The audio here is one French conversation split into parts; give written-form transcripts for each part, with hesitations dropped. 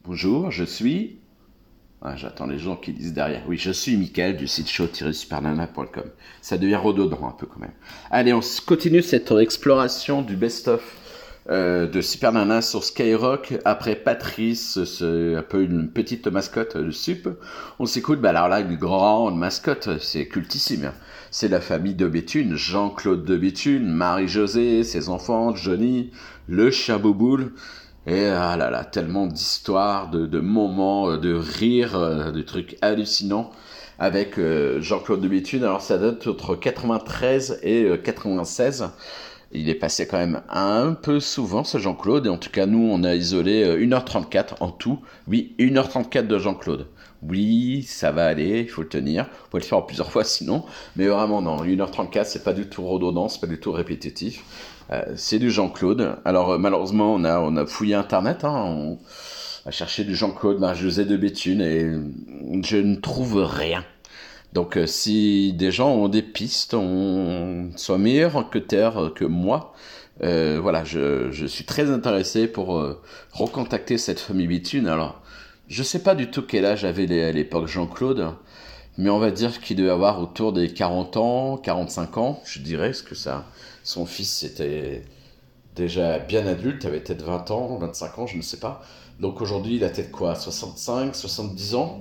Bonjour, je suis... Ah, j'attends les gens qui disent derrière. Oui, je suis Mickaël du site show-supernana.com. Ça devient redondant un peu quand même. Allez, on continue cette exploration du best-of de Super Nana sur Skyrock. Après Patrice, c'est un peu une petite mascotte de Sup. On s'écoute, alors là, une grande mascotte, c'est cultissime. C'est la famille de Béthune, Jean-Claude de Béthune, Marie-Josée, ses enfants, Johnny, le chien Bouboule. Et ah là là, tellement d'histoires, de moments, de rires, de trucs hallucinants avec Jean-Claude de Béthune. Alors ça date entre 93 et 96. Il est passé quand même un peu souvent ce Jean-Claude. Et en tout cas, nous, on a isolé 1h34 en tout. Oui, 1h34 de Jean-Claude. Oui, ça va aller, il faut le tenir. Vous pouvez le faire en plusieurs fois sinon. Mais vraiment, non, 1h34, c'est pas du tout redondant, c'est pas du tout répétitif. C'est du Jean-Claude. Alors malheureusement, on a fouillé Internet, on a cherché du Jean-Claude, Marie-Josée de Béthune, et je ne trouve rien. Donc si des gens ont des pistes, sont meilleurs que moi, voilà, je suis très intéressé pour recontacter cette famille Béthune. Alors, je sais pas du tout quel âge avait à l'époque Jean-Claude, mais on va dire qu'il devait avoir autour des 40 ans, 45 ans, je dirais, parce que ça... Son fils était déjà bien adulte, avait peut-être 20 ans, 25 ans, je ne sais pas. Donc aujourd'hui, il a peut-être quoi, 65, 70 ans.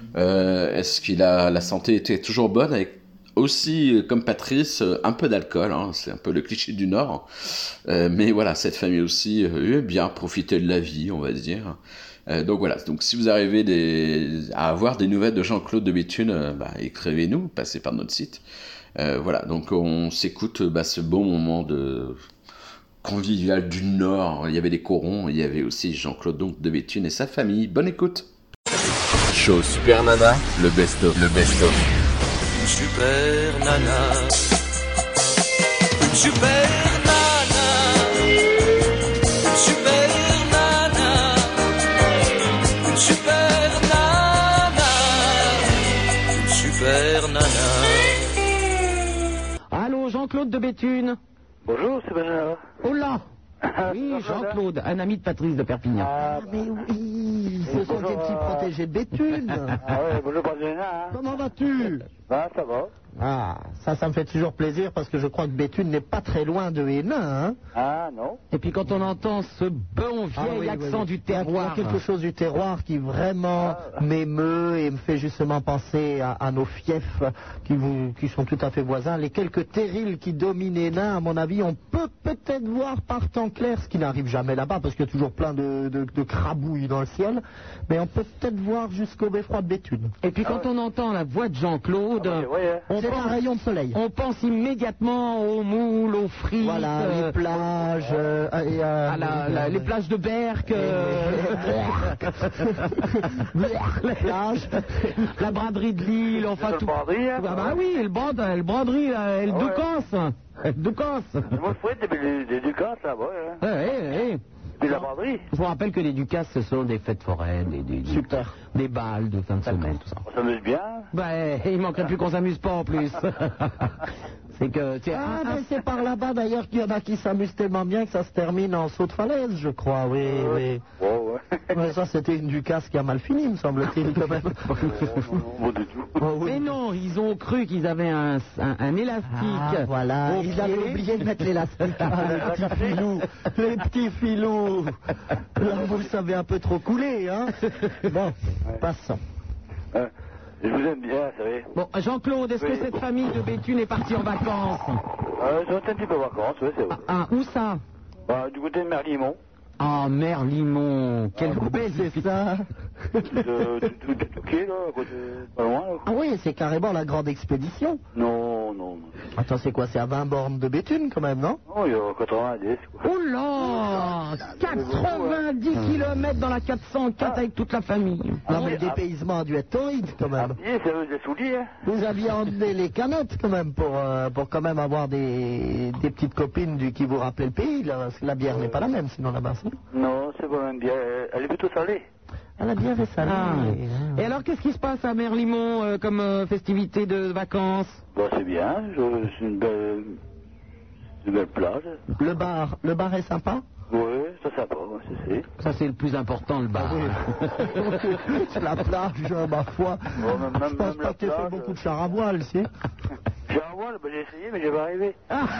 Est-ce qu'il a la santé était toujours bonne avec aussi, comme Patrice, un peu d'alcool, c'est un peu le cliché du Nord. Mais voilà, cette famille aussi bien profité de la vie, on va dire. Donc voilà, donc si vous arrivez à avoir des nouvelles de Jean-Claude de Béthune, écrivez-nous, passez par notre site. Voilà, donc on s'écoute ce beau moment de convivial du Nord. Il y avait les corons, il y avait aussi Jean-Claude donc de Béthune et sa famille. Bonne écoute. Show Super Nana, le best-of. Super Nana, Super Nana, Super Nana, Super Nana, Super Nana. Allô, Jean-Claude de Béthune. Bonjour, c'est Benjamin. Oh là. Oui, Jean-Claude, un ami de Patrice de Perpignan. Ah, mais oui, ce sont des petits protégés de Béthune. Ah ouais, bonjour Benjamin. Comment vas-tu? Ben, ça va. Ah, ça me fait toujours plaisir parce que je crois que Béthune n'est pas très loin de Hénin, hein. Ah, non. Et puis quand on entend ce bon vieil accent du terroir. Il y a quelque chose du terroir qui vraiment m'émeut et me fait justement penser à nos fiefs qui sont tout à fait voisins. Les quelques terrils qui dominent Hénin, à mon avis, on peut peut-être voir par temps clair, ce qui n'arrive jamais là-bas parce qu'il y a toujours plein de crabouilles dans le ciel. Mais on peut peut-être voir jusqu'au beffroi de Béthune. Et puis quand on entend la voix de Jean-Claude, c'est un rayon de soleil. On pense immédiatement aux moules, aux frites, voilà, les plages, les plages de Berck, les plages, la braderie de Lille, enfin tout. Braderie, hein, bah oui, le braderie, le Ducasse. Le Ducasse. Moi, je pourrais des Ducas, là, ouais. Oui. Et la braderie. Je vous rappelle que les Ducasses, ce sont des fêtes foraines, des balles de fin de semaine, tout ça. On s'amuse bien. Il manquerait plus qu'on s'amuse pas en plus. C'est que... mais c'est par là-bas d'ailleurs qu'il y en a qui s'amusent tellement bien que ça se termine en saut de falaise, je crois, oui. Oh, ouais. Mais ça, c'était une Ducasse qui a mal fini, me semble-t-il, quand même. Pas du tout. Mais non, ils ont cru qu'ils avaient un élastique. Ah, voilà, ils avaient oublié de mettre l'élastique. Les petits filous. Là, vous savez un peu trop couler, hein. Bon, passons. Je vous aime bien, vous savez. Bon, Jean-Claude, est-ce que cette famille de Béthune est partie en vacances? Ils ont été un petit peu en vacances, oui, c'est vrai. Ah, où ça? Du côté de Merlimont. Ah, Merlimont, quel bel c'est ça. Du Touquet, là, à côté, pas loin, là. Ah oui, c'est carrément la grande expédition. Non. Attends, c'est quoi? C'est à 20 bornes de Béthune, quand même, non? Non, il y a 90, quoi. Oh là 90 km dans la 404 avec toute la famille. Non, mais le dépaysement a dû être torride, quand même. pied, ça veut des souliers, hein. Vous aviez emmené les canettes, quand même, pour quand même avoir des petites copines qui vous rappelaient le pays, là, parce que la bière n'est pas la même, sinon, là-bas, c'est... Non, c'est pas même bien. Elle est plutôt salée. Ah, la bière est salée. Et alors, qu'est-ce qui se passe à Merlimont comme festivité de vacances? C'est bien. C'est une belle plage. Le bar est sympa? Oui, c'est sympa, ouais, c'est. Ça, c'est le plus important, le bar. C'est la plage, ma foi. Oh, Je pense pas que tu fait beaucoup de char à voile, si. Char à voile, j'ai essayé, mais j'ai pas arrivé.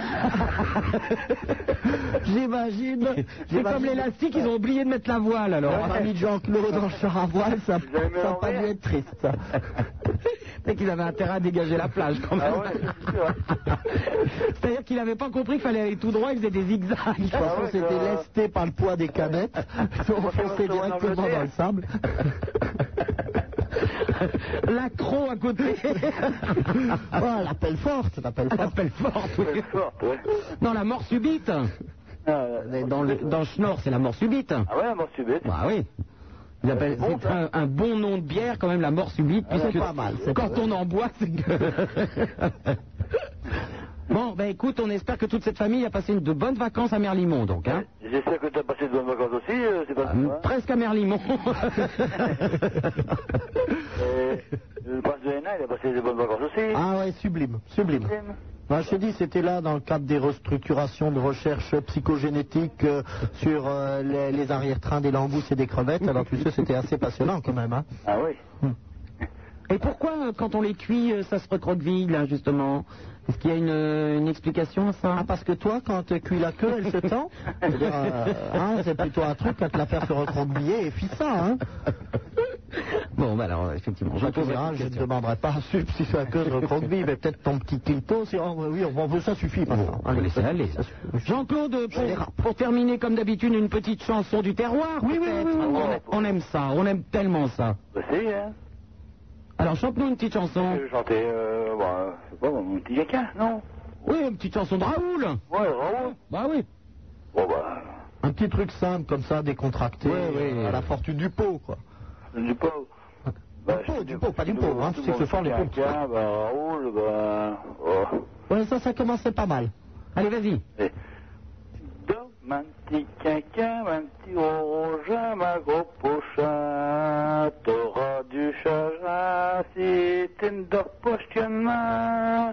J'imagine. C'est comme l'élastique, ils ont oublié de mettre la voile, alors. Alors, ami Jean-Claude en char à voile, ça n'a pas dû être triste, ça. C'est qu'ils avaient intérêt à dégager la plage, quand même. Ah ouais, c'est sûr. C'est-à-dire qu'il n'avait pas compris qu'il fallait aller tout droit, il faisait des zigzags. De toute façon, c'était lesté par le poids des canettes. Ils ont foncé directement dans le sable. L'accro à côté. Oh, l'appel forte, l'appel forte. L'appel forte, oui. C'est fort, ouais. Non, la mort subite. Dans le Schnorr, c'est la mort subite. Ah ouais, mort subite. Bah oui. Ils appellent, c'est un bon nom de bière, quand même, la mort subite. Puisque c'est pas mal. Quand on en boit, c'est que... Bon, ben écoute, on espère que toute cette famille a passé de bonnes vacances à Merlimont, donc. Hein. J'espère que t'as passé de bonnes vacances aussi, c'est pas ça. Presque à Merlimont. Le prince de Hénin, il a passé de bonnes vacances aussi. Ah ouais, sublime, sublime. Ben, je t'ai dit, c'était là dans le cadre des restructurations de recherche psychogénétique sur les arrière-trains des langoustes et des crevettes. Alors tu sais, c'était assez passionnant quand même. Hein. Ah oui. Et pourquoi, quand on les cuit, ça se recroqueville, là, justement? Est-ce qu'il y a une explication à ça? Ah, parce que toi, quand tu cuis la queue, elle se tend. C'est-à-dire, c'est plutôt un truc à te la faire se recroqueviller et fit ça, hein. Bon, bah alors, effectivement, Je ne te demanderai pas si c'est la queue de recroqueville, mais peut-être ton petit clito, si oui, ça suffit maintenant. On va laisser aller. Jean-Claude, pour terminer, comme d'habitude, une petite chanson du terroir, Oui, peut-être. On aime ça, on aime tellement ça. Bah c'est, hein. Alors, chante-nous une petite chanson. Je vais chanter, c'est pas mon petit caca, non? Oui, une petite chanson de Raoul. Ouais, Raoul. Bah oui. Bon, bah. Un petit truc simple, comme ça, décontracté, à la fortune du pot, quoi. Du pot. Du pot, pas du pot, hein, c'est que ce sont les pots. Caca, bah, Raoul, bah. Oh. Ouais, ça commençait pas mal. Allez, vas-y. Donne un petit caca, un petit rouge, ma gros pocha, t'auras du chagrin si tu ne dors pas questionnement.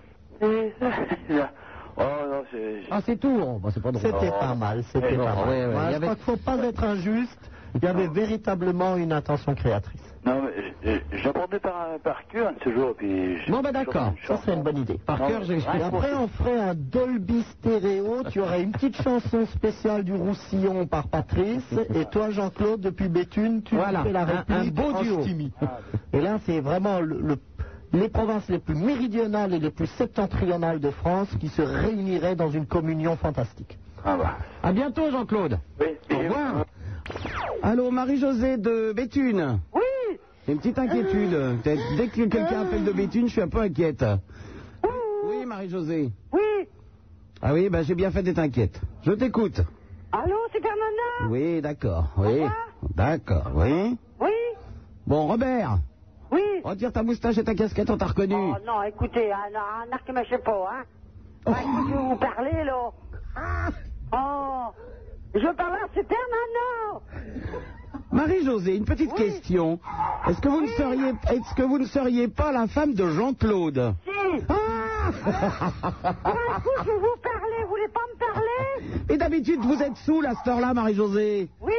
Oh non, c'est... Ah, c'est tout. Oh, bah, c'est pas drôle. C'était pas mal, c'était pas mal. Ouais, Je crois qu'il ne faut pas être injuste. Il y avait véritablement une intention créatrice. Non, mais j'apprendais par cœur un de ce jour, puis... Bon, bah d'accord. Ça, c'est une bonne idée. Par cœur, j'ai... Et après, on ferait un Dolby stéréo. Tu aurais une petite chanson spéciale du Roussillon par Patrice. Et toi, Jean-Claude, depuis Béthune, tu fais la réplique un beau en duo. Stimi. Et là, c'est vraiment les provinces les plus méridionales et les plus septentrionales de France qui se réuniraient dans une communion fantastique. Ah bah... À bientôt, Jean-Claude. Oui, Au revoir. Allô, Marie-Josée de Béthune. Oui. J'ai une petite inquiétude. Dès que quelqu'un appelle de Béthune, je suis un peu inquiète. Oui, Marie-Josée. Oui. Ah oui, ben j'ai bien fait d'être inquiète. Je t'écoute. Allô, c'est Bernard? Oui, d'accord. Oui. D'accord, oui. Oui. Bon, Robert. Oui. Retire ta moustache et ta casquette, on t'a reconnu. Oh non, écoutez, un arc ne sais pas, hein. Oh. Je vais vous parler, là. Oh. Je parle à Super Nana. Marie-Josée, une petite question. Est-ce que vous ne seriez pas la femme de Jean-Claude? Si. Ah. Écoute, je vais vous parler, vous voulez pas me parler? Et d'habitude, vous êtes saoul à cette heure-là, Marie-Josée? Oui.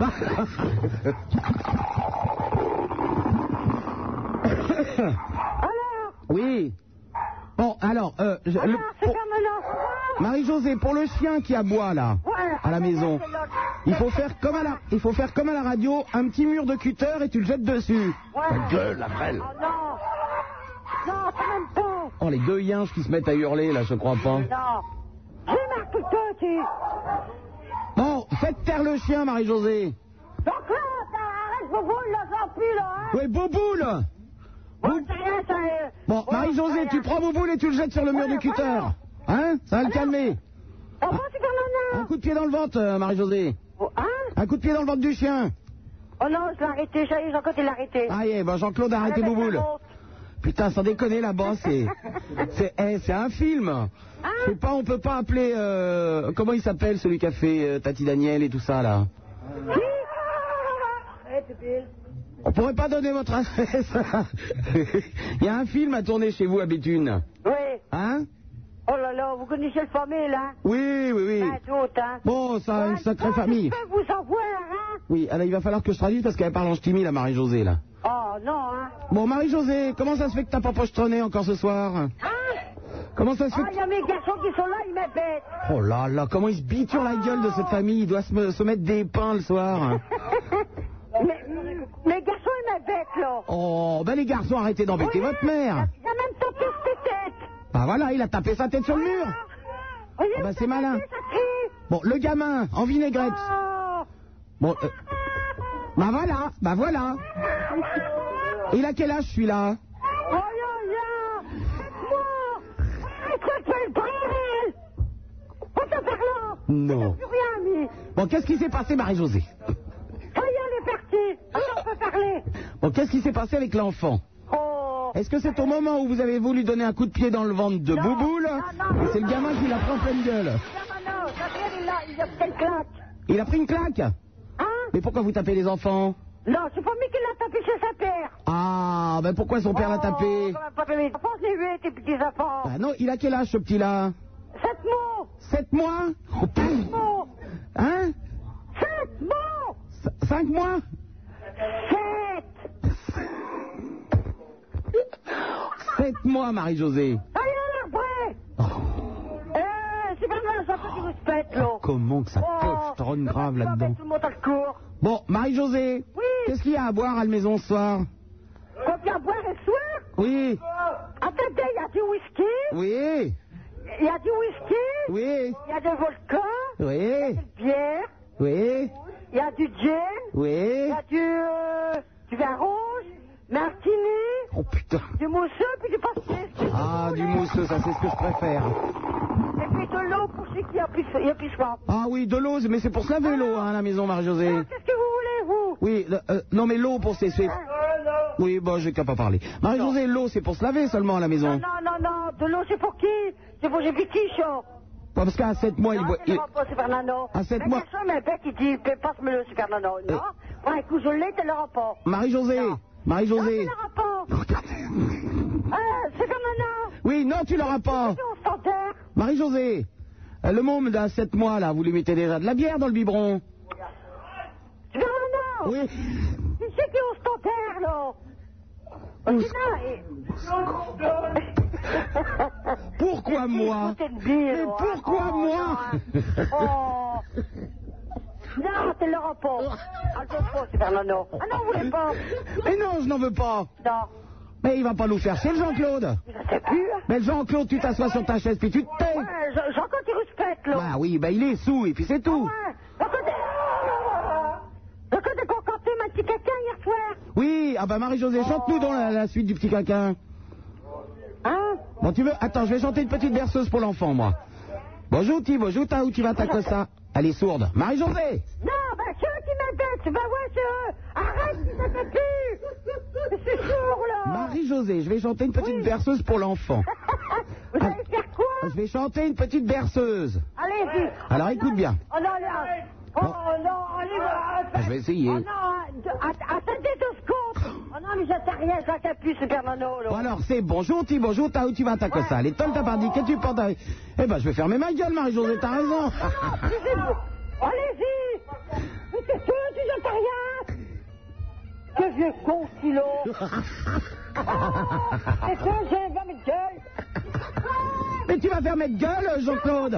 Alors? Oui. Bon, alors, Super Nana. Marie-Josée, pour le chien qui aboie là, Ouais. à la maison, il faut faire comme à la radio, un petit mur de cutter et tu le jettes dessus. Ouais. Ta gueule, la frêle. Oh non. Non, quand même pas. Oh, les deux yinches qui se mettent à hurler là, je crois pas. Non. J'ai marre tout le temps, Bon, faites taire le chien, Marie-Josée. donc là, arrête, Boboule, là, j'en plus, là, hein. Ouais, Boboule. Bon, c'est rien, ça, Bon, Marie-Josée, tu prends Boboule et tu le jettes sur le mur du cutter. Hein? Ça va le calmer. Oh, bon, Super Nana. Un coup de pied dans le ventre, Marie-Josée. Oh, hein? Un coup de pied dans le ventre du chien. Oh non, je l'ai arrêté, ça y est, Jean-Claude, il l'a arrêté. Ah, yeah, ben Jean-Claude a arrêté Boboule. Putain, sans déconner là-bas, c'est un film. Je sais pas, on peut pas appeler... comment il s'appelle, celui qui a fait Tati Daniel et tout ça, là? On pourrait pas donner votre adresse. Il y a un film à tourner chez vous à Béthune. Oui. Hein? Oh là alors, vous connaissez le famille, hein? Oui, oui, oui. Ben, d'autres, hein? Bon, ça a une sacrée famille. Je peux vous en voir, hein? Oui, alors il va falloir que je traduise parce qu'elle parle en ch'timi, la Marie-Josée, là. Oh, non, hein? Bon, Marie-Josée, comment ça se fait que t'as pas pochetronné encore ce soir? Hein? Comment ça se fait Ah, il y a mes garçons qui sont là, ils m'embêtent. Oh là là, comment ils se biturent la gueule de cette famille. Il doit se mettre des pains le soir. Mes garçons, ils m'embêtent, là. Oh, ben les garçons, arrêtez d'embêter votre mère. Il a même tapé sa tête. Bah voilà, il a tapé sa tête sur le mur. Voyez, Ah bah, vous c'est malin. tapez, ça crie. Bon, le gamin, en vinaigrette. Oh. Bon, bah voilà. Il a quel âge celui-là? Oh là là. Moi. Il s'appelle Brel. On t'a fait là. Non. Plus rien, mis. Bon, qu'est-ce qui s'est passé, Marie-Josée? Ça y est, elle est partie. Alors, on peut parler. Bon, qu'est-ce qui s'est passé avec l'enfant? Oh. Est-ce que c'est au moment où vous avez voulu donner un coup de pied dans le ventre de Bouboule? non. C'est le gamin qui l'a pris en pleine gueule. Non, Gabriel, il a fait une claque. Il a pris une claque? Hein? Mais pourquoi vous tapez les enfants? Non, c'est pas lui qui l'a tapé chez sa père. Ah, ben pourquoi son père l'a tapé? Pas mes enfants, je l'ai vu, tes petits enfants. Bah non, il a quel âge ce petit-là? 7 mots. 7 mois? Oh, 7 mots. hein? 7 mots. 5 mois? 7. 7 mois, Marie-Josée. Allez, l'arbre. C'est pas mal, ça peut du respect, là. Comment que ça peut trône grave là-dedans? Tout le monde à le cours. Bon, Marie-Josée. Oui. Qu'est-ce qu'il y a à boire à la maison ce soir? Quoi qu'il y a à boire et soir? Oui. Attendez, il y a du whisky. Oui. Il y a du whisky. Oui. Il y a du vodka. Oui. Du bière. Oui. Il y a du gin. Il Oui. y a du vin rouge. Martini. Oh putain. Du mousseux, puis du pastis. Ah, du mousseux, ça c'est ce que je préfère. Et puis de l'eau pour ceux qui a plus soif. Ah oui, de l'eau, mais c'est pour se laver l'eau hein, à la maison, Marie-Josée. Qu'est-ce que vous voulez, vous? Oui, non mais l'eau pour c'est... Oui, bon, j'ai qu'à pas parler. Marie-Josée, l'eau c'est pour se laver seulement à la maison. Non, de l'eau c'est pour qui? C'est pour les petits chats. Parce qu'à 7 mois, il Non, boit... c'est le repas, Super Nano. À 7 Un mois... garçon, mais bec, il dit, passe-moi le Super Nano. Non, pour un coup, je l'ai, c'est le repas. Marie-Josée, Non, Marie-Josée. c'est le repas. Super Nano. Oui, non, tu l'auras pas. C'est au standard. Marie-Josée, le môme d'à 7 mois, là, vous lui mettez déjà de la bière dans le biberon. Super Nano. Oui. C'est qui est au standard, là? Pourquoi moi? Mais pourquoi moi? Oh. Non, c'est le repas. Ah, le repas, Super Nano. Ah non, vous voulez pas? Mais non, je n'en veux pas. Non. Mais il va pas nous faire chier, le Jean-Claude. Je sais plus. Mais le Jean-Claude, tu t'assois sur ta chaise puis tu te tais. Ouais, Jean-Claude, il respecte, là. Bah oui, bah il est sous et puis c'est tout. Ouais. Jean-Claude est concanté ma petit caca hier soir. Oui, ah bah Marie-Josée, chante-nous dans la suite du petit caquin. Hein? Bon, tu veux... Attends, je vais chanter une petite berceuse pour l'enfant, moi. Bonjour, bonjour, où tu vas ta ça? Elle est sourde. Marie-Josée. Non, bah c'est eux qui m'embêtent. Bah ouais, c'est eux. Arrête, ça fait plus. C'est sourd, là. Marie-Josée, je vais chanter une petite berceuse pour l'enfant. Vous allez faire quoi? Je vais chanter une petite berceuse. Allez-y. Alors écoute bien. Oh non, là. Oh non, allez, Ah, je vais essayer. Oh non, attendez 2 secondes. Oh non, mais j'attends rien, j'attends plus, Super Nano, là. Bon alors c'est bonjour, bonjour, où tu vas ta ça? Les tolles t'as pas dit, qu'est-ce que tu portes avec... Eh ben je vais fermer ma gueule, Marie-Josée, t'as raison. Allez-y. Mais c'est sûr, tu j'attends rien. Que vieux con, kilo. C'est sûr, j'ai un de gueule. Mais tu vas faire mettre gueule, Jean-Claude.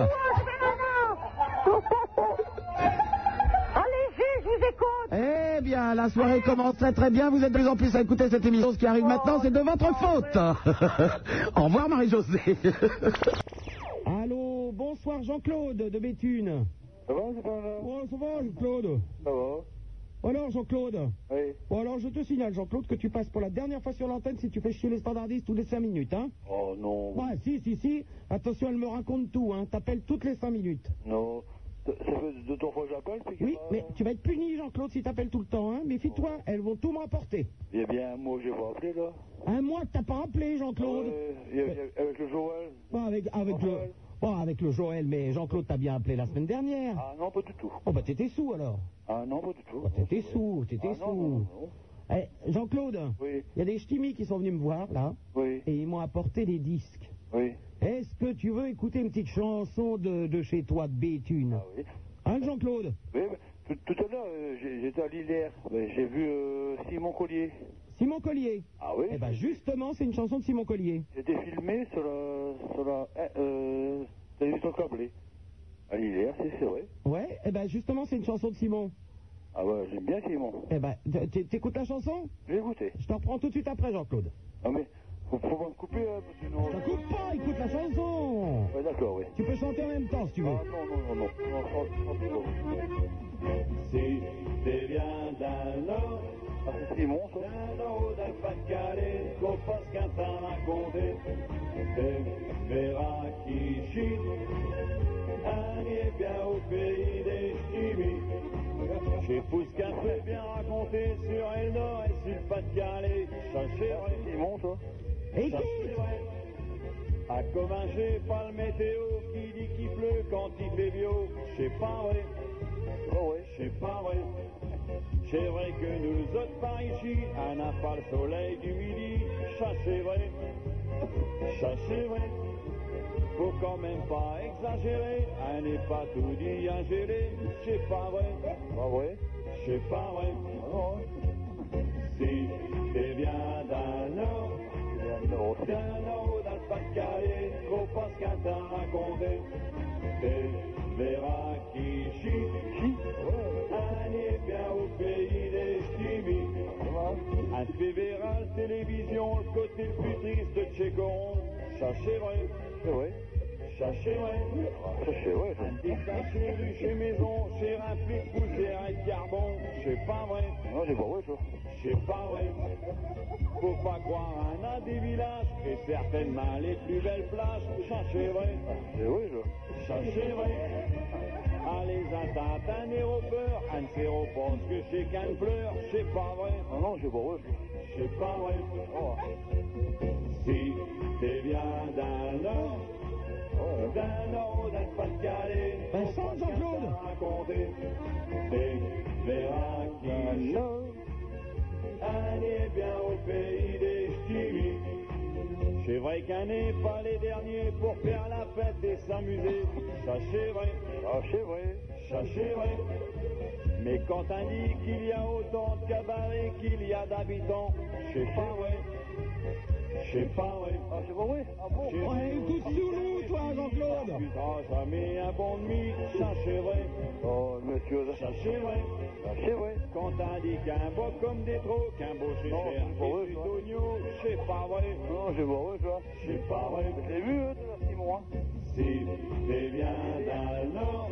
Allez-y, je vous écoute. Eh bien, la soirée commence très très bien. Vous êtes de plus en plus à écouter cette émission. Ce qui arrive maintenant, c'est de votre faute. Au revoir, Marie-Josée. Allô, bonsoir, Jean-Claude de Béthune. Ça va, c'est pas là? Oh, ça va, Jean-Claude. Ça va? Alors, Jean-Claude. Oui. Bon, alors, je te signale, Jean-Claude, que tu passes pour la dernière fois sur l'antenne si tu fais chier les standardistes tous les 5 minutes, hein. Oh non. Ouais, si. Attention, elle me raconte tout, hein. T'appelles toutes les 5 minutes. Non. Ça fait 2-3 fois que j'appelle, puis Oui, mais tu vas être puni, Jean-Claude, si t'appelles tout le temps, hein. Méfie-toi, elles vont tout me rapporter. Eh bien, moi, j'ai pas appelé, là. Un mois que t'as pas appelé, Jean-Claude. Avec le Joël. Bon, avec le Joël, mais Jean-Claude t'a bien appelé la semaine dernière. Ah non, pas du tout. Oh, bah t'étais sous, alors. Ah non, pas du tout. Bah, t'étais sous. Non. Eh, Jean-Claude, Oui. il y a des ch'timis qui sont venus me voir, là, Oui. et ils m'ont apporté des disques. Oui. Est-ce que tu veux écouter une petite chanson de chez toi, de Béthune? Ah oui. Hein, Jean-Claude? Oui, mais tout à l'heure, j'étais à l'Hilaire. J'ai vu Simon Collier. Simon Collier. Ah oui. Eh ben justement, c'est une chanson de Simon Collier. C'était filmé sur la télévision câblée. À l'Hilaire, c'est vrai. Ouais, eh ben justement, c'est une chanson de Simon. Ah ouais, j'aime bien Simon. Eh ben, t'écoutes la chanson? Je vais écouter. Je t'en reprends tout de suite après, Jean-Claude. Ah mais, faut me couper, sinon... Je te coupe pas, écoute la chanson. Ouais, d'accord, oui. Tu peux chanter en même temps, si tu veux. Ah non. Si t'es bien d'un Nord, Ah, c'est Simon, ça. d'un Nord, d'un Pas-de-Calais, qu'on fasse qu'un temps raconté, des verras qui chient, un est bien au pays des chimies. Chez Pousquin, fait bien raconté sur El Nord et sur le Pas-de-Calais, Chacheray, Simon, ça. Écoute. à Comminges, pas le météo qui dit qu'il pleut quand il fait bio, c'est pas vrai. Oh ouais. C'est pas vrai. C'est vrai que nous autres par ici, on n'a pas le soleil du midi. Ça c'est vrai. Ça c'est vrai. Faut quand même pas exagérer. On n'est pas tout dit à gérer. C'est pas vrai. Pas vrai. C'est pas vrai. Non. Si t'es bien d'un Nord, Non, c'est... d'un Nord, d'un Pas-de-Calais, trop pas ce qu'un t'a raconté. Des verras qui chient. On est bien au pays des chimies. Un fait verra la télévision, le côté le plus triste de Tchécoron. Ça c'est vrai. C'est vrai. Ça c'est vrai. Ça, c'est vrai, ça. Un détaché rue chez Maison, chez rempli de poussière et de carbone. C'est pas vrai. Non, c'est pas vrai, ça. C'est pas vrai. Faut pas croire on a des villages et certainement les plus belles plages. Ça c'est vrai. C'est vrai, ça. Ça c'est vrai. Ah les attentes, un aéroport, un zéro pense que c'est qu'un pleure. C'est pas vrai. Ah non, c'est pas vrai, ça. C'est pas vrai. Oh. Si t'es bien d'un Nord, d'un Nord, d'un Pas-de-Calais, Ben, chante, Jean-Claude. raconter des verras qui chantent. On est bien au pays des chimies. C'est vrai qu'on n'est pas les derniers pour faire la fête et s'amuser. Ça c'est vrai. Ah, c'est vrai. Ça c'est vrai. Mais quand on dit qu'il y a autant de cabarets qu'il y a d'habitants, c'est pas vrai. C'est pas vrai. Ah, c'est pas vrai. Ah bon. C'est Ouais, écoute sous nous, toi, Jean-Claude. Tu n'auras jamais un bon demi, ça c'est vrai. Oh, monsieur, Ça c'est vrai. Ah, c'est vrai. Quand on dit qu'un beau comme des trous, qu'un beau c'est Non, cher, c'est pas vrai, et du ça. d'oignon, c'est pas vrai. Non, c'est pas vrai, ça. C'est pas vrai. Je l'ai vu, toi, Simon, hein. Si t'es bien d'un Nord,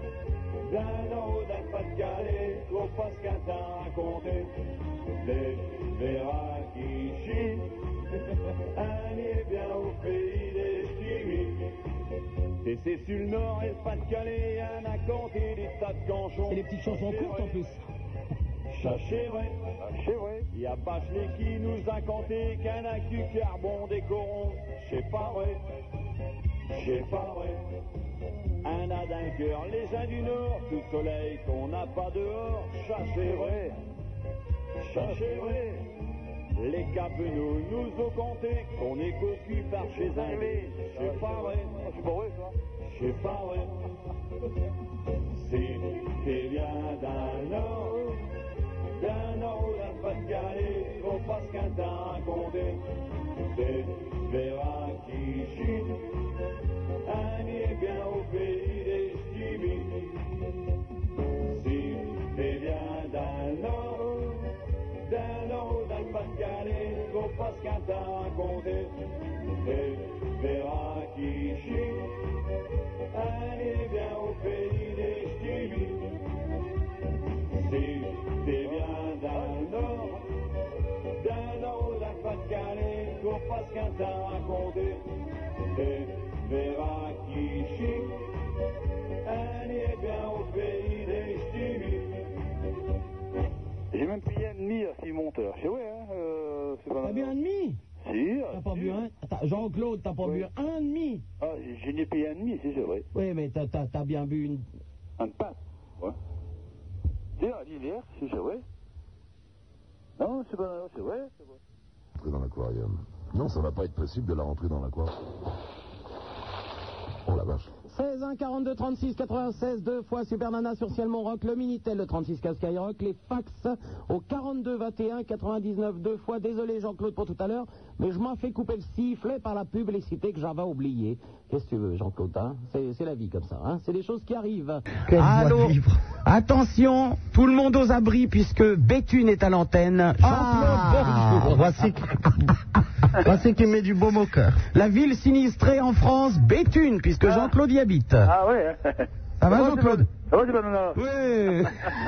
d'un Pas-de-Calais, trop pas ce qu'un t'a raconté. Les verras qui chient, on est bien au pays des chimies. Et c'est sur le Nord et le Pas-de-Calais, on a compté des tas de canchons. Et les petites chansons courtes en plus. Ça c'est vrai. Ah, c'est vrai. Il y a Bachelet qui nous a compté qu'un a du carbone des corons. C'est pas vrai. C'est pas vrai. Un a d'un cœur, les uns du Nord, tout soleil qu'on n'a pas dehors. Ça c'est vrai. Ça c'est vrai. Les capenous nous ont compté qu'on est cocu par chez un lait. C'est pas vrai. Ah, c'est pas vrai, ça. C'est pas vrai. Si t'es bien d'un Nord, d'un Pas-de-Calais, faut pas ce qu'un t'a raconté. Des verras qui chient, on est bien au pays des chimies. Si t'es bien d'un Nord, d'un Pas-de-Calais, faut pas ce qu'un t'a raconté. Des verras qui chient, on est bien au pays des chimies. Si t'es bien d'un Nord, d'un Pas-de-Calais, qu'on fasse qu'un t'a raconté. Des verras qui chient, on est bien au pays des chimies. J'ai même payé un demi à Simon, tout à l'heure. C'est vrai, hein. C'est pas T'as bu un demi? Si. T'as pas bu un? Attends, Jean-Claude, t'as pas Oui. bu un demi? Ah, je n'ai payé un demi, si, c'est vrai. Oui, mais t'as bien bu une... Un pain. Ouais. C'est à l'hiver, si, c'est vrai. Non, c'est pas... C'est vrai, c'est vrai. Rentrer dans l'aquarium. Non, ça va pas être possible de la rentrer dans l'aquarium. la vache. 16 1 42 36 96 2 fois Super Nana sur Ciel Mon Rock, le Minitel, le 36 15 Skyrock, les fax au 42 21 99 2 fois. Désolé Jean-Claude pour tout à l'heure, mais je m'en fais couper le sifflet par la publicité que j'avais oubliée. Qu'est-ce que tu veux Jean-Claude, hein, c'est la vie comme ça, hein, c'est des choses qui arrivent. Allô, attention, tout le monde aux abris puisque Béthune est à l'antenne. Jean-Claude, bonjour. Voici qui met du baume au cœur. La ville sinistrée en France, Béthune, puisque Jean-Claude y habite. Ah ouais. Ça va Jean-Claude? Ça va, Super Nana? Oui.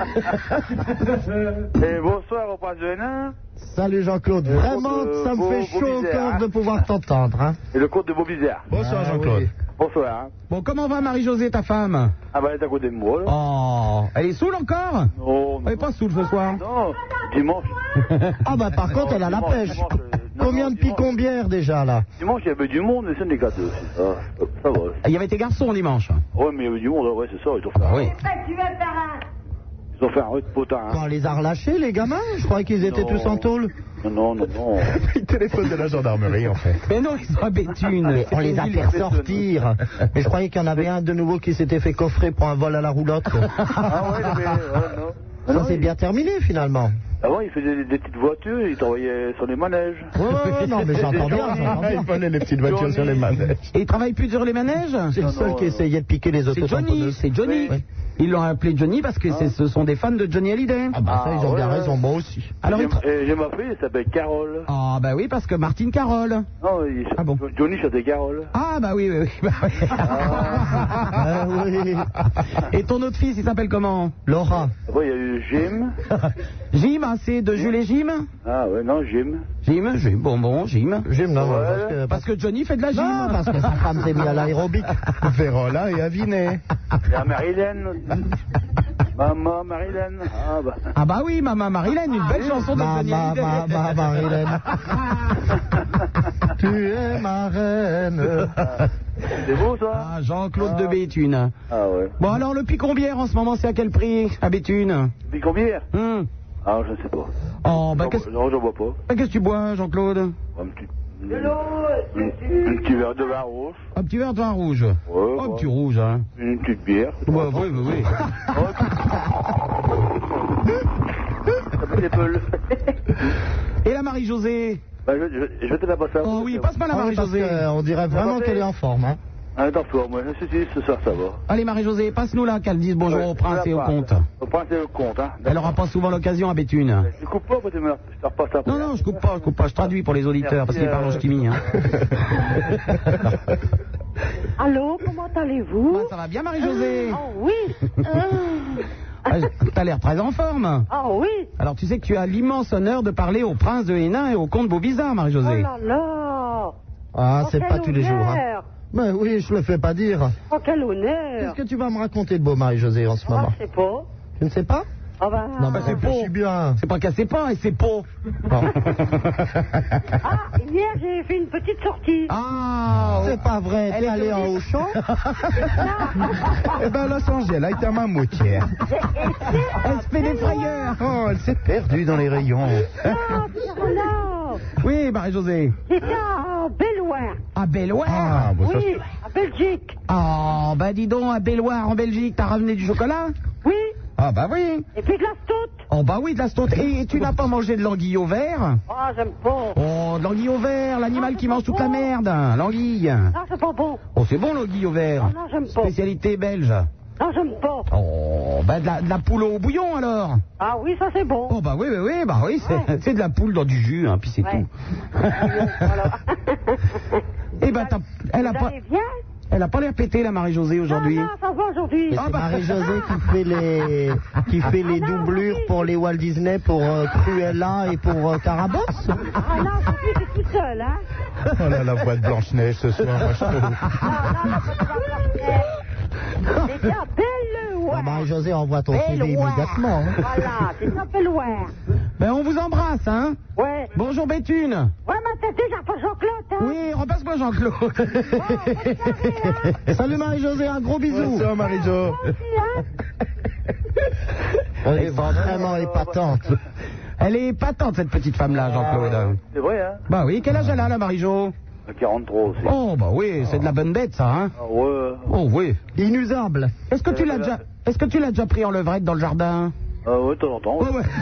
Et bonsoir au prince de Hénin. Salut Jean-Claude, vraiment ça me fait chaud au cœur de pouvoir t'entendre. Hein. Et le comte de Beaubizarre. Bonsoir Jean-Claude. Oui. Bonsoir. Hein. Bon, comment va Marie-Josée, ta femme? Ah bah elle est à côté de moi là. Oh, elle est saoule encore? Non, Elle est pas saoule ce soir. non, dimanche. Ah bah par contre elle a la dimanche, pêche. dimanche, Combien de picombières déjà là? Dimanche il y avait du monde, mais c'est des cadeaux. Ça va. Il y avait tes garçons dimanche. Ouais, mais il y avait du monde, ouais, c'est ça, ils ont fait Oui. Ils ont fait un rude potin. Hein. On les a relâchés les gamins? Je croyais qu'ils étaient Non. tous en tôle. Non. Il téléphone de la gendarmerie en fait. Mais non, ils sont à Béthune. On les a fait ressortir. Mais je croyais qu'il y en avait un de nouveau qui s'était fait coffrer pour un vol à la roulotte. Ah ouais, mais non. Ça s'est bien terminé finalement. Avant, il faisait des petites voitures, il t'envoyait sur les manèges. Ouais, non mais j'entends bien. Il volait les petites voitures sur les manèges. Et il travaille plus sur les manèges? C'est le seul qui essayait de piquer les C'est autos Johnny, tamponneuses. c'est Johnny. Oui. Ils l'ont appelé Johnny parce que ce sont des fans de Johnny Hallyday. Ah bah ça ils ont bien ouais. raison, moi aussi. Alors, J'ai ma fille, elle s'appelle Carole. Ah bah oui, parce que Martine Carole. Non, Ah bon. Johnny chantait Carole. Ah bah oui. Bah oui. Ah oui. Et ton autre fils, il s'appelle comment? Laura. Après, il y a eu Jim. Jim, hein, c'est de Jules et Jim? Ah ouais, non, Jim. Jim, bon, Jim. Jim, non, Ouais. Parce que Johnny fait de la gym. Non, parce que sa femme s'est mise à l'aérobic. Vérola et Avinet. Il y a Marilyn. Maman Marilyn. Ah bah. Ah bah oui, Maman Marilyn, une belle chanson de Johnny Hallyday. Marilyn. Tu es ma reine. C'est beau ça? Ah, Jean-Claude de Béthune. Ah ouais. Bon alors, le picombière en ce moment, c'est à quel prix à Béthune? Puis combien? Ah, je ne sais pas. Oh, bah qu'est-ce Non, j'en bois pas. que tu bois, Jean-Claude? Un petit verre de vin rouge. Un petit verre de vin rouge. Ouais, Un ouais. petit rouge, hein. Une petite bière. Ouais, oui. Ça fait des peuls. Et la Marie-Josée? Bah, je vais te la passer. Oh oui, passe-moi la Marie-Josée. On dirait vraiment qu'elle est en forme. Hein. Ah, d'accord, moi, si, ce soir, ça va. Allez Marie-Josée, passe-nous là, qu'elle dise bonjour Ouais, au prince je et au la comte. passe. Au prince et au comte, hein. Elle aura pas souvent l'occasion à Béthune. Je coupe pas, peut-être, je te repasse après. Non, je coupe pas, je traduis pour les auditeurs, parce qu'ils parlent en ch'timi. Hein. Allô, comment allez-vous? Bah, ça va bien Marie-Josée? Oh oui. Ah, t'as l'air très en forme. Oh oui. Alors tu sais que tu as l'immense honneur de parler au prince de Hénin et au comte Beaubizarre, Oh Marie-Josée. là là. Ah, Oh, c'est quel pas tous les jours. Hein. honneur. Mais oui, je le fais pas dire. Oh, quel honneur. Qu'est-ce que tu vas me raconter de beau, Marie-Josée, en ce Ah, moment? je sais pas. Tu ne sais pas? Ah bah. Non, mais c'est beau. pas bien. C'est pas qu'elle sait pas, et c'est pas. Ah, hier j'ai fait une petite sortie. Ah, C'est pas vrai, Elle t'es est allé en jolie. Auchan? Eh ben Los Angeles, elle était à ma moitière. elle se fait des frayeurs. Oh, elle s'est perdue dans les rayons. Ah, Pierre-Alain. Oui, Marie-Josée. J'étais à Belloir. À Belloir. Ah, bon, ça, Oui, à Belgique. Oh, bah dis donc, à Belloir, en Belgique, t'as ramené du chocolat? Oui. Ah, bah oui. Et puis de la stout. Oh, bah oui, de la stout. Et tu n'as pas mangé de l'anguille au vert? Ah, j'aime pas. Oh, de l'anguille au vert, l'animal qui mange toute la merde. L'anguille. Non, c'est pas bon. Oh, c'est bon l'anguille au vert. Ah, non, j'aime pas. Spécialité belge. Non, j'aime pas. Oh, bah de la poule au bouillon alors. Ah oui, ça c'est bon. Oh, bah oui, c'est de la poule dans du jus, hein, puis c'est Ouais. tout. Voilà. Eh ben, elle a Vous pas, allez bien? elle a pas l'air pétée, la Marie-Josée, aujourd'hui. Non, ça va aujourd'hui. Et c'est Marie-Josée qui fait les doublures pour les Walt Disney, pour Cruella et pour Carabosse. Ah non, aujourd'hui c'est tout seul, hein. Oh là, la voix de Blanche-Neige ce soir, moi, je trouve. C'est bien belle, ouais. Marie-Josée envoie ton CV immédiatement. Hein. Voilà, c'est ça Belloir. Ben, on vous embrasse, hein. Ouais. Bonjour Béthune. Ouais, mais t'as déjà pas Jean-Claude, hein. Oui, repasse-moi Jean-Claude. Bon, bonne soirée, hein. Salut Marie-Josée, un gros bisou. Bonsoir, Marie-Jo. Moi aussi, hein. Elle est vraiment épatante. Elle est épatante, cette petite femme-là, Jean-Claude. C'est vrai, hein. Bah oui, quel âge elle a, la Marie-Jo? 43 aussi. Oh, bah oui, c'est de la bonne dette, ça, hein. Ah ouais. Oh, oui. Inusable. Est-ce que tu l'as déjà pris en levrette dans le jardin? Ah ouais, de temps en temps. Ouais, ouais.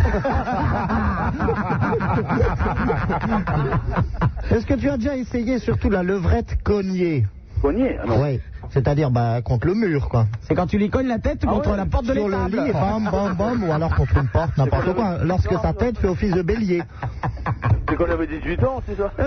Est-ce que tu as déjà essayé surtout la levrette cognée? Cogné? Ah non. Oui. C'est-à-dire contre le mur, quoi. C'est quand tu lui cognes la tête contre la porte de Sur le l'étable. lit, bam, bam, bam, ou alors contre une porte, n'importe quoi. Lorsque sa tête fait office de bélier. C'est quand j'avais 18 ans, c'est ça?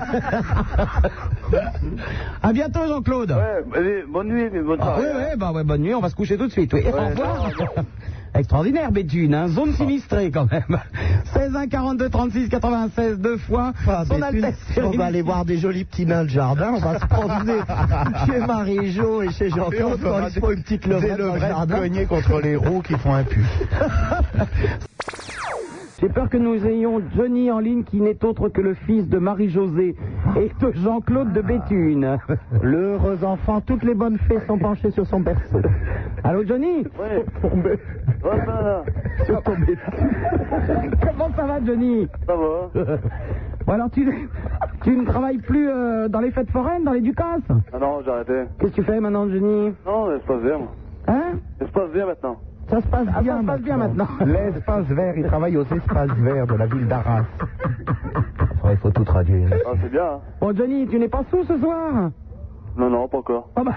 À bientôt, Jean-Claude. Ouais, allez, bonne nuit, mais bonne soirée. Ouais, bonne nuit, on va se coucher tout de suite. Oui. Au revoir. Extraordinaire, Béthune, hein. Zone sinistrée quand même. 16 1 42 36 96 deux fois. Son Altesse. On va aller voir des jolis petits nains de jardin. On va se promener chez Marie-Jo et chez Jean-Claude quand ils font une petite levrette dans le jardin. contre les roues qui font un pu. J'ai peur que nous ayons Johnny en ligne qui n'est autre que le fils de Marie-Josée et de Jean-Claude de Béthune. L'heureux enfant, toutes les bonnes fées sont penchées sur son berceau. Allô, Johnny? Ouais. Ouais, ça là. Sur ton berceau. Comment ça va, Johnny? Ça va. Bon, alors, tu ne travailles plus dans les fêtes foraines, dans les Ducasses? Ah non, j'ai arrêté. Qu'est-ce que tu fais maintenant, Johnny? Non, l'espace vert, moi. Hein? L'espace vert maintenant. Ça se passe bien, maintenant. L'espace vert, il travaille aux espaces verts de la ville d'Arras. Il faut tout traduire. Ah, c'est bien, hein. Bon, Johnny, tu n'es pas sous ce soir? Non, non, pas encore. Ah,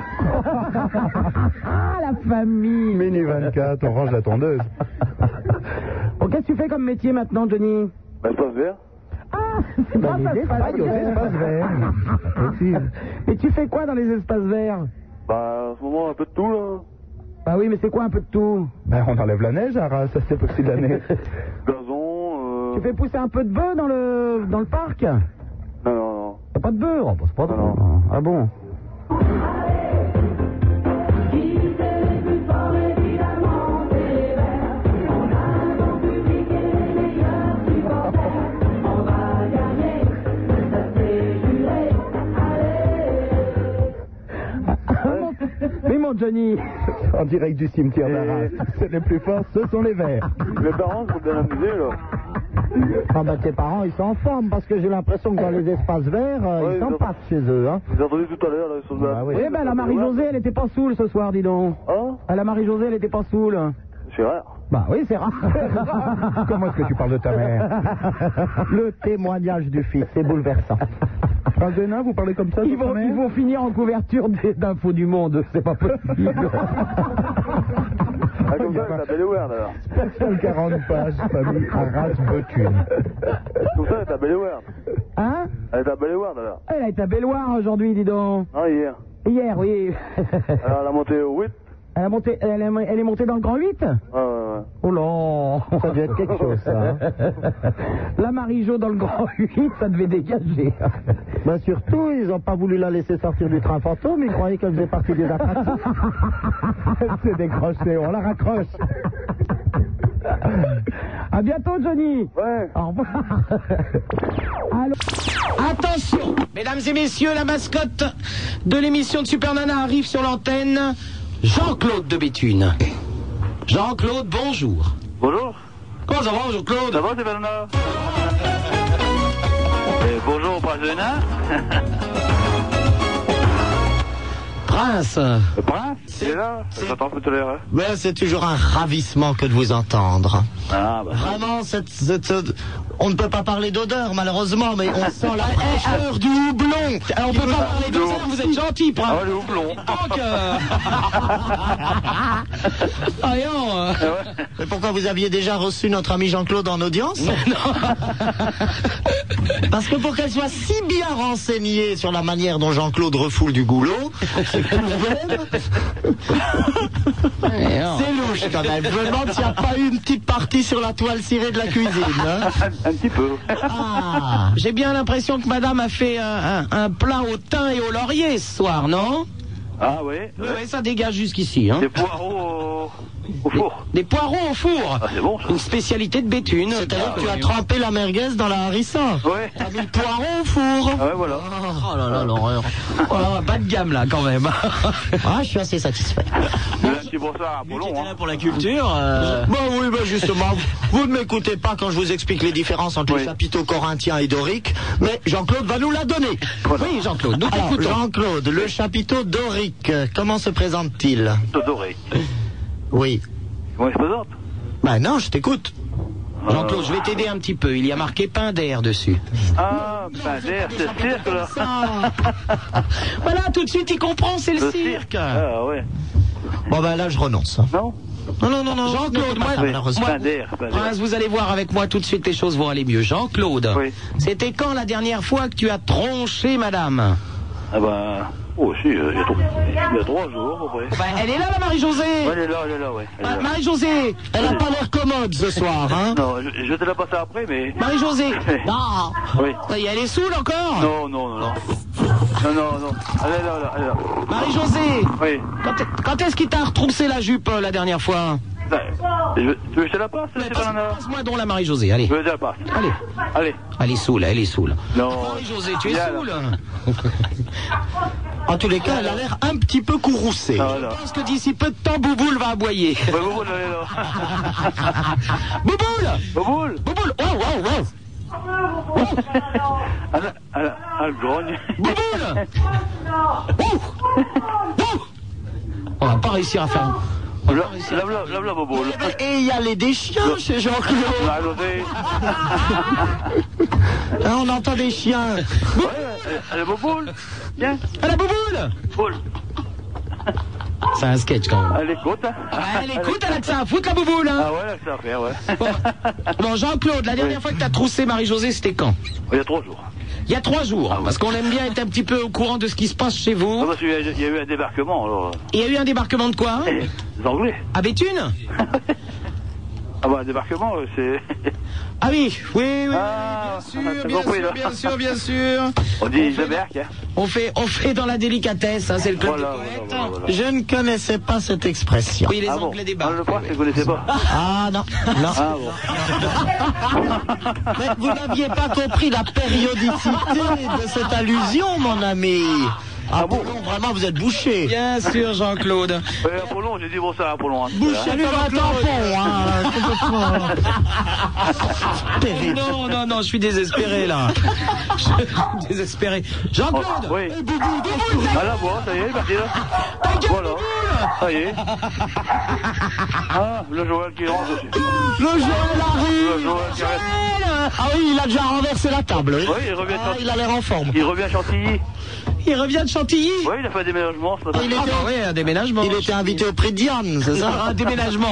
la famille. Mini 24, on range la tondeuse. Bon, qu'est-ce que tu fais comme métier maintenant, Johnny? L'espace vert? Ah, c'est pas ça se passe aux espaces verts. Mais tu fais quoi dans les espaces verts? Bah, en ce moment, un peu de tout, là. Bah oui, mais c'est quoi un peu de tout? Ben, on enlève la neige, Arras, ça c'est possible la neige. Gazon, Tu fais pousser un peu de bœuf dans le parc? Non, non, non. T'as pas de bœuf? Oh, bah, c'est pas drôle. Non. Ah bon? Mais mon Johnny, En direct du cimetière d'Arras. C'est les plus forts, ce sont les verts. Mes parents sont bien amusés, là. Ah ben tes parents ils sont en forme parce que j'ai l'impression que dans les espaces verts ils s'en passent chez eux hein. J'ai entendu tout à l'heure, là, ils sont là. oui, ben la Marie-Josée elle était pas saoule ce soir, dis donc. Hein? La Marie-Josée elle était pas saoule. C'est rare. Bah oui, c'est rare. Comment est-ce que tu parles de ta mère? Le témoignage du fils, c'est bouleversant. Prince de Nain, vous parlez comme ça de Ils vont finir en couverture d'Infos du Monde, c'est pas possible. Ah, comme ça, t'as Belle Word, alors. Spécial 40 pages, famille Arras Béthune. Comme ça, t'as Belle Word. Hein? Elle est à Belle Word, alors. Elle a été à Belloir aujourd'hui, dis donc. Ah, hier. Hier, oui. Alors, elle a monté au 8. Elle est montée dans le grand 8? Ouais. Oh là. Ça devait être quelque chose, ça. Hein. La Marie-Jo dans le grand 8, ça devait dégager. Ben surtout, ils n'ont pas voulu la laisser sortir du train fantôme, ils croyaient qu'elle faisait partie des attractions. Elle s'est décrochée, on la raccroche. À bientôt, Johnny. Ouais. Au revoir. Allô. Attention, mesdames et messieurs, la mascotte de l'émission de Super Nana arrive sur l'antenne. Jean-Claude de Béthune. Jean-Claude, bonjour. Bonjour. Comment ça va, Jean-Claude? Ça va, c'est Bernard? Bonjour au Prince de Nain. Prince. Le Prince? Il est là? J'entends un peu tout à l'heure. Mais c'est toujours un ravissement que de vous entendre. Ah, bah. Vraiment, on ne peut pas parler d'odeur, malheureusement, mais on sent la fraîcheur du houblon. Alors, on peut pas parler de ça, vous êtes gentil, Prince. Ah, le houblon. Donc, voyons. Mais pourquoi vous aviez déjà reçu notre ami Jean-Claude en audience? Parce que pour qu'elle soit si bien renseignée sur la manière dont Jean-Claude refoule du goulot, c'est tout de même. C'est louche quand même. Je me demande s'il n'y a pas eu une petite partie sur la toile cirée de la cuisine. Hein. Un petit peu. Ah, j'ai bien l'impression que madame a fait un plat au thym et au laurier ce soir, non? Ah oui. Ouais, ça dégage jusqu'ici. Hein. Des poireaux au four. Des poireaux au four. Ah, c'est bon, ça. Une spécialité de Béthune. C'est-à-dire que tu as trempé la merguez dans la harissa. Ouais. Tu as mis le poireau au four. Ah ouais, voilà. Oh là là, l'horreur. Oh là, pas de gamme là quand même. Ah, je suis assez satisfait. Un petit bonsoir à Apollon. Hein. Pour la culture. Bon, oui, bah justement, vous ne m'écoutez pas quand je vous explique les différences entre les Oui. chapiteaux corinthiens et doriques, mais Jean-Claude va nous la donner. Oui, Jean-Claude, nous Alors, t'écoutons. Jean-Claude, le chapiteau dorique, comment se présente-t-il? Doré. Oui. Comment il se présente? Ben non, je t'écoute. Jean-Claude, je vais t'aider un petit peu. Il y a marqué pain d'air dessus. Ah, ben d'air, c'est le cirque là. Voilà, tout de suite, il comprend, c'est le cirque. Ah ouais. Bon ben là, je renonce. Non? Non. Jean-Claude, moi, Oui. malheureusement. Pain d'air. Prince, vous allez voir avec moi tout de suite, les choses vont aller mieux. Jean-Claude, Oui. c'était quand la dernière fois que tu as tronché madame? Ah ben. Oh, si, il y a 3 jours, à peu près. Ben, elle est là, la Marie-Josée. Ouais, elle est là, ouais. Elle est là. Marie-Josée, Elle a pas l'air commode ce soir, hein? Non, je vais te la passer après, mais. Marie-Josée. Non. Oui. Ça y est, elle est saoule encore? Non. Non. Elle est là. Marie-Josée, Oui. quand est-ce qu'il t'a retroussé la jupe la dernière fois? Ben, tu veux que je te la passe, c'est pas là. Passe-moi donc la Marie-Josée, allez. Je vais te la passe. Allez. Elle est saoule. Non. Marie-Josée, tu es Viens, saoule? En tous les cas, elle a l'air un petit peu courroucée. Ah, Je là. pense que d'ici peu de temps, Bouboule va aboyer. Ouais, Bouboule, elle est là. Bouboule! Bouboule. Wow! Elle grogne. Bouboule! On va pas réussir à faire. Lave-la, Bouboule. Et il y a les des chiens chez Jean-Claude. Marie-Josée. Hein, on entend des chiens. Ouais, elle est Bouboule. Viens. Elle a Bouboule! Bouboule. C'est un sketch quand même. Elle écoute, hein. Elle écoute, elle a que ça à foutre la Bouboule, hein. Ah ouais, elle a que ça à faire, ouais. Bon, Jean-Claude, la dernière fois que t'as troussé Marie-Josée, c'était quand? Il y a 3 jours. Il y a 3 jours, parce qu'on aime bien être un petit peu au courant de ce qui se passe chez Ah, vous. parce qu'il y a eu un débarquement, alors. Il y a eu un débarquement de quoi? Les Anglais. À Béthune? Ah bah, un débarquement, c'est. Ah oui, oui, Ah, bien sûr. On dit ils débarquent, hein. On fait dans la délicatesse, hein, c'est le club Voilà, des poètes. voilà. Je ne connaissais pas cette expression. Oui, les Ah bon. Anglais Ah, débarquent. le point, c'est que vous ne connaissez pas. Ah non. Ah bon. Mais vous n'aviez pas compris la périodicité de cette allusion, mon ami. Ah bon, vraiment, vous êtes bouché. Bien sûr, Jean-Claude. Apollon, j'ai dit bon ça, Apollon. Hein, Bouché comme un tampon, hein, complètement. Terrible. Non, je suis désespéré là. Je suis désespéré. Jean-Claude. Oh, oui. Ah là, bon, ça y est, il est parti là. Voilà. Ça y est. Ah, le Joël qui rentre aussi. Le Joël arrive. Le Joël qui reste. Ah oui, il a déjà renversé la table. Oui, Oui, il revient de Chantilly. il a l'air en forme. Il revient à Chantilly. Il revient de Chantilly. Oui, il a fait un déménagement ce matin. Il était, Ah, oui, un déménagement. il était invité au prix de Diane, c'est ça? Un déménagement.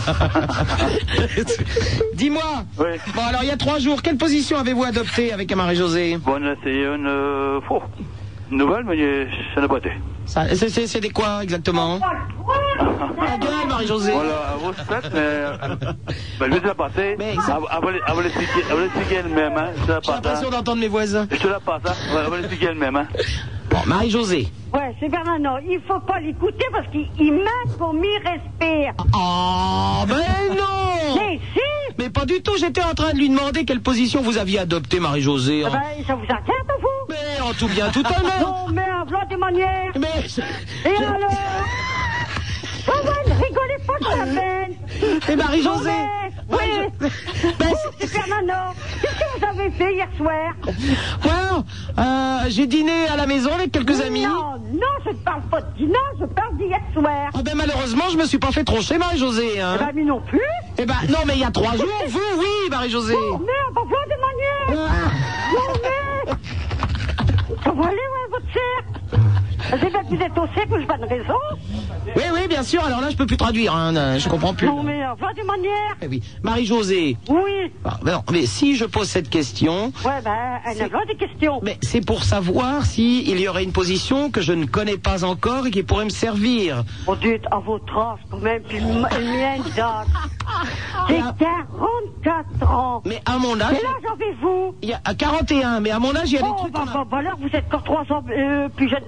Dis-moi. Oui. Bon, alors il y a 3 jours, quelle position avez-vous adoptée avec Marie-Josée? Bon, là, c'est une nouvelle, mais ça n'a pas été. C'est des quoi exactement? La gueule, Marie-Josée. Voilà, à vos têtes, mais je vais te la passer. Mais ça- Elle va l'expliquer elle-même, hein. Je te la J'ai passe, l'impression hein. d'entendre mes voisins. Je te la passe, hein. Elle va l'expliquer elle-même, hein. Bon, Marie-Josée. Ouais, c'est Bernard, il faut pas l'écouter parce qu'il m'a comme il respire. Oh, mais non! Mais si! Mais pas du tout, j'étais en train de lui demander quelle position vous aviez adoptée, Marie-Josée. Ah ben, ça vous inquiète, vous? Mais en tout bien, tout honneur. Non, mais un blanc de manière. Mais... Et alors? Oh ouais, ne rigolez pas de la peine. Et Marie-Josée? Oui. Ben, C'est Fernand. Qu'est-ce que vous avez fait hier soir? Voilà, j'ai dîné à la maison avec quelques amis. Non, je ne parle pas de dîner, je parle d'hier soir. Ah ben malheureusement, je me suis pas fait troncher, Marie-Josée. Hein. Eh ben, lui non plus. Eh ben, non, mais il y a 3 jours, vous, oui, Marie-Josée. Oh, merde, pas blanc de manière. Non, mais... Ça va aller, ouais, votre cercle? C'est bien que vous êtes au cercle, j'ai pas de raison. Oui, oui, bien sûr, alors là, je peux plus traduire, hein, je comprends plus. Non, mais blanc de manière. Eh oui. Marie-Josée. Oui. Ah, ben non, mais si je pose cette question, Ouais, ben, elle a blanc des questions. mais c'est pour savoir si il y aurait une position que je ne connais pas encore et qui pourrait me servir. On dit à votre âge, quand même, puis le mien d'âge. J'ai 44 ans. Mais à mon âge, Quel âge avez-vous? il y a à 41, mais à mon âge, il y a des Oh, trucs... bah, alors, vous êtes encore 3 ans plus jeune que moi. Eh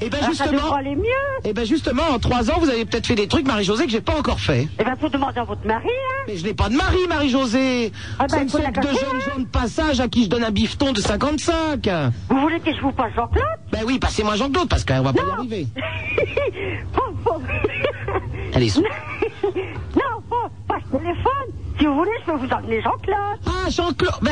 Eh ben Alors, ça justement, devrait aller mieux. eh ben justement, en 3 ans, vous avez peut-être fait des trucs, Marie-Josée, que j'ai pas encore fait. Eh ben, faut demander à votre mari, hein. Mais je n'ai pas de mari, Marie-Josée. Ah ben, Ce ne il faut sont la que de cacher, jeunes hein. gens de passage à qui je donne un bifton de 55. Vous voulez que je vous passe Jean-Claude? Ben oui, passez-moi Jean-Claude, parce qu'on va pas y arriver. Faut- Allez, Non, faut pas ce téléphone. Si vous voulez, je peux vous emmener Jean-Claude. Ah, Jean-Claude. Ben,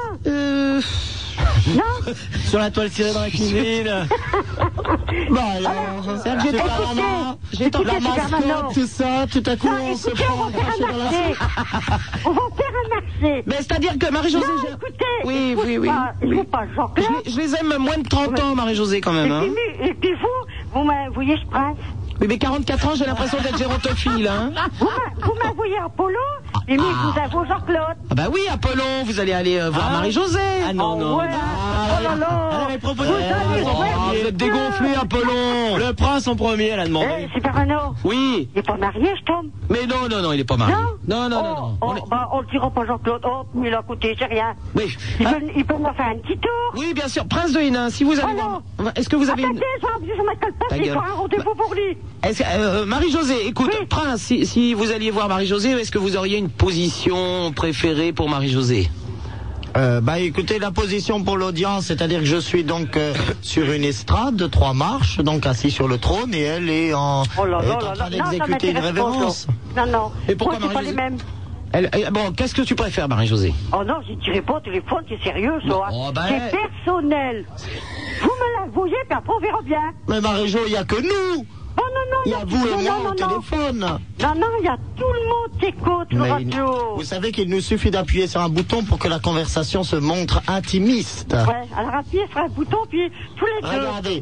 Non. Sur la toile cirée dans la cuisine. Bon alors, c'est que j'ai Écoutez, la Super Nana. mascotte, tout ça, tout à coup Non, on se écoutez, prend on va faire cracher un dans la marché. soupe. On va faire un marché. Mais c'est-à-dire que Marie-Josée... Non, j'ai- écoutez, Oui, oui, oui. Je vous passe Jean-Claude. Je les aime moins de 30 ans, Marie-Josée, quand même. Hein. Et puis vous m'envoyez ce prince. Oui, mais 44 ans, j'ai l'impression d'être gérontophile, hein. Vous m'envoyez Apollo, et mais vous avez Jean-Claude. Ah bah oui, Apollon, vous allez aller voir Marie-Josée. Ah non, non. Ouais. Oh là là. Elle avait proposé. Vous allez voir. Vous êtes dégonflé, Apollon. Le prince en premier, elle a demandé. Eh, Super Nano. Oui. Il est pas marié, je tombe. Mais non, non, non, il est pas marié. Non. Non. Oh, on le dira pas Jean-Claude. Oh, mais là, écoutez, c'est rien. Oui. Il peut me faire un petit tour. Oui, bien sûr. Prince de Hénin, si vous avez... Alors. Est-ce que vous avez... Attendez, je m'appelle pas, Ta il gueule. faut un rendez-vous pour lui. Est-ce que, Marie-Josée, écoute, Oui. Prince, si vous alliez voir Marie-Josée, est-ce que vous auriez une position préférée pour Marie-Josée? Bah écoutez, la position pour l'audience, c'est-à-dire que je suis donc sur une estrade de 3 marches, donc assis sur le trône, et elle est en, Oh là est là en là train là. Non, ça d'exécuter une m'intéresse pas, révérence. ça. Non. Et pourquoi Moi, c'est pas les Marie-Josée mêmes. Bon, qu'est-ce que tu préfères, Marie-Josée? Oh non, je dirais pas au téléphone, c'est sérieux, ça. hein. Oh, ben. C'est personnel. Vous me la voyez, puis après on verra bien. Mais Marie-Jo, il n'y a que nous. Oh non, Il y a vous et moi au téléphone. Non, il y a tout le monde qui écoute le Mais radio. vous savez qu'il nous suffit d'appuyer sur un bouton pour que la conversation se montre intimiste. Ouais, alors appuyez sur un bouton, puis tous les deux. Regardez.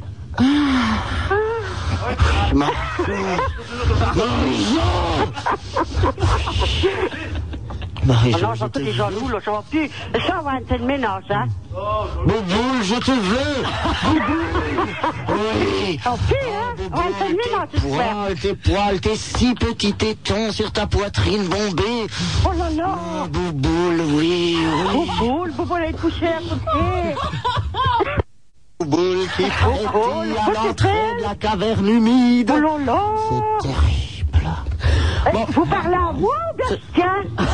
Marie-Jo, Alors j'entends des gens loups, là, ça va plus. Ça va être une ménage, hein. Bouboule, je te veux. Oui. Oh, puis, hein, on va être une ménage, j'espère. Tes poils, tes 6 petits tétons sur ta poitrine bombée. Oh là là. Bouboule, oui. Bouboule, elle est couchée à côté. Bouboule qui Bouboule, frétille à l'entrée de la caverne humide. Oh là là. C'est terrible. Vous parlez à moi ou bien tiens.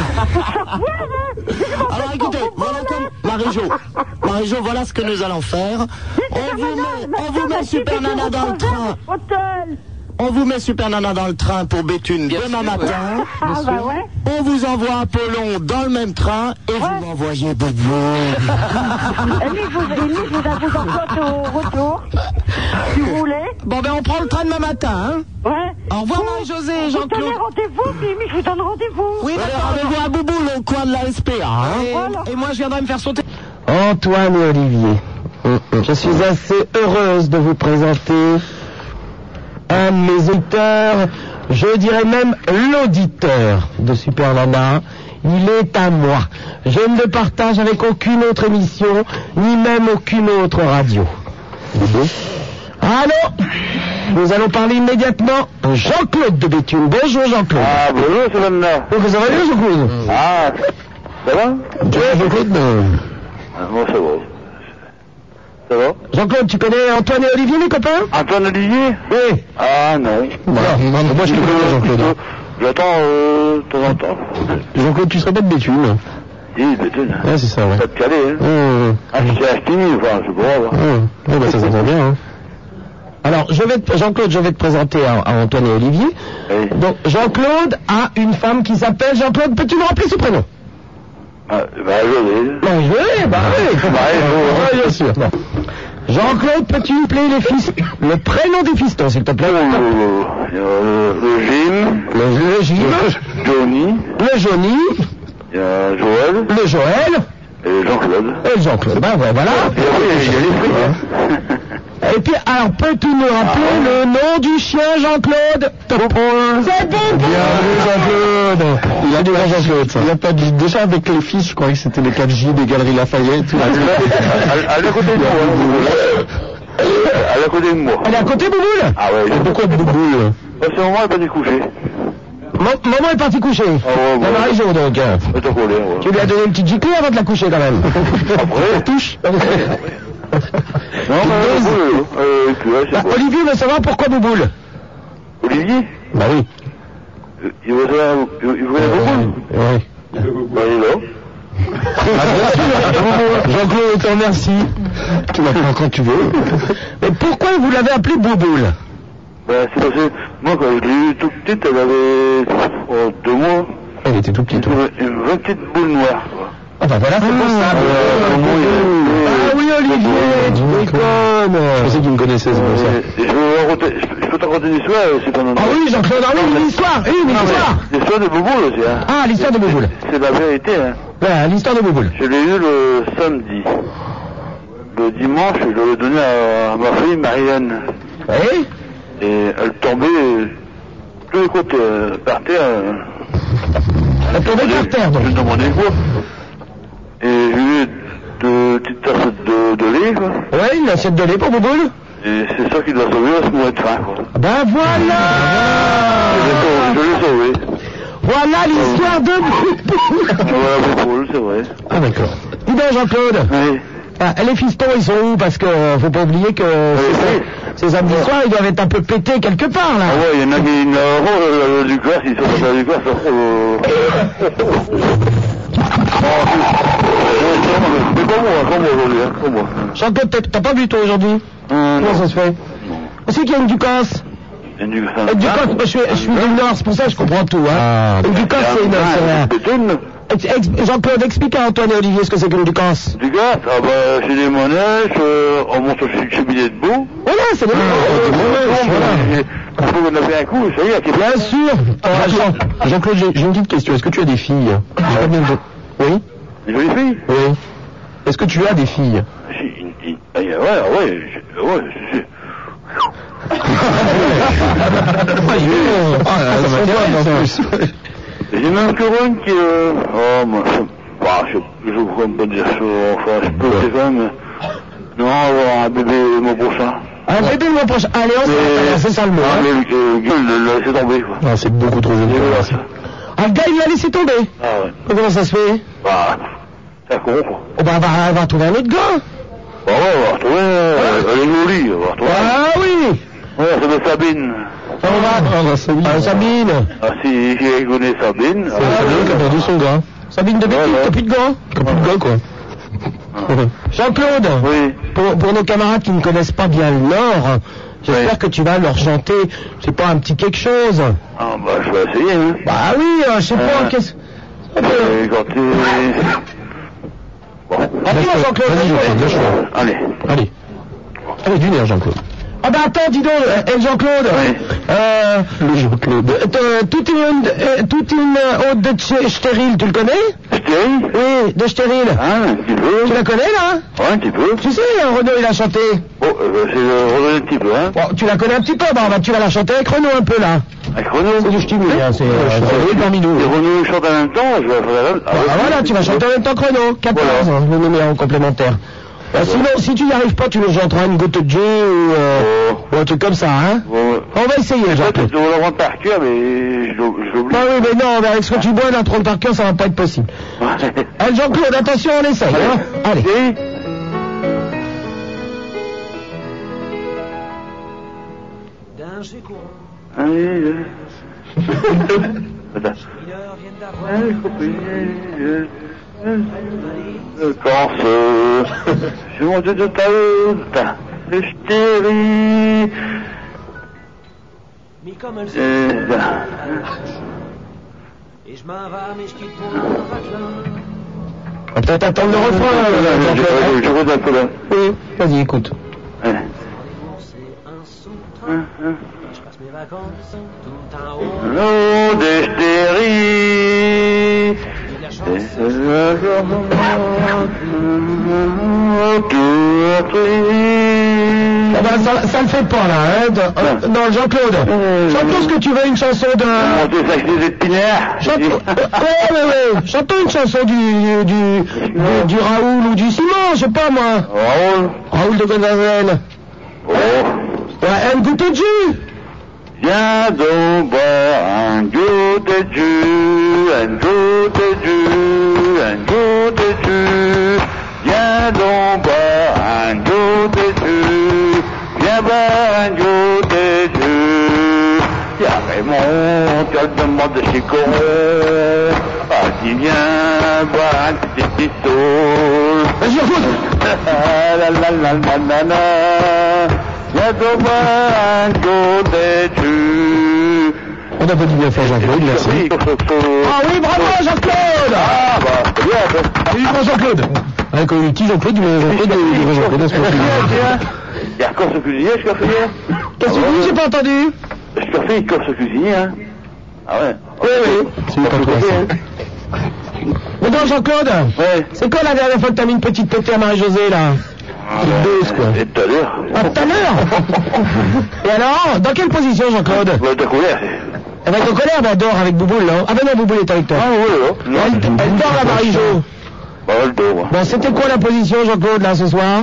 Alors écoutez, voilà comme Marie-Jo, voilà ce que nous allons faire. On vous met Super Nana dans le train. On vous met Super Nana dans le train pour Béthune demain matin. Ah bah ouais. On vous envoie Apollon dans le même train et vous m'envoyez Bobo. Et lui, vous envoie au retour. Si vous voulez. Bon, ben on prend le train demain matin, hein. Ouais. Au revoir Marie-Josée et Vous donnez Jean-Claude. rendez-vous, puis je vous donne rendez-vous. Oui, d'accord. Rendez-vous à Bouboule au coin de la SPA. Hein. Et moi je viendrai me faire sauter. Antoine et Olivier, je suis assez heureuse de vous présenter un de mes auteurs, je dirais même l'auditeur de Super Nana. Il est à moi. Je ne le partage avec aucune autre émission, ni même aucune autre radio. Alors, nous allons parler immédiatement de Jean-Claude de Béthune. Bonjour Jean-Claude. Ah, bonjour, c'est maintenant. Oh, ça va bien Jean-Claude? Ah, ça va? Jean-Claude, Ah, bon, ça va. Ça va? Jean-Claude, tu connais Antoine et Olivier, les copains? Antoine Olivier? Oui. Ah, non. Moi je te connais Jean-Claude. J'attends de temps en temps. Jean-Claude, tu serais pas de Béthune? Oui, Béthune. Ouais, c'est ça, ouais. Pas de Calais, hein. Ah, je suis à Stigny, enfin, je sais pas. Ouais, bah ça s'entend bien, hein. Alors, Jean-Claude, je vais te présenter à Antoine et Olivier. Oui. Donc, Jean-Claude a une femme qui s'appelle Jean-Claude. Peux-tu me rappeler son prénom? Ah, bah, oui. Oui, bah oui. Ouais, bien sûr. Bon. Jean-Claude, peux-tu me appeler le prénom des fistons, s'il te plaît? Le Jim. Le Jim. Johnny. Le Johnny. Il y a Joël. Le Joël. Et Jean-Claude. Et Jean-Claude. Ben voilà. Et oui, il y a les fruits, hein. Et puis, alors, peux-tu me rappeler le nom du chien, Jean-Claude? C'est Bobo. Bienvenue, Jean-Claude. Il a déjà Jean-Claude, ça. Il a pas dit, déjà avec les fils, je croyais que c'était les 4J des Galeries Lafayette. Elle est à côté de moi, hein. Elle est à côté de moi. Elle est à côté, Bouboule? Ah ouais. Et pourquoi Bouboule? Parce que maman est pas découchée. Maman est partie coucher. ouais. La Marie-Jo, donc. T'as collé, ouais. Tu lui as donné une petite giclée avant de la coucher, quand même. Après. Touche. Non, mais Olivier veut savoir pourquoi Bouboule. Olivier? Bah oui. Il veut savoir, il veut la Bouboule? Oui. Bah, il est là. Jean-Claude, je te remercie. Tu m'appelles quand tu veux. Mais pourquoi vous l'avez appelée Bouboule? Bah, c'est parce que moi, quand je l'ai eu toute petite, elle avait 2 mois. Elle était tout petite. Une vraie petite boule noire, quoi. Ah bah voilà, c'est pour ça. Ah oui, Olivier, tu déconnes. Je pensais qu'il me connaissait, c'est pour ça. Je peux te raconter une histoire, c'est pas normal. Ah oui, Jean-Claude, ah oui, une histoire. L'histoire de Bouboule aussi, hein. Ah, l'histoire de Bouboule. C'est la vérité, hein. Voilà, l'histoire de Bouboule. Je l'ai eu le samedi. Le dimanche, je l'avais donné à ma fille, Marianne. Oui. Et elle tombait tous les côtés, par terre. Elle tombait par terre, donc. Je demandais quoi. Et j'ai eu 2 petites tasses de lait, quoi. Ouais, une assiette de lait pour Bouboule. Et c'est ça qui l'a sauvé, elle se mourait de faim, quoi. Ben voilà. Je l'ai sauvé. Voilà l'histoire de Bouboule. Voilà, Bouboule, c'est vrai. Ah d'accord. Dis donc, Jean-Claude. Oui. Ah, les fistons, ils sont où? Parce que faut pas oublier que ces samedis soirs, ils doivent être un peu pétés quelque part, là. Ah ouais, il y en a qui du corps, ils sont pas du corps, ça mais comme moi aujourd'hui, hein, comme moi. Jean-Claude, t'as pas bu toi aujourd'hui? Comment ça se fait? C'est qu'il y a une Ducasse. Une Ducasse, moi je suis du Nord, c'est pour ça que je comprends tout, hein. Une Ducasse, c'est une... Jean-Claude, explique à Antoine et Olivier ce que c'est qu'une Ducasse. Ducasse? Ah bah, c'est des manèges, on monte sur le cheminée debout. Voilà, c'est des manèges. Il faut qu'on a fait un coup, ça y est, bien sûr. Jean-Claude, j'ai une petite question. Est-ce que tu as des filles? J'ai pas bien de... Oui? Des jolies filles? Oui. Est-ce que tu as des filles? J'ai même que une qui... Oh, moi, je ne pourrais pas dire ça, enfin, je peux, c'est quand même... Non, avoir un bébé le mois prochain. Un bébé le mois prochain? Allez, on c'est ça le mot. Ah, mais le gars, il l'a laissé tomber, quoi. Non, c'est beaucoup trop jeune. Ah, le gars, il l'a laissé tomber? Ah ouais. Comment ça se fait? Bah, c'est un con, quoi. Oh, bah, on va trouver un autre gars. Bah ouais, on va retrouver, elle est jolie, on va retrouver. Ah oui! Ouais, ça s'appelle Sabine. Sabine. Ah, si j'ai connais Sabine. C'est Sabine qui a perdu son gars. Sabine de Béthune, t'as plus de gars? T'as plus de gars, quoi. Jean-Claude, oui. Pour nos camarades qui ne connaissent pas bien le Nord, j'espère que tu vas leur chanter, je sais pas, un petit quelque chose. Ah bah je vais essayer, hein. Bah oui, je sais pas, qu'est-ce... Quand tu... Bon. Vas-y, Jean-Claude, allez. Allez, d'une heure, Jean-Claude. Ah bah attends, dis donc, Jean-Claude. Oui. Le Jean-Claude. Toute une ode de stérile, tu le connais? Stérile? Oui, de stérile. Ah, un petit peu. Tu la connais, là? Ouais, un petit peu. Tu sais, Renaud, il a chanté. Oh, c'est Renaud un petit peu, hein. Bon, tu la connais un petit peu, bah tu vas la chanter avec Renaud un peu, là. Avec Renaud? C'est du ch'timi, hein, c'est parmi nous. Et Renaud chante en même temps, je vais faire la même. Ah voilà, tu vas chanter en même temps que Renaud. 14, voilà. Le numéro complémentaire. Sinon, si tu n'y arrives pas, tu nous chanteras une goutte de Dieu ou un truc comme ça, hein. On va essayer, Jean-Claude. Je dois l'apprendre par cœur, mais je l'oublie. Ah oui, mais non, avec ce que tu bois, l'apprendre par cœur, ça va pas être possible. Allez, Jean-Claude, attention, on essaye, hein. Allez. Danger courant. Allez, quand je monte de ta route, je t'ai Mais comme elle et je m'en vais, mais je quitte pour un vatelin. On va peut-être attendre le refrain. Je rôde un peu là. Oui, vas-y, écoute. C'est un sous-train. Je passe mes vacances tout en haut. L'eau des stéries. Ah ben, ça le fait pas là, hein. Non, Jean-Claude. Chantons ce que tu veux, une chanson de... Ouais. Chantons une chanson du Raoul ou du Simon, je sais pas moi. Raoul de Gonzague. Ouais, un goût de jus. Viens donc boire un goût de jus, un goût de jus, un goût de jus. Viens donc boire un goût monde de chez Coron. Ah, qui vient boire un petit pistolet. Vas-y, en fout. La la la la la la. Y'a de moi un coup d'étu. On a pas dit bien fort Jean-Claude, merci. Ah oui, bravo Jean-Claude. Ah bah, c'est bien ça. Oui, bon Jean-Claude. Avec un petit Jean-Claude, du Jean-Claude, du Jean-Claude, on se profile. Il y a encore ce cuisinier, je café hier. Qu'est-ce que tu dis, j'ai pas entendu? Je café, il ce cuisinier, hein. Ah ouais. Oui, oui. C'est pas toi, ça. Mais donc Jean-Claude, ouais. C'est quand la dernière fois que t'as mis une petite pétée à Marie-Josée, là? Une dose, quoi. Et tout à l'heure. Ah, tout à l'heure. Et alors, dans quelle position, Jean-Claude? De colère. Elle va être en colère, mais elle dort avec Bouboule, non? Ah ben non, Bouboule est avec toi. Ah oui, là. Elle dort, la Marie-Jo. Bah, elle dort, ouais. Bon, c'était quoi la position, Jean-Claude, là, ce soir?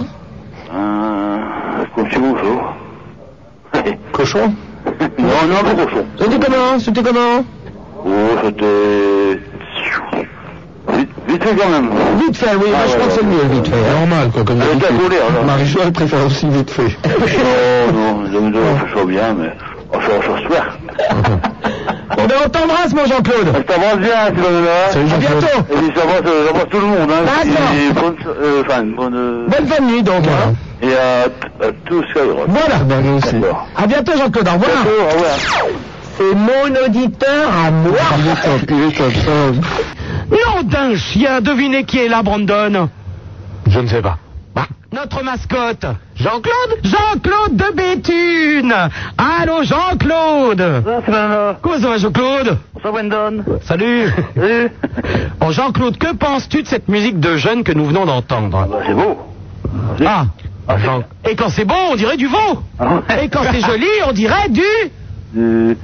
Comme tu veux, ça. Cochon? Non, pas cochon. C'était comment? Oh, c'était... Vite fait quand même. Vite fait, oui, moi je crois que c'est le mieux, vite fait. Normal, quoi, comme elle est à colère, là. Marie-Jo, elle préfère aussi vite fait. Non, j'aime bien, ça soit bien, mais... On se super. Bon, ben on t'embrasse, mon Jean-Claude. Je t'embrasse bien, Philomena. Salut Jean-Claude. À bientôt. Et puis j'embrasse tout le monde, hein. D'accord. Bonne fin de nuit, donc. Voilà. Et à tous Skyrock. Voilà. Ben, nous aussi. À bientôt, Jean-Claude. Au revoir. Au revoir. C'est mon auditeur à moi. Il est top. Nom d'un chien, devinez qui est là, Brandon? Je ne sais pas. Notre mascotte. Jean-Claude? Jean-Claude de Béthune. Allô, Jean-Claude? Comment ça va, Jean-Claude? Bonsoir, Brandon. Salut. Salut. Bon, Jean-Claude, que penses-tu de cette musique de jeunes que nous venons d'entendre? Bah, c'est beau. Ah. Et quand c'est beau, on dirait du veau. Et quand c'est joli, on dirait du...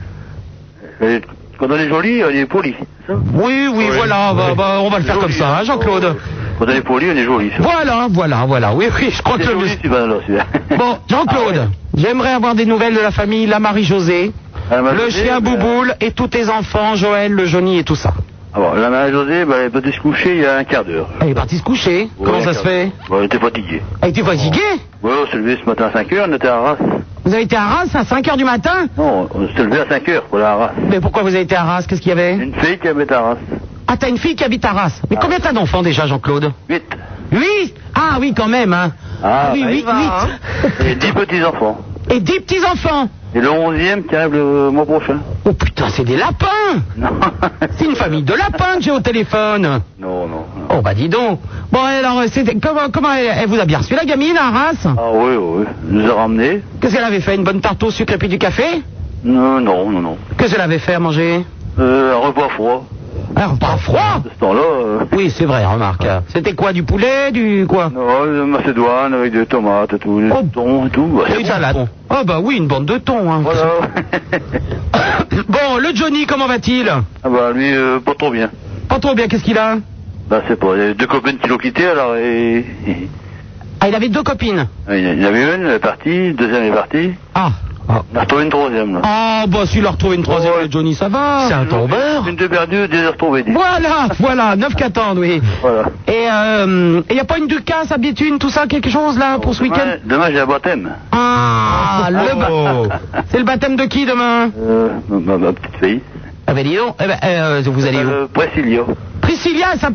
Quand on est joli, on est poli. Oui, voilà. Bah, on va le faire comme ça, hein, Jean-Claude. Quand on est poli, on est joli. Voilà. Oui, je crois que le... joli, tu vas là, Bon, Jean-Claude, j'aimerais avoir des nouvelles de la famille, la Marie-Josée, le chien Bouboule et tous tes enfants, Joël, le Johnny et tout ça. Alors, la Marie-Josée, elle est partie se coucher il y a un quart d'heure. Elle est partie se coucher? Comment ça se fait? Elle était fatiguée. Elle était fatiguée? Ouais, on s'est levé ce matin à 5h, on était à Arras. Vous avez été à Arras à 5h du matin? Non, on s'est levé à 5h pour la Arras. Mais pourquoi vous avez été à Arras? Qu'est-ce qu'il y avait? Une fille qui habite à Arras. Ah, t'as une fille qui habite à Arras. Mais combien t'as d'enfants déjà, Jean-Claude? 8. 8? Ah oui, quand même, hein. Ah, oui, 8. Et 10 petits-enfants. Et 10 petits-enfants? Et le 11e qui arrive le mois prochain. Oh putain, c'est des lapins! Non. C'est une famille de lapins que j'ai au téléphone. Non. Oh bah dis donc. Bon alors, comment elle vous a bien reçu la gamine à Arras? Ah oui, elle nous a ramenés. Qu'est-ce qu'elle avait fait? Une bonne tarte au sucre et puis du café? Non. Qu'est-ce qu'elle avait fait à manger? Un repas froid. Un repas froid? De ce temps-là... Oui, c'est vrai, remarque. C'était quoi, du poulet, du quoi? Non, de macédoine avec des tomates et tout, des thons et tout. Et une salade. Ah bah oui, une bande de thon. Hein. Voilà. Bon, le Johnny, comment va-t-il? Ah bah lui, pas trop bien. Pas trop bien, qu'est-ce qu'il a? Bah c'est pas, il y a 2 copines qui l'ont quitté alors et... Ah, il avait 2 copines? Il y en avait une, elle est partie, deuxième est partie. Ah. On a retrouvé une troisième là. Ah bah s'il a retrouvé une troisième, le Johnny, ça va. C'est un tombeur. Une de perdue, 2 de retrouvée. Voilà, 9 qui attendent, oui. Voilà. Et y a pas une Ducasse à Béthune, tout ça, quelque chose là pour ce week-end? Demain j'ai un baptême. Ah, c'est le baptême de qui demain? Ma petite fille. Ah ben dis donc, vous allez où? Priscilla. Priscilla, ça...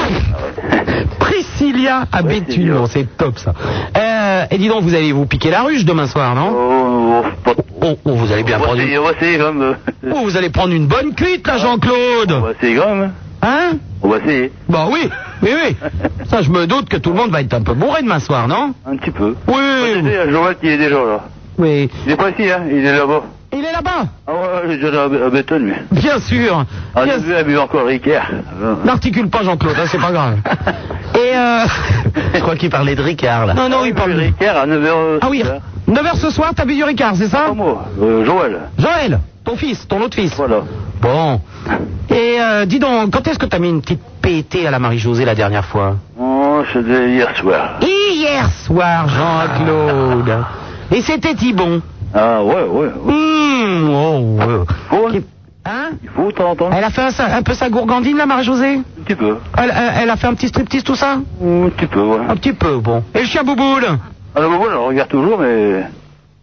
Priscilla à Béthune, bon, c'est top ça. Et dis donc, vous allez vous piquer la ruche demain soir, non? Vous allez bien prendre On va essayer quand même. vous allez prendre une bonne cuite là, Jean-Claude. On va essayer quand même. Hein? On va essayer. Bah oui. Ça, je me doute que tout le monde va être un peu bourré demain soir, non? Un petit peu. Oui. Il y a Joël qui est déjà là. Oui. Il est pas ici, hein, il est là-bas. Il est là-bas? Ah ouais, il est déjà à Béthune, lui. Bien sûr. Ah, j'ai vu, il a bu encore Ricard. N'articule pas, Jean-Claude, hein, c'est pas grave. Et Je crois qu'il parlait de Ricard, là. Non, il parle de Ricard à 9h. Ah oui, 9h ce soir, t'as bu du Ricard, c'est ça? Pas moi, Joël. Joël, ton fils, ton autre fils. Voilà. Bon. Et dis donc, quand est-ce que t'as mis une petite pétée à la Marie-Josée la dernière fois? Oh, c'était hier soir. Hier soir, Jean-Claude. Et c'était-il bon? Ah ouais. Hein? Il faut de temps en temps. Elle a fait un peu sa gourgandine, la Marie-Josée? Un petit peu. Elle a fait un petit striptease, tout ça? Un petit peu, ouais. Un petit peu, bon. Et le chien Bouboule? Ah, le Bouboule, on regarde toujours, mais...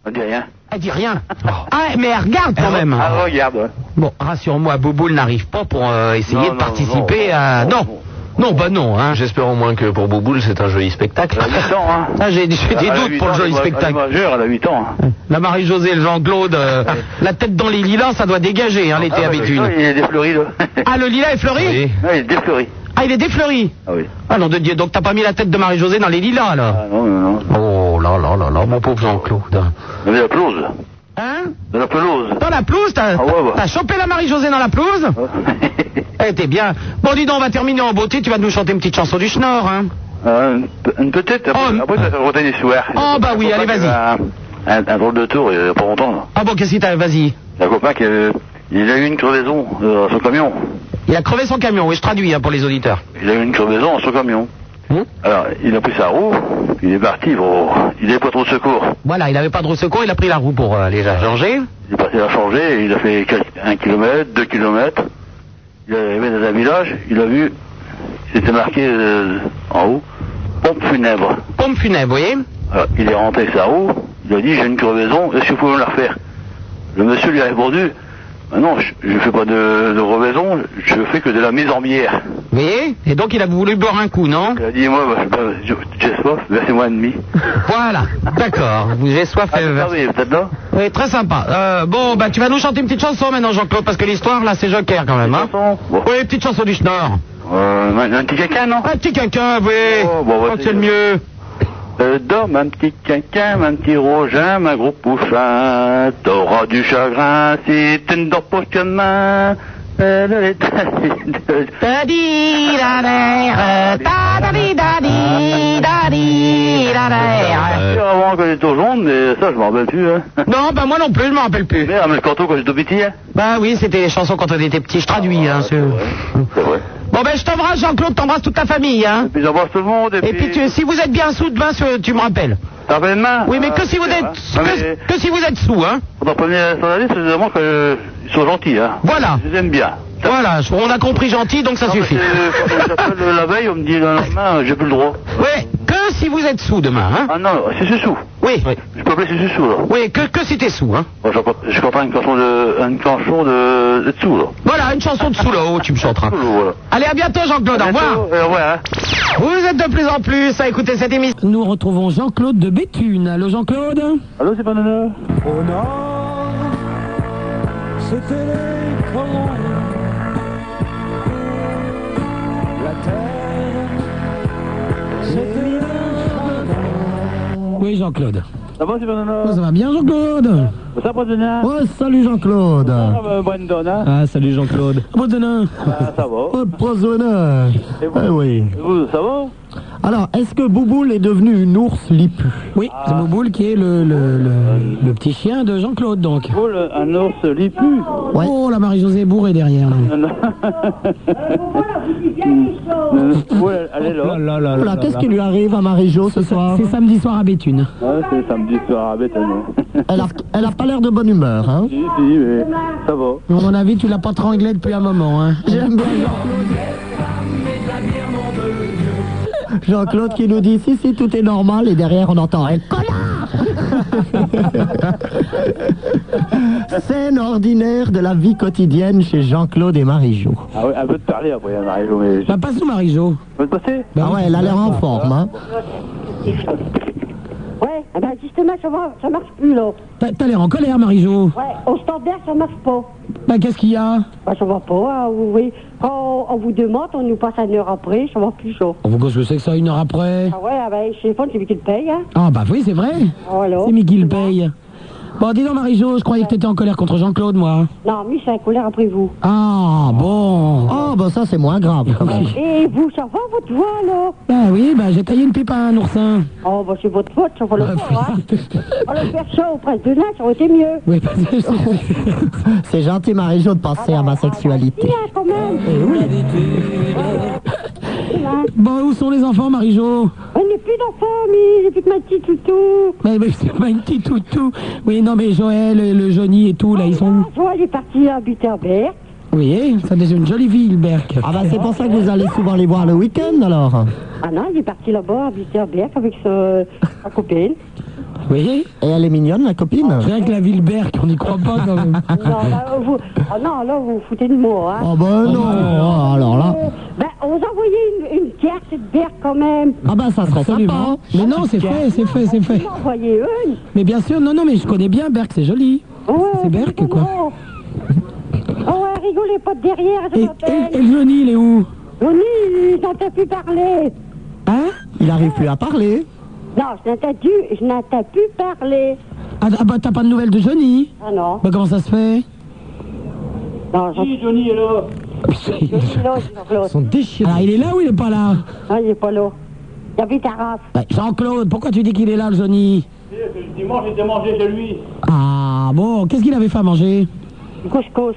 On dit rien. Elle dit rien. Ah, mais elle regarde quand même. Ah, regarde, ouais. Bon, rassure-moi, Bouboule n'arrive pas pour essayer Non, de participer à... Non. Non, bah non, hein. J'espère au moins que pour Bouboule, c'est un joli spectacle. Elle a 8 ans, hein. Ah, j'ai des Elle a doutes 8 pour le ans, joli elle est spectacle. majeure, elle a 8 ans. Hein. La Marie-Josée et le Jean-Claude, la tête dans les lilas, ça doit dégager, hein, l'été à Béthune. Il est défleuri, là. Ah, le lilas est fleuri? Oui. Ouais, il est défleuri. Ah, il est défleuri? Ah oui. Ah, non de Dieu, donc t'as pas mis la tête de Marie-Josée dans les lilas, là? Ah non, non, non. Oh là là là là, mon pauvre Jean-Claude. Il y avait la pelouse. Hein? De la pelouse. Dans la pelouse, t'as t'as chopé la Marie-Josée dans la pelouse? Eh, t'es bien. Bon, dis donc, on va terminer en beauté, tu vas nous chanter une petite chanson du Schnorr, hein? Une petite, après ça va retenir soir. Oh, bah oui, allez, vas-y. Un drôle de tour il y a pas longtemps, là. Ah bon, qu'est-ce qu'il t'a... Vas-y. Un copain qui il a eu une crevaison dans son camion. Il a crevé son camion, oui, je traduis hein, pour les auditeurs. Il a eu une crevaison dans son camion. Alors, il a pris sa roue, il est parti, il n'avait pas trop de secours. Voilà, il n'avait pas de secours, il a pris la roue pour aller la changer. Il est parti la changer, il a fait 1 kilomètre, 2 kilomètres. Il est arrivé dans un village, il a vu, c'était marqué en haut, pompe funèbre. Pompe funèbre, vous voyez? Alors, il est rentré avec sa roue, il a dit, j'ai une crevaison, est-ce que vous pouvez me la refaire? Le monsieur lui a répondu, non, je ne fais pas de crevaison, je fais que de la mise en bière. Vous voyez? Et donc il a voulu boire un coup, non? Il a dit, moi, j'ai soif, versez-moi un demi. Voilà, d'accord, j'ai soif. Oui, peut-être là. Oui, très sympa. Bon, bah tu vas nous chanter une petite chanson maintenant, Jean-Claude, parce que l'histoire, là, c'est Joker quand même, hein? Oui, petite chanson du Schnorr. Un petit quinquin, non? Un petit quinquin, oui. Oh, bon, je crois que c'est le mieux. Dorme un petit quinquin, un petit rogin, un gros pouchin. T'auras du chagrin si tu ne dors pas demain. Avant que j'étais au jaune, mais ça je m'en rappelle plus. Hein. Non, bah moi non plus, je m'en rappelle plus. Mais le canto quand j'étais petit. Hein. Bah oui, c'était les chansons quand on était petit, je traduis. Hein, c'est vrai. Bon ben je t'embrasse Jean-Claude, t'embrasses toute ta famille. Hein. Et puis j'embrasse tout le monde. Et puis si vous êtes bien sous demain, tu me rappelles. T'as fait demain? Oui, mais que si vous êtes que si vous êtes sous, hein. Pour la première journaliste, c'est vraiment qu'ils sont gentils, hein. Voilà. Je les aime bien. Voilà, on a compris gentil, donc ça suffit. Quand j'appelle la veille, on me dit le lendemain, j'ai plus le droit. Oui, que si vous êtes sous demain, hein. Ah non, c'est sous. Oui. Je peux appeler c'est sous, là. Oui, que si t'es sous, hein. Bon, je chante une chanson de sous, là. Voilà, une chanson de sous là-haut, tu me chanteras. Voilà. Allez, à bientôt Jean-Claude, au revoir. Au revoir, hein. Vous êtes de plus en plus à écouter cette émission. Nous retrouvons Jean-Claude de Béthune. Allô Jean-Claude? Allô, c'est pas Nana? Oh non, c'était les colons. La terre, c'était le chagrin. Oui Jean-Claude. Ça va, c'est pas Nana? Oh, ça va bien Jean-Claude? Ça va, Nana? Oh, salut Jean-Claude. Brandon, hein? Ah, salut Jean-Claude. Brandon. Ça va. Oh, Brandon. Eh oui. Vous, ça va? Alors, est-ce que Bouboule est devenu une ours lipue? Oui, c'est Bouboule qui est le petit chien de Jean-Claude, donc. Bouboule, un ours lipu. Ouais. Oh, la Marie-Josée est bourrée derrière. Bouboule, elle est là. Oula, qu'est-ce qui lui arrive à Marie-Jo ce soir? C'est samedi soir à Béthune. Ouais, c'est samedi soir à Béthune. Elle a pas l'air de bonne humeur, hein? Si, mais ça va. À mon avis, tu l'as pas tranglé depuis un moment, hein. J'aime bien Jean-Claude qui nous dit si tout est normal et derrière on entend un connard. Scène ordinaire de la vie quotidienne chez Jean-Claude et Marie-Jo. Ah oui, un peu de parler après, Marie-Jo. Mais... Bah passe-nous Marie-Jo. Peut te passer? Ah ouais, elle a l'air en forme, hein. Ouais, eh ben justement, ça marche plus, là. T'as l'air en colère, Marie-Jo. Ouais, au standard, ça marche pas. Bah qu'est-ce qu'il y a? Bah ça va pas, hein, oui. Quand on vous demande, on nous passe 1 heure après, ça va plus chaud. On vous cause que c'est que ça, 1 heure après? Ah ouais, ah ben, chez Téléphone, c'est lui qui le paye, hein. Ah bah oui, c'est vrai. Voilà. C'est lui qui le paye. Bon, dis donc, Marie-Jo, je croyais que t'étais en colère contre Jean-Claude, moi. Non, lui, c'est en colère après vous. Ah, bon. Oh, bah ça, c'est moins grave, quand même. Et vous, ça va, votre voix, là? Bah oui, bah j'ai taillé une pipe à un oursin. Oh, bah c'est votre faute, ça va le faire, hein. On le faire ça au prince de Nain, ça aurait été mieux. Oui, c'est gentil, Marie-Jo, de penser à ma sexualité. Bien, quand même. Bon, où sont les enfants, Marie-Jo? On n'est plus d'enfants, mais j'ai plus que ma petite toutou. Mais c'est pas une petite toutou. Oui, non, mais Joël, le Johnny et tout, là, ils sont où? Joël est parti à Bitterberg. Oui, ça c'est une jolie ville, Berck. Ah bah c'est pour ça que vous allez souvent les voir le week-end, alors. Ah non, il est parti là-bas à Bitterberg avec sa copine. Oui. Et elle est mignonne, la copine? Rien que la ville Berck, on n'y croit pas quand même. Non, là, vous vous foutez de moi, hein. Oh ben non, alors là... Ben, on vous envoyez une carte de Berck quand même. Ah ben ça serait Absolument. sympa. Mais non, c'est fait, c'est fait, c'est fait. Vous m'envoyez une. Mais bien sûr, non, mais je connais bien Berck, c'est joli. C'est Berck, quoi. Oh ouais, rigolez pas de derrière, je m'appelle. Et le Johnny, il est où? Johnny, il n'entend plus parler. Hein? Il n'arrive plus à parler. Non, je n'entends plus parler. Ah bah t'as pas de nouvelles de Johnny? Ah non. Bah comment ça se fait? Non, Si, Johnny est là. Johnny est là, Jean-Claude. Ils sont déchirés. Ah, il est là ou il est pas là? Non, il est pas là. Il habite à Reims. Bah, Jean-Claude, pourquoi tu dis qu'il est là, le Johnny? Le dimanche, j'étais mangé chez lui. Ah bon, qu'est-ce qu'il avait fait à manger? Du couscous.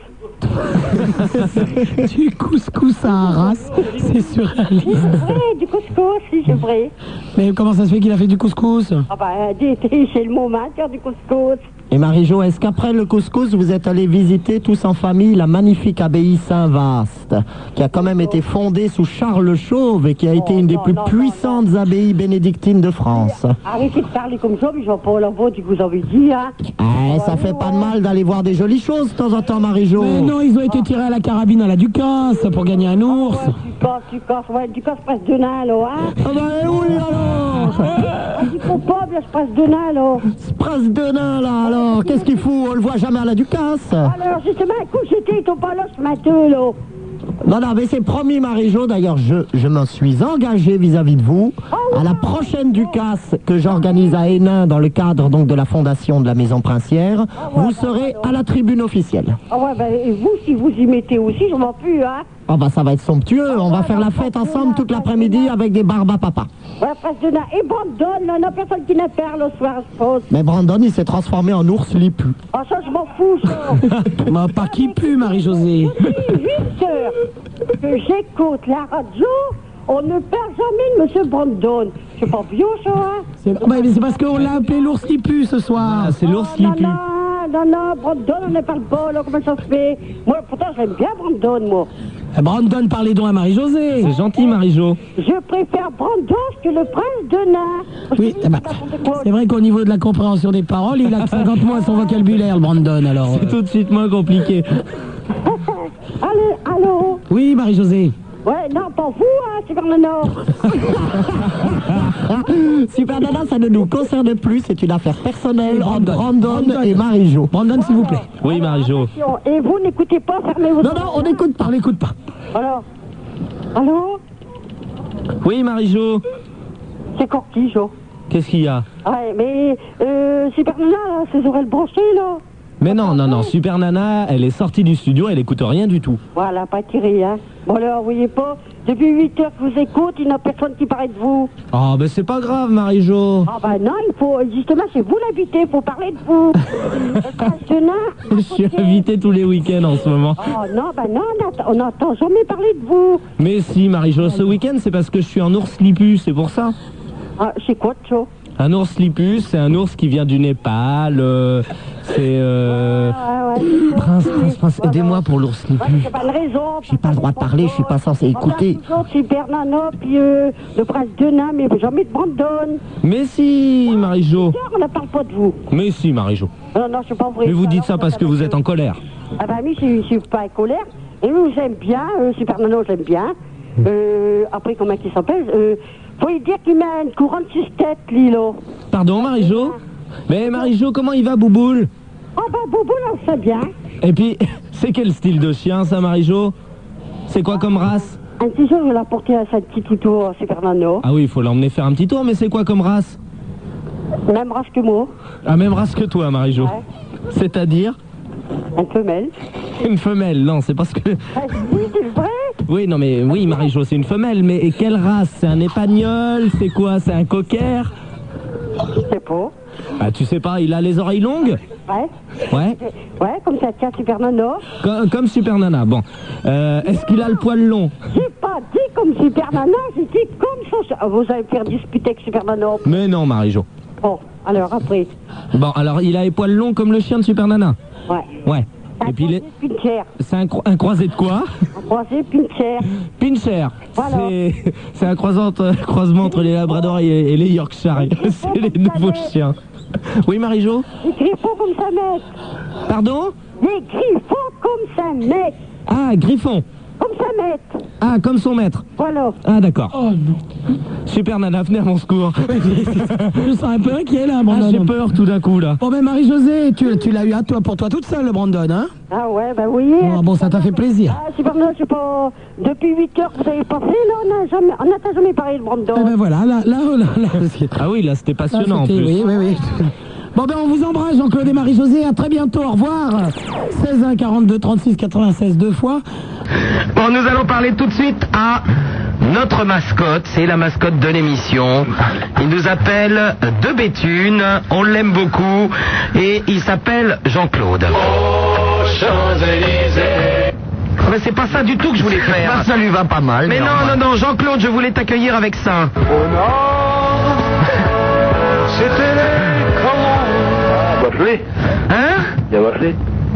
Du couscous à Arras, c'est surréaliste. Oui, du couscous, si, c'est vrai. Mais comment ça se fait qu'il a fait du couscous? Ah bah, c'est le moment de faire du couscous. Et Marie-Jo, est-ce qu'après le couscous, vous êtes allés visiter tous en famille la magnifique abbaye Saint-Vaast, qui a quand même été fondée sous Charles le Chauve et qui a été une des plus puissantes abbayes bénédictines de France? Arrêtez de parler comme ça, mais Jean-Paul Lavaux, tu vous avez dit, hein. Ça fait pas de mal d'aller voir des jolies choses de temps en temps, Marie-Jo. Mais non, ils ont été tirés à la carabine à la Ducasse pour gagner un ours. Du casse presse de nain, là, hein. Ah bah, oui, alors. Il faut pas, bien, je presse de nain, là. Prince de nain, là, alors. Qu'est-ce qu'il fout? On le voit jamais à la Ducasse. Alors, justement, écoute, ils sont pas là ce matin, là. Non, mais c'est promis, Marie-Jo. D'ailleurs, je m'en suis engagé vis-à-vis de vous. À la prochaine Ducasse que j'organise à Hénin dans le cadre donc de la fondation de la Maison Princière, vous serez à la tribune officielle. Ah ouais, ben, et vous, si vous y mettez aussi, je m'en pue, hein. Ah bah ça va être somptueux. On va faire la fête ensemble toute l'après-midi avec des barbes à papa. Ouais, presse de nain. Et Brandon, là, non, personne qui n'a peur le soir, je pense. Mais Brandon, il s'est transformé en ours lipu. Ah, ça, je m'en fous, ça. Bah, pas qui pue, Marie-Josée. Depuis 8 heures que j'écoute la radio, on ne perd jamais de Monsieur Brandon. C'est pas bio, ça, hein. Mais c'est parce qu'on l'a appelé l'ours lipu ce soir. Ah, c'est l'ours lipu. Non, Brandon, on ne parle pas, là, comment ça se fait? Moi, pourtant, j'aime bien Brandon, moi. Brandon, parlez donc à Marie-Josée. C'est gentil, Marie-Jo. Je préfère Brandon que le prince de nain. Oui, c'est vrai qu'au niveau de la compréhension des paroles, il a que 50 mois son vocabulaire, le Brandon, alors. C'est tout de suite moins compliqué. Allô? Oui, Marie-Josée. Ouais, non, pas vous, hein, Super Nana. Super Nana, ça ne nous concerne plus, c'est une affaire personnelle entre Brandon et Marie-Jo. Brandon, s'il vous plaît. Oui, Marie-Jo. Et vous n'écoutez pas, fermez vos... Non, on n'écoute pas. On n'écoute pas. Alors? Allô? Oui, Marie-Jo. C'est Corti, Jo. Qu'est-ce qu'il y a? Ouais, mais Super Nana, là, ses oreilles branchées, là. Mais non, Super Nana, elle est sortie du studio, elle écoute rien du tout. Voilà, pas tiré, hein. Bon, alors, vous voyez pas, depuis 8 heures que je vous écoute, il n'y a personne qui paraît de vous. Oh, ben c'est pas grave, Marie-Jo. Ah, bah non, il faut, justement, c'est vous l'invité, il faut parler de vous. Je suis invité tous les week-ends en ce moment. Oh, non, bah non, on n'entend jamais parler de vous. Mais si, Marie-Jo, ce week-end, c'est parce que je suis un ours lipu, c'est pour ça. Ah, c'est quoi, ça? Un ours lipus, c'est un ours qui vient du Népal. C'est Prince, aidez-moi pour l'ours lipus. C'est pas une raison. J'ai pas le droit de parler, je suis pas censé écouter. Super Nana, puis le prince de nain, mais jamais de Brandon. Mais si, Marie-Jo. On ne parle pas de vous. Mais si, Marie-Jo. Non, c'est pas vrai. Mais vous dites ça parce que vous êtes en colère. Ah bah oui, je suis pas en colère. Et nous, j'aime bien, Super Nana, j'aime bien. Après, comment il s'appelle faut lui dire qu'il met une couronne sur sa tête, Lilo. Pardon, Marie-Jo? Mais Marie-Jo, comment il va, Bouboule? Oh bah, Bouboule, on sait bien. Et puis, c'est quel style de chien, ça, Marie-Jo? C'est quoi comme race? Un petit jour, je vais l'apporter à sa petite toutou, Super Nano. Ah oui, il faut l'emmener faire un petit tour, mais c'est quoi comme race? Même race que moi. Ah, même race que toi, Marie-Jo. Ouais. C'est-à-dire? Une femelle. Une femelle, non, c'est parce que... Oui, c'est vrai. Oui, non, mais oui, Marie-Jo, c'est une femelle, mais et quelle race? C'est un épagnol? C'est quoi? C'est un cocker? Je sais pas. Ah, tu sais pas, il a les oreilles longues? Ouais. Ouais? Ouais, comme ça tient Super Nano. Comme Super Nana, bon. Est-ce qu'il a le poil long? J'ai pas dit comme Super Nana, j'ai dit comme ça. Vous allez faire disputer avec Super Nano. Mais non, Marie-Jo. Bon, alors après. Bon, alors il a les poils longs comme le chien de Super Nana? Ouais. Ouais. Et puis c'est un croisé de quoi? Un croisé Pinscher. Pinscher. Voilà. C'est un croisement entre les Labrador et les Yorkshire. C'est les nouveaux chiens. Oui, Marie-Jo? Les griffons comme ça, mec. Pardon? Les griffons comme ça, mec. Ah, Griffon. Comme ça, mec. Ah, comme son maître. Voilà. Ah, d'accord. Oh non. Super Nana, venez à mon secours. Je sens un peu inquiet là, Ah, Brandon. j'ai peur tout d'un coup là. Bon ben Marie-Josée, tu l'as eu à toi pour toi toute seule, le Brandon, hein? Ah ouais, bah oui. Bon, ça t'a fait plaisir. Ah, Super Nana, je sais pas. Depuis 8 heures que vous avez passé, là, on n'a jamais parlé de Brandon. Eh ben voilà, là. Ah oui, là c'était passionnant en c'était- plus. Oui. Bon ben on vous embrasse Jean-Claude et Marie-Josée, à très bientôt, au revoir. 16 1 42 36 96 deux fois. Bon, nous allons parler tout de suite à notre mascotte, c'est la mascotte de l'émission. Il nous appelle De Béthune, on l'aime beaucoup, et il s'appelle Jean-Claude. Aux Champs-Élysées. Mais c'est pas ça du tout que je voulais faire. Bah, ça lui va pas mal. Mais non, Jean-Claude, je voulais t'accueillir avec ça. Au nord, c'était les Corons. Ah, Bachelet. Hein? Il y a Bachelet.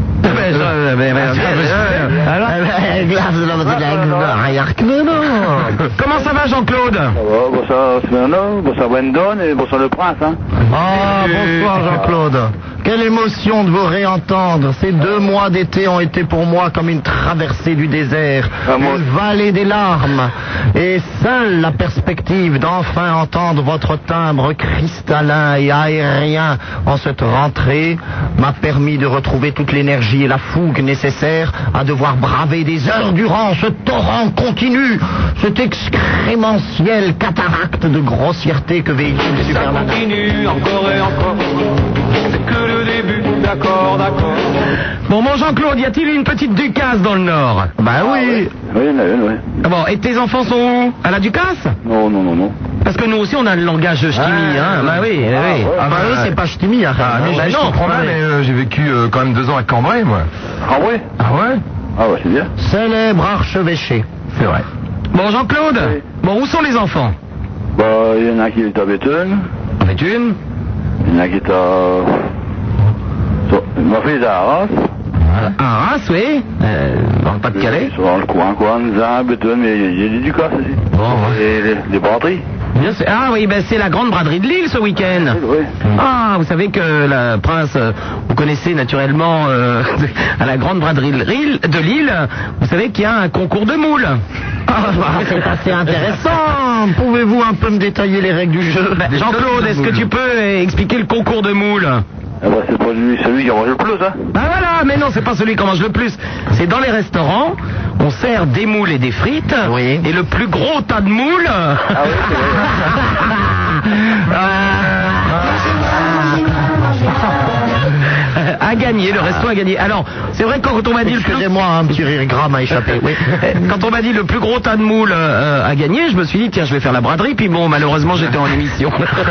Comment ça va, Jean-Claude? Ça va, bonsoir Smirnov, bonsoir Brandon et bonsoir le prince, hein. Ah, bonsoir Jean-Claude. Quelle émotion de vous réentendre. Ces 2 mois d'été ont été pour moi comme une traversée du désert, une vallée des larmes. Et seule la perspective d'enfin entendre votre timbre cristallin et aérien en cette rentrée m'a permis de retrouver toute l'énergie et la fougue nécessaires à devoir braver des heures durant ce torrent continu, cet excrémentiel cataracte de grossièreté que véhicule Super Nana. Continue encore et encore. C'est que le début, d'accord. Bon, mon Jean-Claude, y a-t-il une petite Ducasse dans le Nord? Bah oui. Oui, il y en a une, oui. Ah bon, et tes enfants sont où? À la Ducasse? Non. Parce que nous aussi, on a le langage ch'timi, hein. Bah oui, oui. ouais. Ah bah oui, c'est pas ch'timi, hein. mais je comprends bien, mais j'ai vécu quand même 2 ans à Cambrai, moi. Ah ouais? Ah ouais? Ah ouais, c'est bien. Célèbre archevêché. C'est vrai. Bon, Jean-Claude, Oui. bon, où sont les enfants? Bah, il y en a qui est à Béthune, En Béthune? il y en a qui est à... Ma fille est à Arras. Arras, oui. Dans le Pas-de-Calais. Sur dans le coin, quoi, Nzin, Béthune, mais il y a des Ducasses aussi. Bon, ouais. Et les braderies. Bien sûr. Ah oui, ben c'est la grande braderie de Lille ce week-end. Oui. Ah, vous savez que la Prince, vous connaissez naturellement à la grande braderie de Lille, vous savez qu'il y a un concours de moules. Ah, c'est assez intéressant. Pouvez-vous un peu me détailler les règles du jeu? Jean-Claude, est-ce que tu peux expliquer le concours de moules? Ah bah, c'est pas celui qui en mange le plus, hein. Ben voilà, mais non, c'est pas celui qu'on mange le plus. C'est dans les restaurants, on sert des moules et des frites, Oui. et le plus gros tas de moules... Ah oui, a gagné, le resto a gagné. Alors, c'est vrai que quand on m'a dit le plus... Excusez-moi, un petit rire gras m'a échappé. Oui. Quand on m'a dit le plus gros tas de moules a gagné, je me suis dit, tiens, je vais faire la braderie, puis bon, malheureusement, j'étais en émission.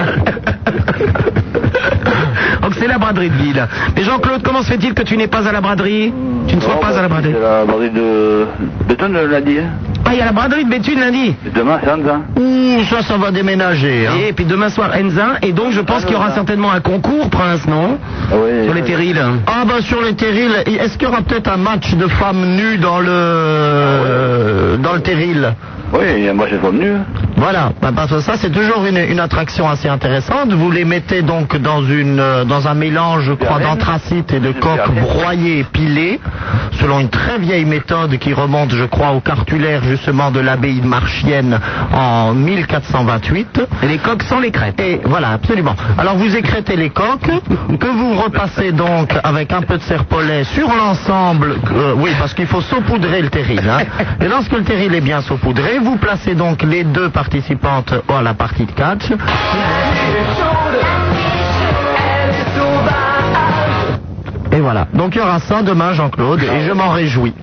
Donc c'est la braderie de Lille. Mais Jean-Claude, comment se fait-il que tu n'es pas à la braderie? Tu ne sois pas à la braderie? C'est la braderie de Béthune lundi, hein. Ah, il y a la braderie de Béthune lundi. Et demain, c'est Anzin. Ouh, ça va déménager. Hein. Et puis demain soir, Enzin. Et donc, je pense qu'il y aura certainement un concours, Prince, non? Ah oui. Sur les terrils. Ah bah sur les terrils, est-ce qu'il y aura peut-être un match de femmes nues dans le terril? Oui, moi j'ai pas venu. Voilà, bah, parce que ça c'est toujours une attraction assez intéressante. Vous les mettez donc dans un mélange, je crois, d'anthracite et de coque broyée et pilée, selon une très vieille méthode qui remonte, je crois, au cartulaire justement de l'abbaye de Marchienne en 1428. Et les coques sans les crêpes. Et voilà, absolument. Alors vous écrêtez les coques, que vous repassez donc avec un peu de serpolet sur l'ensemble, oui, parce qu'il faut saupoudrer le terril. Hein. Et lorsque le terril est bien saupoudré, vous placez donc les 2 participantes à la partie de catch. Et voilà. Donc il y aura ça demain, Jean-Claude, et je m'en réjouis.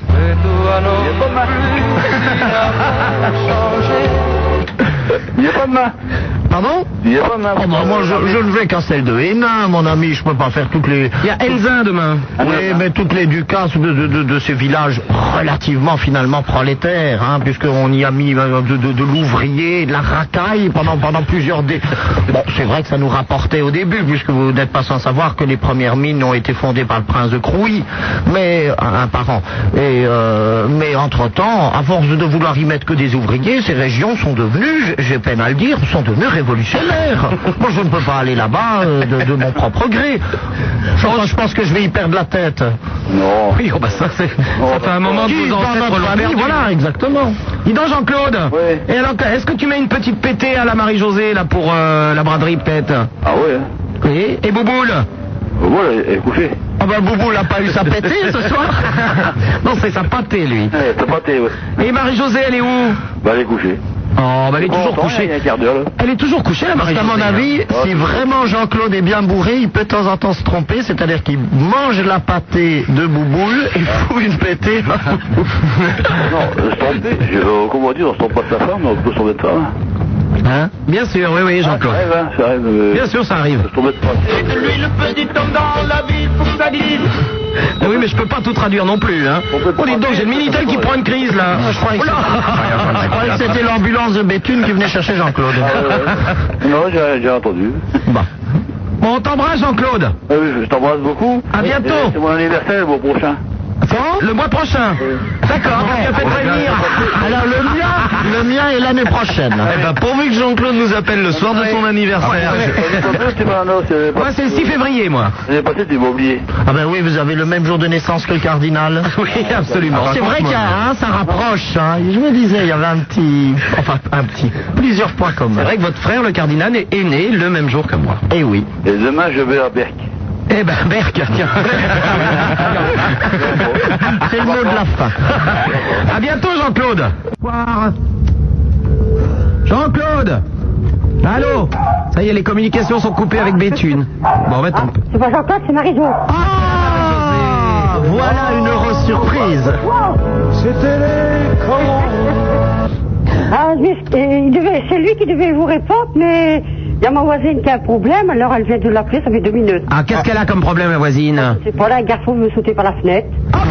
Il n'y a pas de main. Pardon? Il n'y a pas de main. Oh, bah, moi, je ne vais qu'à celle de Hénin, mon ami, je peux pas faire toutes les... Il y a Enzin demain. Oui, mais toutes les ducasses de ces villages relativement finalement prolétaires, hein, puisqu'on y a mis de l'ouvrier, de la racaille pendant plusieurs Bon, c'est vrai que ça nous rapportait au début, puisque vous n'êtes pas sans savoir que les premières mines ont été fondées par le prince de Crouy, mais un par an. Mais entre-temps, à force de vouloir y mettre que des ouvriers, ces régions sont devenues, j'ai peine à le dire, sont devenues révolutionnaire. Moi, je ne peux pas aller là-bas de mon propre gré. Je pense que je vais y perdre la tête. Non. Oui, oh bah ça fait un moment que vous en faites notre famille, voilà, exactement. Dis donc Jean-Claude. Oui. Et alors, est-ce que tu mets une petite pétée à la Marie-Josée là pour la braderie peut-être? Ah ouais. Oui. Et Bouboule? Bouboule, elle est couchée. Ah bah Bouboule n'a pas eu sa pétée ce soir. Non, c'est sa pâtée lui. Ouais, sa pâtée, ouais. Et Marie-Josée, elle est où? Bah elle est couchée. Oh, bah elle est toujours couchée. Il y a un quart d'heure là. Elle est toujours couchée la Parce qu'à Marie-Josée. mon avis, si vraiment Jean-Claude est bien bourré, il peut de temps en temps se tromper, c'est-à-dire qu'il mange la pâtée de Bouboule et fout une pétée. Non, comment dire, on se trompe pas de sa femme, on peut se tromper de femme. Hein? Bien sûr, oui, Jean-Claude. Ça arrive, hein, ça arrive. Bien sûr, ça arrive. Se tromper de femme. Et de lui le petit homme dans la ville, faut que ça glisse. Ah oui, mais je peux pas tout traduire non plus, hein. Oh, dis donc, j'ai le Minitel qui prend une crise, là. Je croyais que c'était l'ambulance de Béthune qui venait chercher Jean-Claude. Non, j'ai entendu. Bon, on t'embrasse, Jean-Claude. Oui, je t'embrasse beaucoup. À bientôt. C'est mon anniversaire le mois prochain. Quand? Le mois prochain. D'accord, on bien fait prévenir. Alors le mien est l'année prochaine. Eh ben, pourvu que Jean-Claude nous appelle le soir de son anniversaire. Moi, c'est le 6 février, moi. L'année passée, tu m'as oublié. Ah ben oui, vous avez le même jour de naissance que le cardinal. Oui, absolument. C'est vrai qu'il y a, ça rapproche. Hein. Je me disais, il y avait plusieurs points communs. C'est vrai que votre frère, le cardinal, est né le même jour que moi. Eh oui. Et demain, je vais à Berck. Eh ben, Berck, tiens. C'est le mot de la fin. À bientôt, Jean-Claude. Bonsoir. Jean-Claude. Allô. Ça y est, les communications sont coupées avec Béthune. Bon, bah tant pis. C'est pas Jean-Claude, c'est Marie-Jo. Ah, voilà une heureuse surprise. C'était les colons. Ah, c'est lui qui devait vous répondre, mais il y a ma voisine qui a un problème, alors elle vient de l'appeler, ça fait 2 minutes. Ah, qu'est-ce qu'elle a comme problème, la voisine? C'est pas là, un garçon veut sauter par la fenêtre.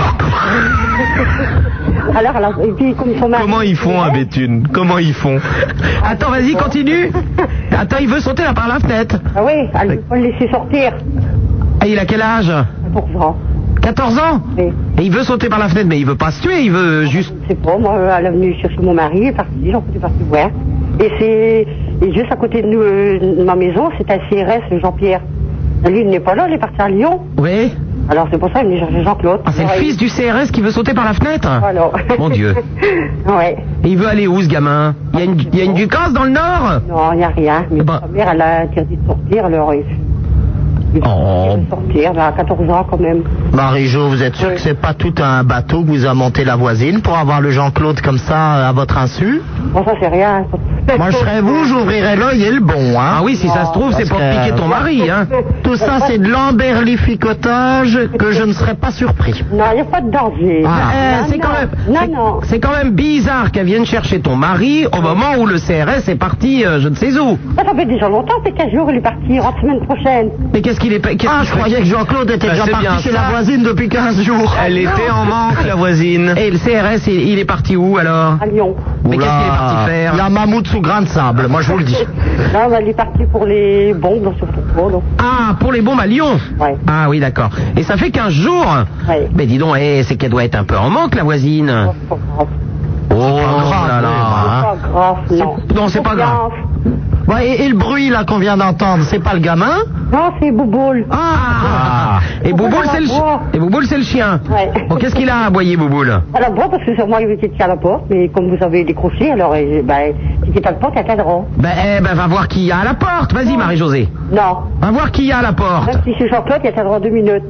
Alors, et puis comme son mari... Comment ils font à Béthune? Comment ils font? Attends, vas-y, continue. Attends, il veut sauter là par la fenêtre. Ah oui, elle ne veut pas le laisser sortir. Et il a quel âge? 14 ans. 14 ans? Oui. Et il veut sauter par la fenêtre, mais il veut pas se tuer, il veut juste... Je sais pas, moi, elle est venue chercher mon mari, elle est partie, j'en suis partie voir. Et juste à côté de nous, de ma maison, c'est un CRS, Jean-Pierre. Lui, il n'est pas là, il est parti à Lyon. Oui. Alors c'est pour ça qu'il est venu chercher Jean-Claude. Ah, c'est le fils du CRS qui veut sauter par la fenêtre? Voilà. Mon Dieu. Ouais. Et il veut aller où, ce gamin? Il y a une Ducasse dans le Nord? Non, il n'y a rien. Mais sa mère, elle a interdit de sortir, alors il veut sortir, à 14 ans quand même. Marie-Jo, vous êtes sûr que c'est pas tout un bateau que vous a monté la voisine pour avoir le Jean-Claude comme ça à votre insu? Bon, ça c'est rien. Moi, je serais vous, j'ouvrirais l'œil et le bon, hein. Ah oui, si ça se trouve, c'est pour piquer ton mari, hein. Tout ça, c'est de l'emberlificotage que je ne serais pas surpris. Non, il n'y a pas de danger. C'est quand même bizarre qu'elle vienne chercher ton mari au moment où le CRS est parti, je ne sais où. Ça fait déjà longtemps, c'est 15 jours, il est parti, la semaine prochaine. Mais qu'est-ce qu'il est... je croyais que Jean-Claude était déjà parti chez la voisine depuis 15 jours. Elle était en manque, la voisine. Et le CRS, il est parti où, alors? À Lyon. Mais qu'est-ce qu'il est parti faire? La mammouth sous grain de sable, moi je vous le dis. Non, mais elle est partie pour les bombes dans ce contrôle. Ah, pour les bombes à Lyon? Ouais. Ah oui, d'accord. Et ça fait 15 jours? Ouais. Mais dis donc, c'est qu'elle doit être un peu en manque, la voisine. C'est pas grave. Oh là là. C'est pas grave, non. Non, c'est pas grave. Ouais, et le bruit là qu'on vient d'entendre, c'est pas le gamin? Non, c'est Bouboule. Ah. Et Bouboule, c'est le chien. Ouais. Bon, qu'est-ce qu'il a à aboyer, Bouboule? Elle aboie parce que sur moi, il était à la porte, mais comme vous avez décroché, alors, si c'est pas le porte, il y a cadran. Va voir qui y a à la porte. Vas-y, Marie-Josée. Non. Va voir qui y a à la porte. Même si c'est Jean-Claude, il y a cadran 2 minutes.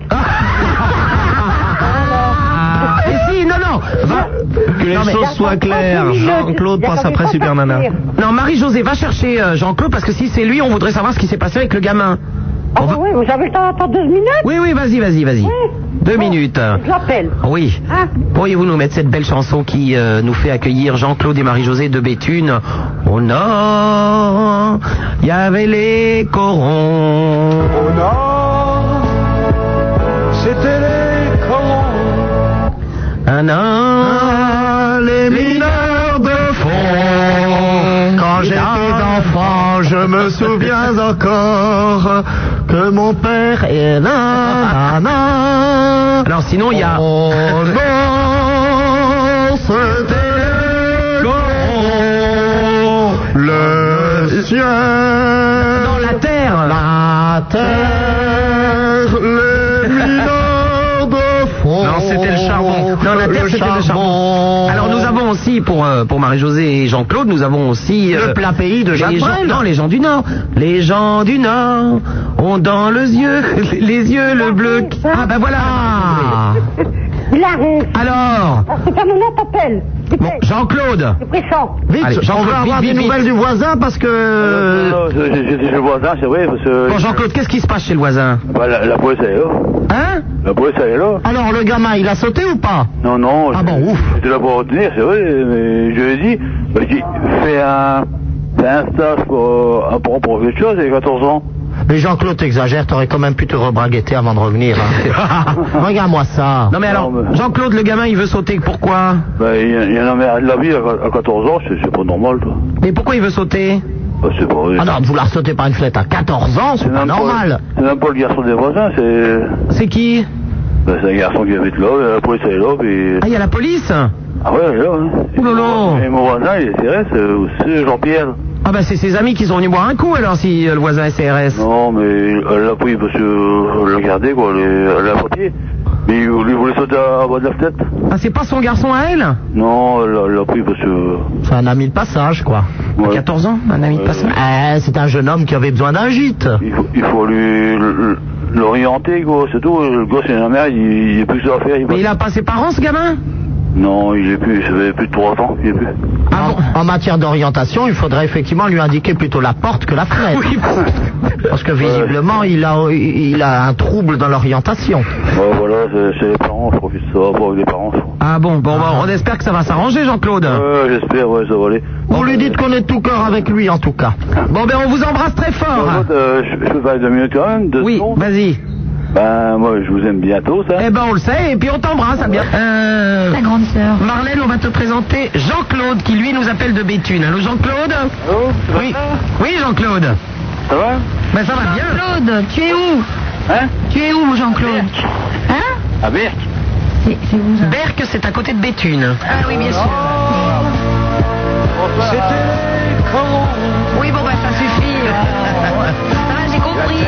Et si, non. Que les choses soient claires. Jean-Claude passe après Super Nana. Non, Marie-Josée, va chercher Jean-Claude parce que si c'est lui, on voudrait savoir ce qui s'est passé avec le gamin. Ah bah oui, vous avez le temps d'attendre 2 minutes? Oui, vas-y. Oui. 2 minutes. Je l'appelle. Oui. Hein? Pourriez-vous nous mettre cette belle chanson qui nous fait accueillir Jean-Claude et Marie-Josée de Béthune? Au nord, il y avait les corons. Au nord, c'était les colons. Un an, les mineurs de fond. Quand j'étais enfant, je me souviens encore que mon père est nanana. Alors sinon, il y a... Oh non, c'était les corons. Le ciel. Dans la terre. La terre, les mineurs de fond. Non, c'était le charbon. Dans la terre, c'était le charbon. Alors nous avons aussi, pour Marie-Josée et Jean-Claude, nous avons aussi... le plat pays de Jacques Brel. Non, les gens du Nord. Les gens du Nord ont dans les yeux le bleu... Ah ben voilà. Il arrive. Alors C'est comme on t'appelle. bon, Jean-Claude. C'est pressant. Vite, Allez, on Jean-Claude, veut avoir vite, des vite, nouvelles vite. du voisin parce que... Non, c'est le voisin, c'est vrai, parce que... Bon, Jean-Claude, qu'est-ce qui se passe chez le voisin? Bah, la police, elle est là. Hein? La police, elle est là. Alors, le gamin, il a sauté ou pas? Non, non. Ah bon, ouf. J'étais là pour retenir, c'est vrai, mais je lui ai dit, bah, je dis, fais un stage pour quelque chose, il a 14 ans. Mais Jean-Claude, t'exagères, t'aurais quand même pu te rebraguetter avant de revenir. Hein. Regarde-moi ça. Non mais alors, Jean-Claude, le gamin, il veut sauter, pourquoi? Bah, il y en a marre de la vie à 14 ans, c'est pas normal, toi. Mais pourquoi il veut sauter? Bah, c'est pas vrai. Ah non, de vouloir sauter par une fenêtre à 14 ans, c'est pas normal. C'est même pas le garçon des voisins, c'est... C'est qui? Bah, c'est un garçon qui habite là, la police, elle est là, puis... Ah, il y a la police? Ah ouais, elle est là, hein. Ouh là là. Et mon voisin, il est CRS, c'est Jean-Pierre. Ah bah c'est ses amis qui sont venus boire un coup alors si le voisin est CRS. Non, mais elle l'a pris parce que le regardait, quoi, elle a papier. Mais il voulait sauter à bas de la fenêtre. Ah, c'est pas son garçon à elle? Non, elle l'a pris parce que... C'est un ami de passage, quoi. Ouais. 14 ans, un ami de passage. C'est un jeune homme qui avait besoin d'un gîte. Il faut l'orienter, quoi, c'est tout. Le gosse, il a la mère, il est plus à faire. Mais il a pas ses parents, ce gamin? Non, il est plus, ça fait plus de 3 ans, il est plus. En matière d'orientation, il faudrait effectivement lui indiquer plutôt la porte que la fenêtre. Oui. Parce que visiblement, il a un trouble dans l'orientation. Ouais, voilà, c'est les parents, je profite de ça, pas avec les parents. Ah bon, on espère que ça va s'arranger, Jean-Claude. J'espère, ouais, ça va aller. Vous lui dites qu'on est de tout cœur avec lui, en tout cas. Bon, ben on vous embrasse très fort. Je peux parler 2 minutes quand même, Oui, vas-y. Ben, moi, je vous aime bientôt, ça. Eh ben, on le sait, et puis on t'embrasse, à bien. Ta grande sœur. Marlène, on va te présenter Jean-Claude, qui lui nous appelle de Béthune. Allô, Jean-Claude? Allô, oui. Oui, Jean-Claude. Ça va? Ben, ça va bien. Jean-Claude, tu es où? Hein? Tu es où, Jean-Claude? Hein? À Berck. C'est où, ça? Berck, c'est à côté de Béthune. Ah oui, bien sûr. Oui, bon, bah, ça suffit. Ça va, j'ai compris.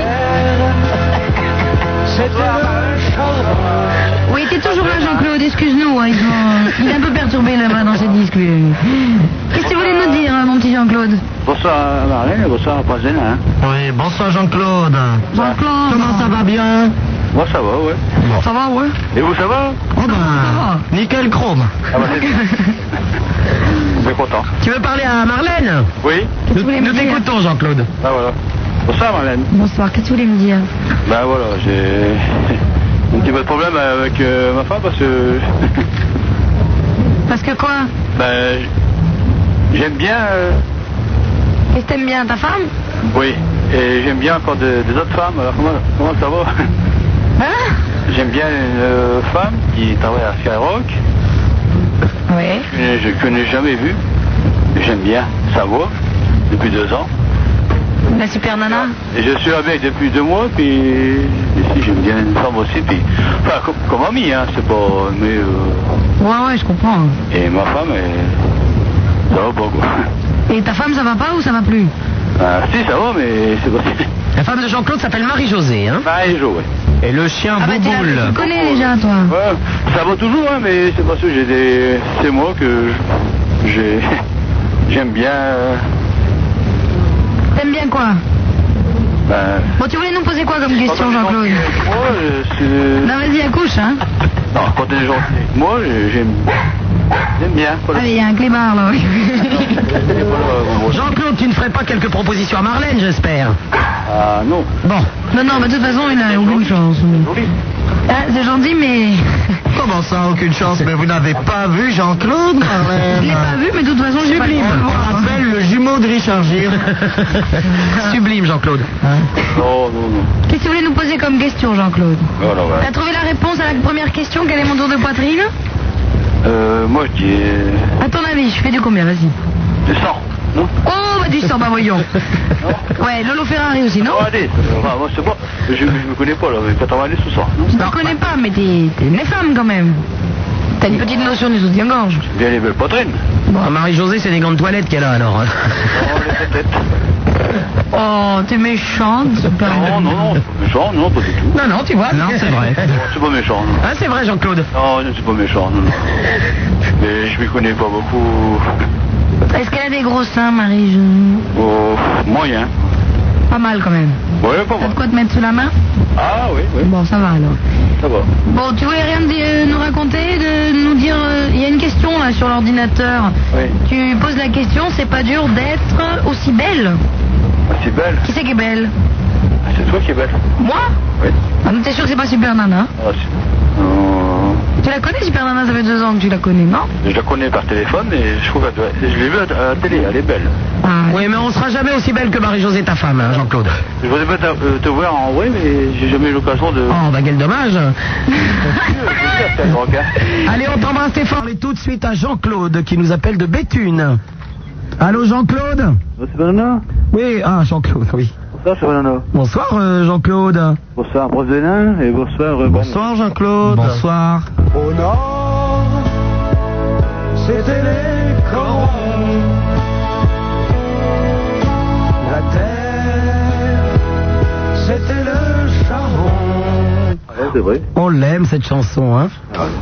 Oui, t'es toujours là, Jean-Claude, excuse-nous. Hein, il est un peu perturbé là-bas dans ses disques. Qu'est-ce que tu voulais nous dire, mon petit Jean-Claude? Bonsoir Marlène, bonsoir Pazena. Hein. Oui, bonsoir Jean-Claude. Jean-Claude. Comment ça va bien? Moi ça va, ouais. Bon. Ça va, ouais. Et vous, ça va? Oh ben, nickel chrome. Ah bah, c'est bien. Je suis content. Tu veux parler à Marlène? Oui. Nous t'écoutons, Jean-Claude. Ah voilà. Bonsoir Marlène. Bonsoir, qu'est-ce que tu voulais me dire? Ben voilà, j'ai un petit peu de problème avec ma femme parce que... Parce que quoi? Ben, j'aime bien... Qu'est-ce que t'aimes bien, ta femme? Oui, et j'aime bien encore des autres femmes, alors comment ça va? Hein? J'aime bien une femme qui travaille à Skyrock. Oui. Que je n'ai jamais vue. J'aime bien sa voix, depuis 2 ans. La super nana? Et je suis avec depuis 2 mois, puis ici j'aime bien une femme aussi, puis... Enfin, comme amie, hein, c'est pas... Mais... Ouais, je comprends. Et ma femme, ça va pas, quoi. Et ta femme, ça va pas ou ça va plus? Si, ça va, mais c'est pas... La femme de Jean-Claude s'appelle Marie-Josée, hein? Marie-Jo, ouais. Et le chien Ah bah Bouboule. tu connais déjà, toi? Ouais, ça va toujours, hein, mais c'est parce que j'ai des... C'est moi que j'aime bien... T'aimes bien quoi? Bon, tu voulais nous poser quoi comme question, Jean-Claude? Moi, c'est... Non, vas-y, accouche, hein? Non, quand t'es gentil. Moi, j'aime bien. Ah, mais il y a un clébard, là, oui. Jean-Claude, tu ne ferais pas quelques propositions à Marlène, j'espère? Ah, non. Bon. Non, mais de toute façon, il a aucune chance. Ah, c'est gentil, mais... Comment ça, aucune chance? Mais vous n'avez pas vu Jean-Claude, Marlène? Je l'ai pas vu, mais de toute façon, j'ai pas le Sublime. droit de le voir. On appelle le jumeau de Richard Gere. Sublime, Jean-Claude. Non. Qu'est-ce que tu voulais nous poser comme question, Jean-Claude? Voilà, ouais. T'as trouvé la réponse à la première question? Quel est mon tour de poitrine? Moi, je dis... À ton avis, je fais du combien? Vas-y. Du 100, non? Oh, bah du 100, bah voyons. Ouais, Lolo Ferrari aussi, non? Oh, allez, moi, c'est pas... Je me connais pas, là, mais 90 ou 100. Je te connais pas, mais t'es une femme, quand même. T'as une petite notion du soutien-gorge. Bien les belles poitrines. Bon, Marie-Josée, c'est des gants de toilette qu'elle a alors. Hein. Oh, t'es méchante. Non, méchant, non, pas du tout. Non, tu vois. Non, c'est vrai. C'est pas méchant, non. Ah, c'est vrai, Jean-Claude. Non, c'est pas méchant, non. Mais je m'y connais pas beaucoup. Est-ce qu'elle a des gros seins, Marie? Oh, moyen. Pas mal quand même. Ouais, pas T'as mal. de quoi te mettre sous la main? Ah oui. Bon, ça va alors. Ça va. Bon, tu voulais rien nous raconter, de nous dire... Il y a une question là sur l'ordinateur. Oui. Tu poses la question, c'est pas dur d'être aussi belle. Aussi belle? Qui c'est qui est belle? C'est toi qui es belle. Moi? Oui. Ah, mais t'es sûr que c'est pas Super Nana? Ah, Tu la connais, Super Nana? Ça fait 2 ans que tu la connais, non? je la connais par téléphone et je trouve je l'ai vue à la télé, elle est belle. Oui, mais on sera jamais aussi belle que Marie-Josée, ta femme, hein, Jean-Claude. Je voudrais pas te voir en vrai, mais j'ai jamais eu l'occasion de... Oh, bah quel dommage. Allez, Allez, on t'embrasse, Stéphane. On est tout de suite à Jean-Claude qui nous appelle de Béthune. Allô, Jean-Claude? C'est Banana? Oui, Jean-Claude, oui. Bonsoir, c'est Banana. Bonsoir, Jean-Claude. Bonsoir, Brosse de Nain, et bonsoir... Bonsoir, Jean-Claude. Bonsoir. Au nord, c'était les corons. La terre, c'était le charbon. Ouais, c'est vrai. On l'aime, cette chanson, hein.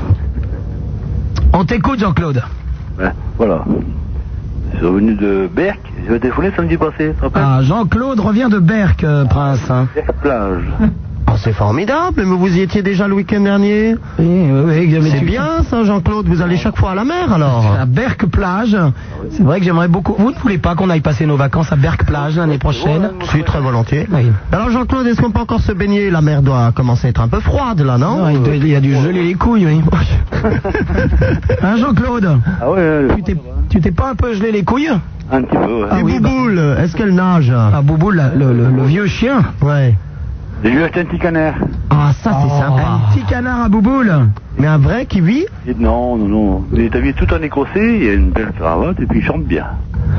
On t'écoute, Jean-Claude. Ouais, voilà. Je suis revenu de Berck, je vais téléphoner samedi passé, tu te rappelles? Jean-Claude revient de Berck, Prince. Hein. Berck plage. Oh, c'est formidable, mais vous y étiez déjà le week-end dernier. Oui, C'est bien ça, Jean-Claude, vous allez chaque fois à la mer alors. À Berck plage. C'est vrai que j'aimerais beaucoup. Vous ne voulez pas qu'on aille passer nos vacances à Berck plage l'année prochaine? Si, très volontiers. Oui. Alors Jean-Claude, est-ce qu'on peut encore se baigner? La mer doit commencer à être un peu froide là, non? Il y a dû geler les couilles, oui. Hein, Jean-Claude? Ah ouais, Tu t'es pas un peu gelé les couilles? un petit peu, ouais. Et Bouboule, est-ce qu'elle nage? Bouboule, le vieux chien. Ouais. J'ai lui acheté un petit canard. Ah, ça c'est sympa. Un petit canard à Bouboule. Mais un vrai qui vit? Non. Il est habillé tout en écossais, il a une belle cravate et puis il chante bien.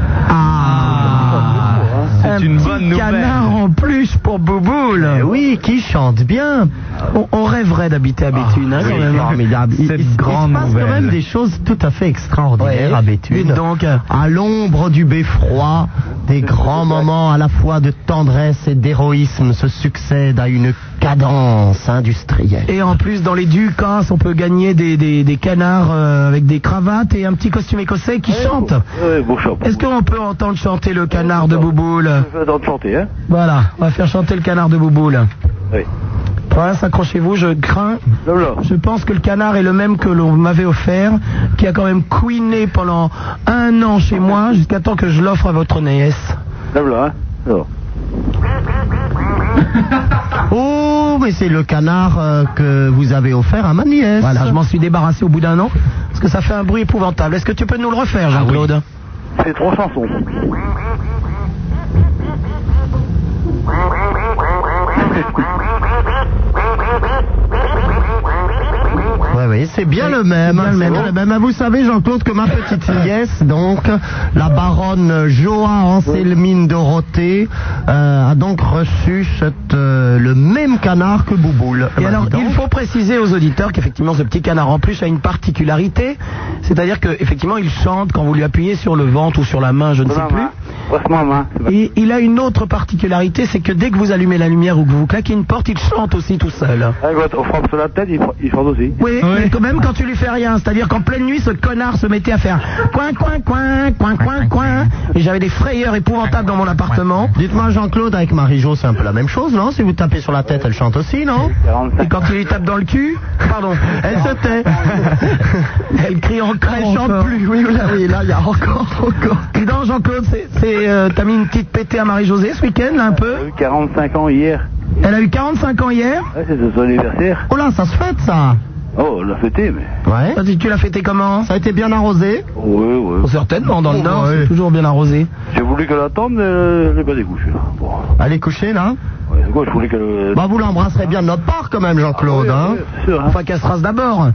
C'est une bonne nouvelle. Un canard en plus pour Bouboule. Oui, qui chante bien. On rêverait d'habiter à Béthune. Oui, formidable. Il se passe quand même des choses tout à fait extraordinaires à Béthune. Donc, à l'ombre du beffroi, des grands moments à la fois de tendresse et d'héroïsme se succèdent à une cadence industrielle. Et en plus, dans les Ducas, on peut gagner des canards avec des cravates et un petit costume écossais qui chantent. Beau chant. Est-ce qu'on peut entendre chanter le canard de Bouboule? Je vais entendre chanter, hein. Voilà, on va faire chanter le canard de Bouboule. Oui. Prince, accrochez-vous, je crains. Je pense que le canard est le même que l'on m'avait offert, qui a quand même couiné pendant 1 an chez moi, jusqu'à temps que je l'offre à votre nièce. Là, hein. Alors. Oh, mais c'est le canard que vous avez offert à ma nièce. Voilà, je m'en suis débarrassé au bout d'1 an, parce que ça fait un bruit épouvantable. Est-ce que tu peux nous le refaire, Jean-Claude? C'est 3 chansons. Oui, c'est bien le même. Vous savez, Jean-Claude, que ma petite nièce, donc, la baronne Joa Anselmine Dorothée, a donc reçu le même canard que Bouboule. Et alors, il faut préciser aux auditeurs qu'effectivement, ce petit canard en plus a une particularité, c'est-à-dire qu'effectivement, il chante quand vous lui appuyez sur le ventre ou sur la main, je ne sais plus. Et il a une autre particularité, c'est que dès que vous allumez la lumière ou que vous claquez une porte, il chante aussi tout seul. On frappe sur la tête, il chante aussi. Oui, mais quand même quand tu lui fais rien, c'est-à-dire qu'en pleine nuit, ce connard se mettait à faire coin, coin, coin, coin, coin, coin, et j'avais des frayeurs épouvantables dans mon appartement. Dites-moi, Jean-Claude, avec Marie-Jo, c'est un peu la même chose, non? Si vous tapez sur la tête, elle chante aussi, non? Et quand tu lui tapes dans le cul, pardon, elle se tait. Elle crie encore. Elle chante plus, oui, là, il y a encore. Dis donc, Jean-Claude, t'as mis une petite pétée à Marie-Josée ce week-end, là, un peu? Elle a eu 45 ans hier. Elle a eu 45 ans hier? Ouais, c'est son anniversaire. Oh là, ça se fête, ça. Oh, on l'a fêté, mais... Ouais. Vas-y, tu l'as fêté comment? Ça a été bien arrosé? Oui. Certainement, dans le Nord, c'est toujours bien arrosé. J'ai voulu qu'elle attende, mais elle n'est pas découchée, là. Bon. Elle est couchée, là? Ouais, c'est quoi, je voulais qu'elle... Bah, vous l'embrasserez bien de notre part, quand même, Jean-Claude, hein? C'est sûr, hein. Enfin, qu'elle se rase d'abord.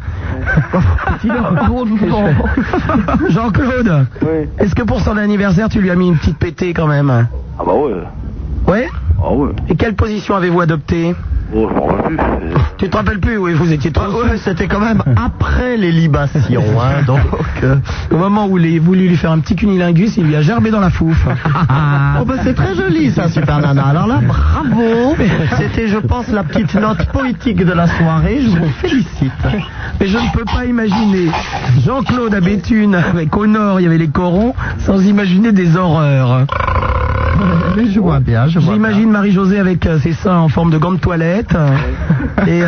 Jean-Claude, est-ce que pour son anniversaire, tu lui as mis une petite pétée, quand même? Ah bah ouais. Ouais? Ah ouais. Et quelle position avez-vous adoptée? Oh, je m'en rappelle plus. Tu te rappelles plus, oui, vous étiez trop... Ouais, c'était quand même après les libations, hein, donc... Au moment où il a voulu lui faire un petit cunilingus, il lui a gerbé dans la fouffe. Oh ben c'est très joli ça, Super Nana. Alors là, bravo. C'était, je pense, la petite note poétique de la soirée. Je vous félicite. Mais je ne peux pas imaginer Jean-Claude à Béthune, avec au nord, il y avait les corons, sans imaginer des horreurs. Mais je vois bien, J'imagine Marie-Josée avec ses seins en forme de gants de toilette et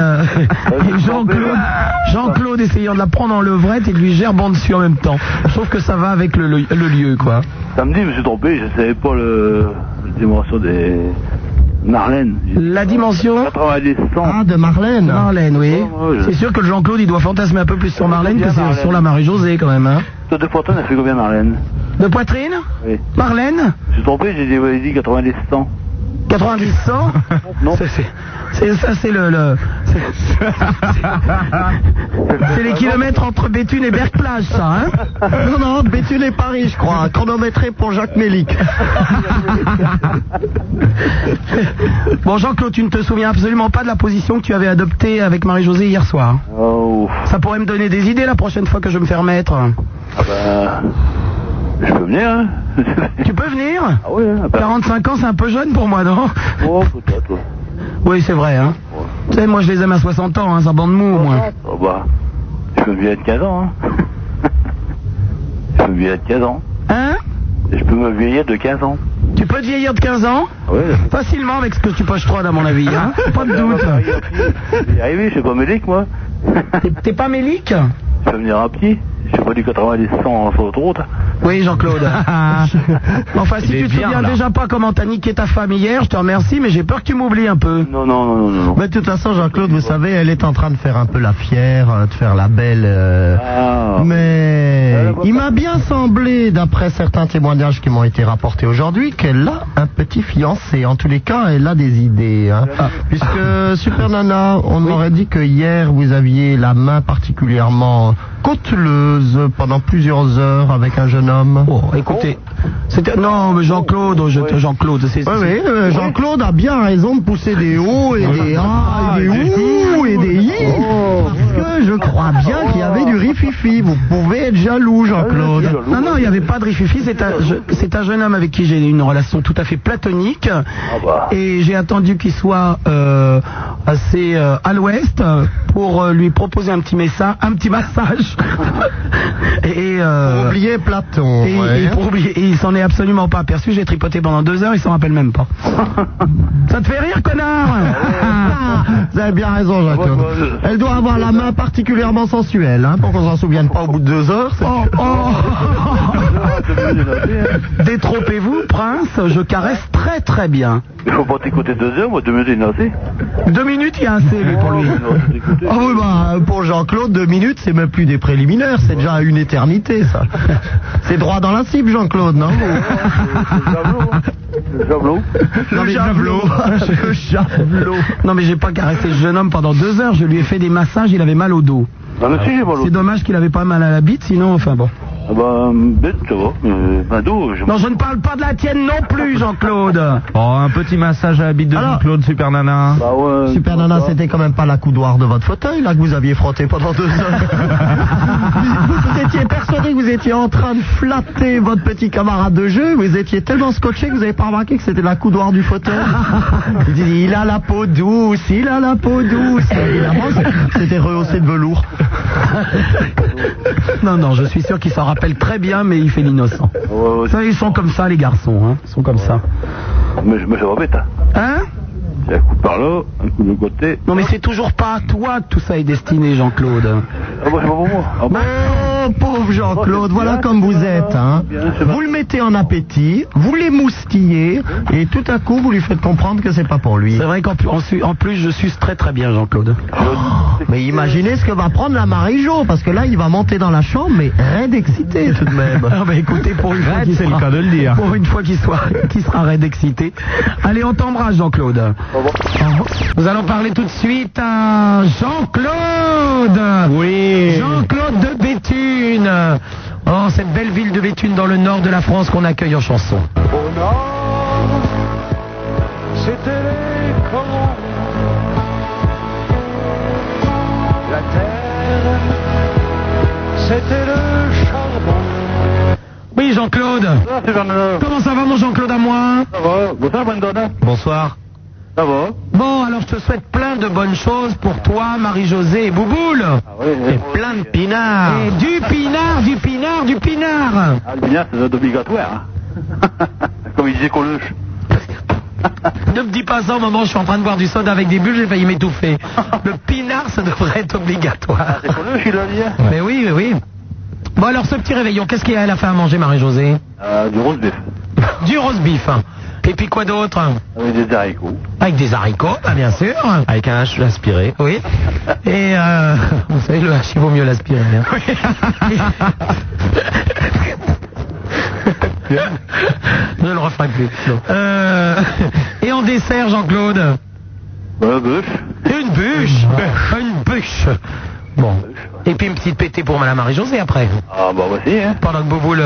Jean-Claude essayant de la prendre en levrette et de lui gerbant dessus en même temps. Je trouve que ça va avec le lieu, quoi. Samedi, je me suis trompé, je savais pas la dimension des... Marlène. La dimension 90 100. Ah, de Marlène. Marlène, oui. C'est sûr que le Jean-Claude, il doit fantasmer un peu plus sur Marlène que sur la Marie-Josée, quand même. Hein. Toi, de poitrine, elle fait combien, Marlène? De poitrine? Oui. Marlène? Je suis trompé, j'ai dit 90 100. 90 100? Non. C'est les kilomètres entre Béthune et Berck-Plage, ça, hein? Non, Béthune et Paris, je crois. Chronométré pour Jacques Mélic. Bon, Jean-Claude, tu ne te souviens absolument pas de la position que tu avais adoptée avec Marie-Josée hier soir? Oh. Ça pourrait me donner des idées la prochaine fois que je me fais remettre. Ah bah... Je peux venir, hein? Tu peux venir? Ah oui, hein, 45 ans, c'est un peu jeune pour moi, non? Oh, peut-être. Oui, c'est vrai, hein. Ouais. Tu sais, moi je les aime à 60 ans, hein, ça bande mou, au moins. Oh bah... Je peux vieillir de 15 ans, hein? Je peux vieillir de 15 ans. Hein? Je peux me vieillir de 15 ans. Tu peux te vieillir de 15 ans? Oui. Facilement avec ce que tu poches 3 à mon avis, hein? Pas de doute. Je vais y arriver, je suis pas mélique, moi. T'es pas mélique? Je peux venir à pied. Je suis pas du 90 100 sur l'autoroute. Oui, Jean-Claude. Enfin, si tu te souviens déjà pas comment t'as niqué ta femme hier, je te remercie, mais j'ai peur que tu m'oublies un peu. Non. Mais de toute façon, Jean-Claude, vous savez, elle est en train de faire un peu la fière, de faire la belle. Mais il m'a bien semblé, d'après certains témoignages qui m'ont été rapportés aujourd'hui, qu'elle a un petit fiancé. En tous les cas, elle a des idées. Hein. Puisque, Super Nana, on m'aurait dit que hier, vous aviez la main particulièrement cauteleuse pendant plusieurs heures avec un jeune homme. Oh, écoutez, c'était... Non, mais Jean-Claude, Jean-Claude, c'est... Oui, Jean-Claude a bien raison de pousser des hauts et des ah, et des ouh et des i. Parce que je crois bien qu'il y avait du rififi. Vous pouvez être jaloux, Jean-Claude. Non, il n'y avait pas de rififi. C'est un jeune homme avec qui j'ai une relation tout à fait platonique. Et j'ai attendu qu'il soit assez à l'ouest pour lui proposer un petit massage. Et pour oublier Platon. Et il s'en est absolument pas aperçu. J'ai tripoté pendant 2 heures, il s'en rappelle même pas. Ça te fait rire, connard? Vous avez bien raison, Jean-Claude. Elle doit avoir la main particulièrement sensuelle, hein, pour qu'on s'en souvienne pas au bout de 2 heures. Détrompez-vous, prince, je caresse très très bien. Il faut pas t'écouter 2 heures, moi 2 minutes il y en a assez. 2 minutes il y a assez, lui, pour lui. Ah oui, bah, pour Jean-Claude, 2 minutes, c'est même plus des préliminaires, c'est déjà une éternité, ça. C'est droit dans la cible, Jean-Claude, non? Le javelot. Le javelot. Le javelot. Non, mais j'ai pas caressé ce jeune homme pendant 2 heures, je lui ai fait des massages, il avait mal au dos. Ah, mais si, j'ai mal au dos. C'est dommage qu'il avait pas mal à la bite, sinon, enfin bon. Ah bah, bête, ça va. Dos, non, je ne parle pas de la tienne non plus, Jean-Claude. Oh, un petit massage à la bite de Jean-Claude, Super Nana. Bah ouais. Super Nana, c'était quand même pas la coudoir de votre fauteuil, là, que vous aviez frotté pendant 2 heures. Vous étiez persuadé que vous étiez en train de flatter votre petit camarade de jeu, vous étiez tellement scotché que vous n'avez pas remarqué que c'était la coudoir du fauteuil. Il a la peau douce, il a la peau douce. Évidemment, c'était rehaussé de velours. Non, je suis sûr qu'il s'en rappelle très bien, mais il fait l'innocent. Ça, ils sont comme ça, les garçons, hein. Ils sont comme ça. Mais je me fais rebête, hein. Hein? C'est un coup par là, un coup de côté. Non, mais c'est toujours pas à toi que tout ça est destiné, Jean-Claude. Ah bah, c'est pas pour moi. Ah bah. Oh, pauvre Jean-Claude, voilà comme vous êtes, hein. Vous le mettez en appétit, vous l'émoustillez, et tout à coup, vous lui faites comprendre que c'est pas pour lui. C'est vrai qu'en plus, je suce très très bien, Jean-Claude. Mais imaginez ce que va prendre la Marie-Jo, parce que là, il va monter dans la chambre, mais raide excité tout de même. Ah bah écoutez, pour une fois qu'il c'est le cas de le dire. Pour une fois qu'il sera raide excité. Allez, on t'embrasse, Jean-Claude. Nous allons parler tout de suite à Jean-Claude. Oui. Jean-Claude de Béthune. Oh, cette belle ville de Béthune dans le nord de la France qu'on accueille en chanson. Au nord, c'était les corons. Jean-Claude. Comment ça va, mon Jean-Claude à moi? Ça va. Bonsoir, Brandon. Bonsoir. Ça va. Bon, alors je te souhaite plein de bonnes choses pour toi, Marie-Josée et Bouboule. Et plein de pinards. Et du pinard, du pinard, du pinard. Ah, le pinard, c'est obligatoire. Hein. Comme il disait Coluche. Ne me dis pas ça au moment où je suis en train de boire du soda avec des bulles, j'ai failli m'étouffer. Le pinard, ça devrait être obligatoire. C'est Coluche, il a dit. Hein. Mais oui, mais oui. Bon, alors ce petit réveillon, qu'est-ce qu'elle a fait à manger, Marie-Josée? Du roast beef. Du roast beef. Et puis quoi d'autre? Avec des haricots. Avec des haricots, bah, bien sûr. Avec un hache aspiré. Oui. Et vous savez, le hache, il vaut mieux l'aspirer. Hein. Je ne le referai plus. Et en dessert, Jean-Claude? Bûche. Une bûche. Une bûche. Bon. Et puis une petite pétée pour Madame Marie-Josée après. Ah bah voici, hein. Pendant que Bouboule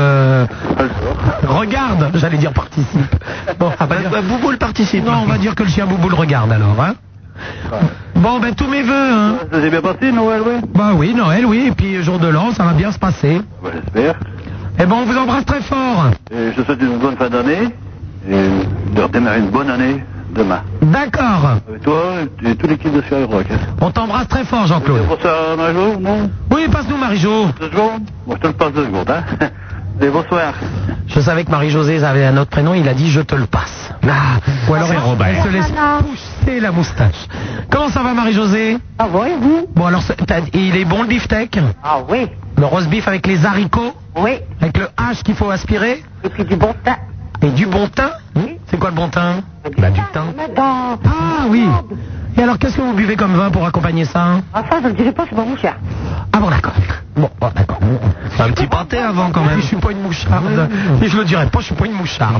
regarde, j'allais dire participe. Bon, on va dire... Bouboule participe. Non, on va dire que le chien Bouboule regarde alors, hein. Bon, ben tous mes vœux, hein. Ça s'est bien passé, Noël, oui? Bah oui, Noël, oui. Et puis jour de l'an, ça va bien se passer. Bah, j'espère. Eh ben, on vous embrasse très fort. Et je te souhaite une bonne fin d'année. Et de redémarrer une bonne année demain. D'accord. Avec toi et toute l'équipe de Skyrock. Hein. On t'embrasse très fort, Jean-Claude. Bonsoir, Marie-Jo, non? Oui, passe-nous, Marie-Jo. 2 secondes? Bon, je te le passe 2 secondes, hein. Et bonsoir. Je savais que Marie-Josée avait un autre prénom, il a dit je te le passe. Ah, ou alors elle se laisse pousser la moustache. Comment ça va, Marie-Josée? Ah oui, vous? Bon, alors, il est bon le beefsteak? Ah oui. Le roast beef avec les haricots? Oui. Avec le hache qu'il faut aspirer? Et puis du bon thym. Et du bon thym? Oui. C'est quoi le bon thym? Bah, du thym. Ah oui. Et alors, qu'est-ce que vous buvez comme vin pour accompagner ça? Ah ça, je ne dirais pas, c'est pas mon cher. Ah bon, d'accord. Bon, d'accord. Un petit pâté avant quand même. Je suis pas une moucharde. Et je le dirais pas, je suis pas une moucharde.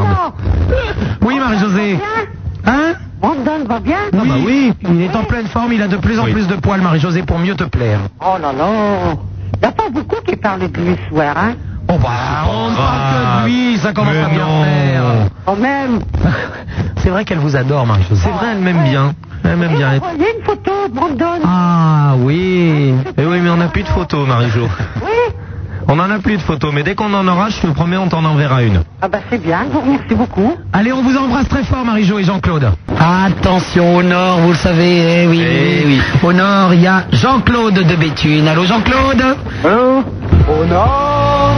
Oui, Marie-Josée. Hein? Brandon va bien? Oui. Ah bah oui, il est en pleine forme, il a de plus en plus de poils, Marie-Josée, pour mieux te plaire. Oh là là. Il n'y a pas beaucoup qui parlent de lui ce soir, hein? Oh bah, on ne parle que de lui, ça commence à bien faire. Quand même. C'est vrai qu'elle vous adore, Marie-Josée. C'est vrai, elle m'aime bien. Elle m'aime bien. Il y a une photo de Brandon. Ah oui. Eh oui, mais on n'a plus de photos, Marie-Jo. Oui. On en a plus de photos, mais dès qu'on en aura, je te promets, on t'en enverra une. Ah bah c'est bien, je vous remercie beaucoup. Allez, on vous embrasse très fort, Marie-Jo et Jean-Claude. Attention, au nord, vous le savez, oui. Au nord, il y a Jean-Claude de Béthune. Allô, Jean-Claude? Allô? Au nord,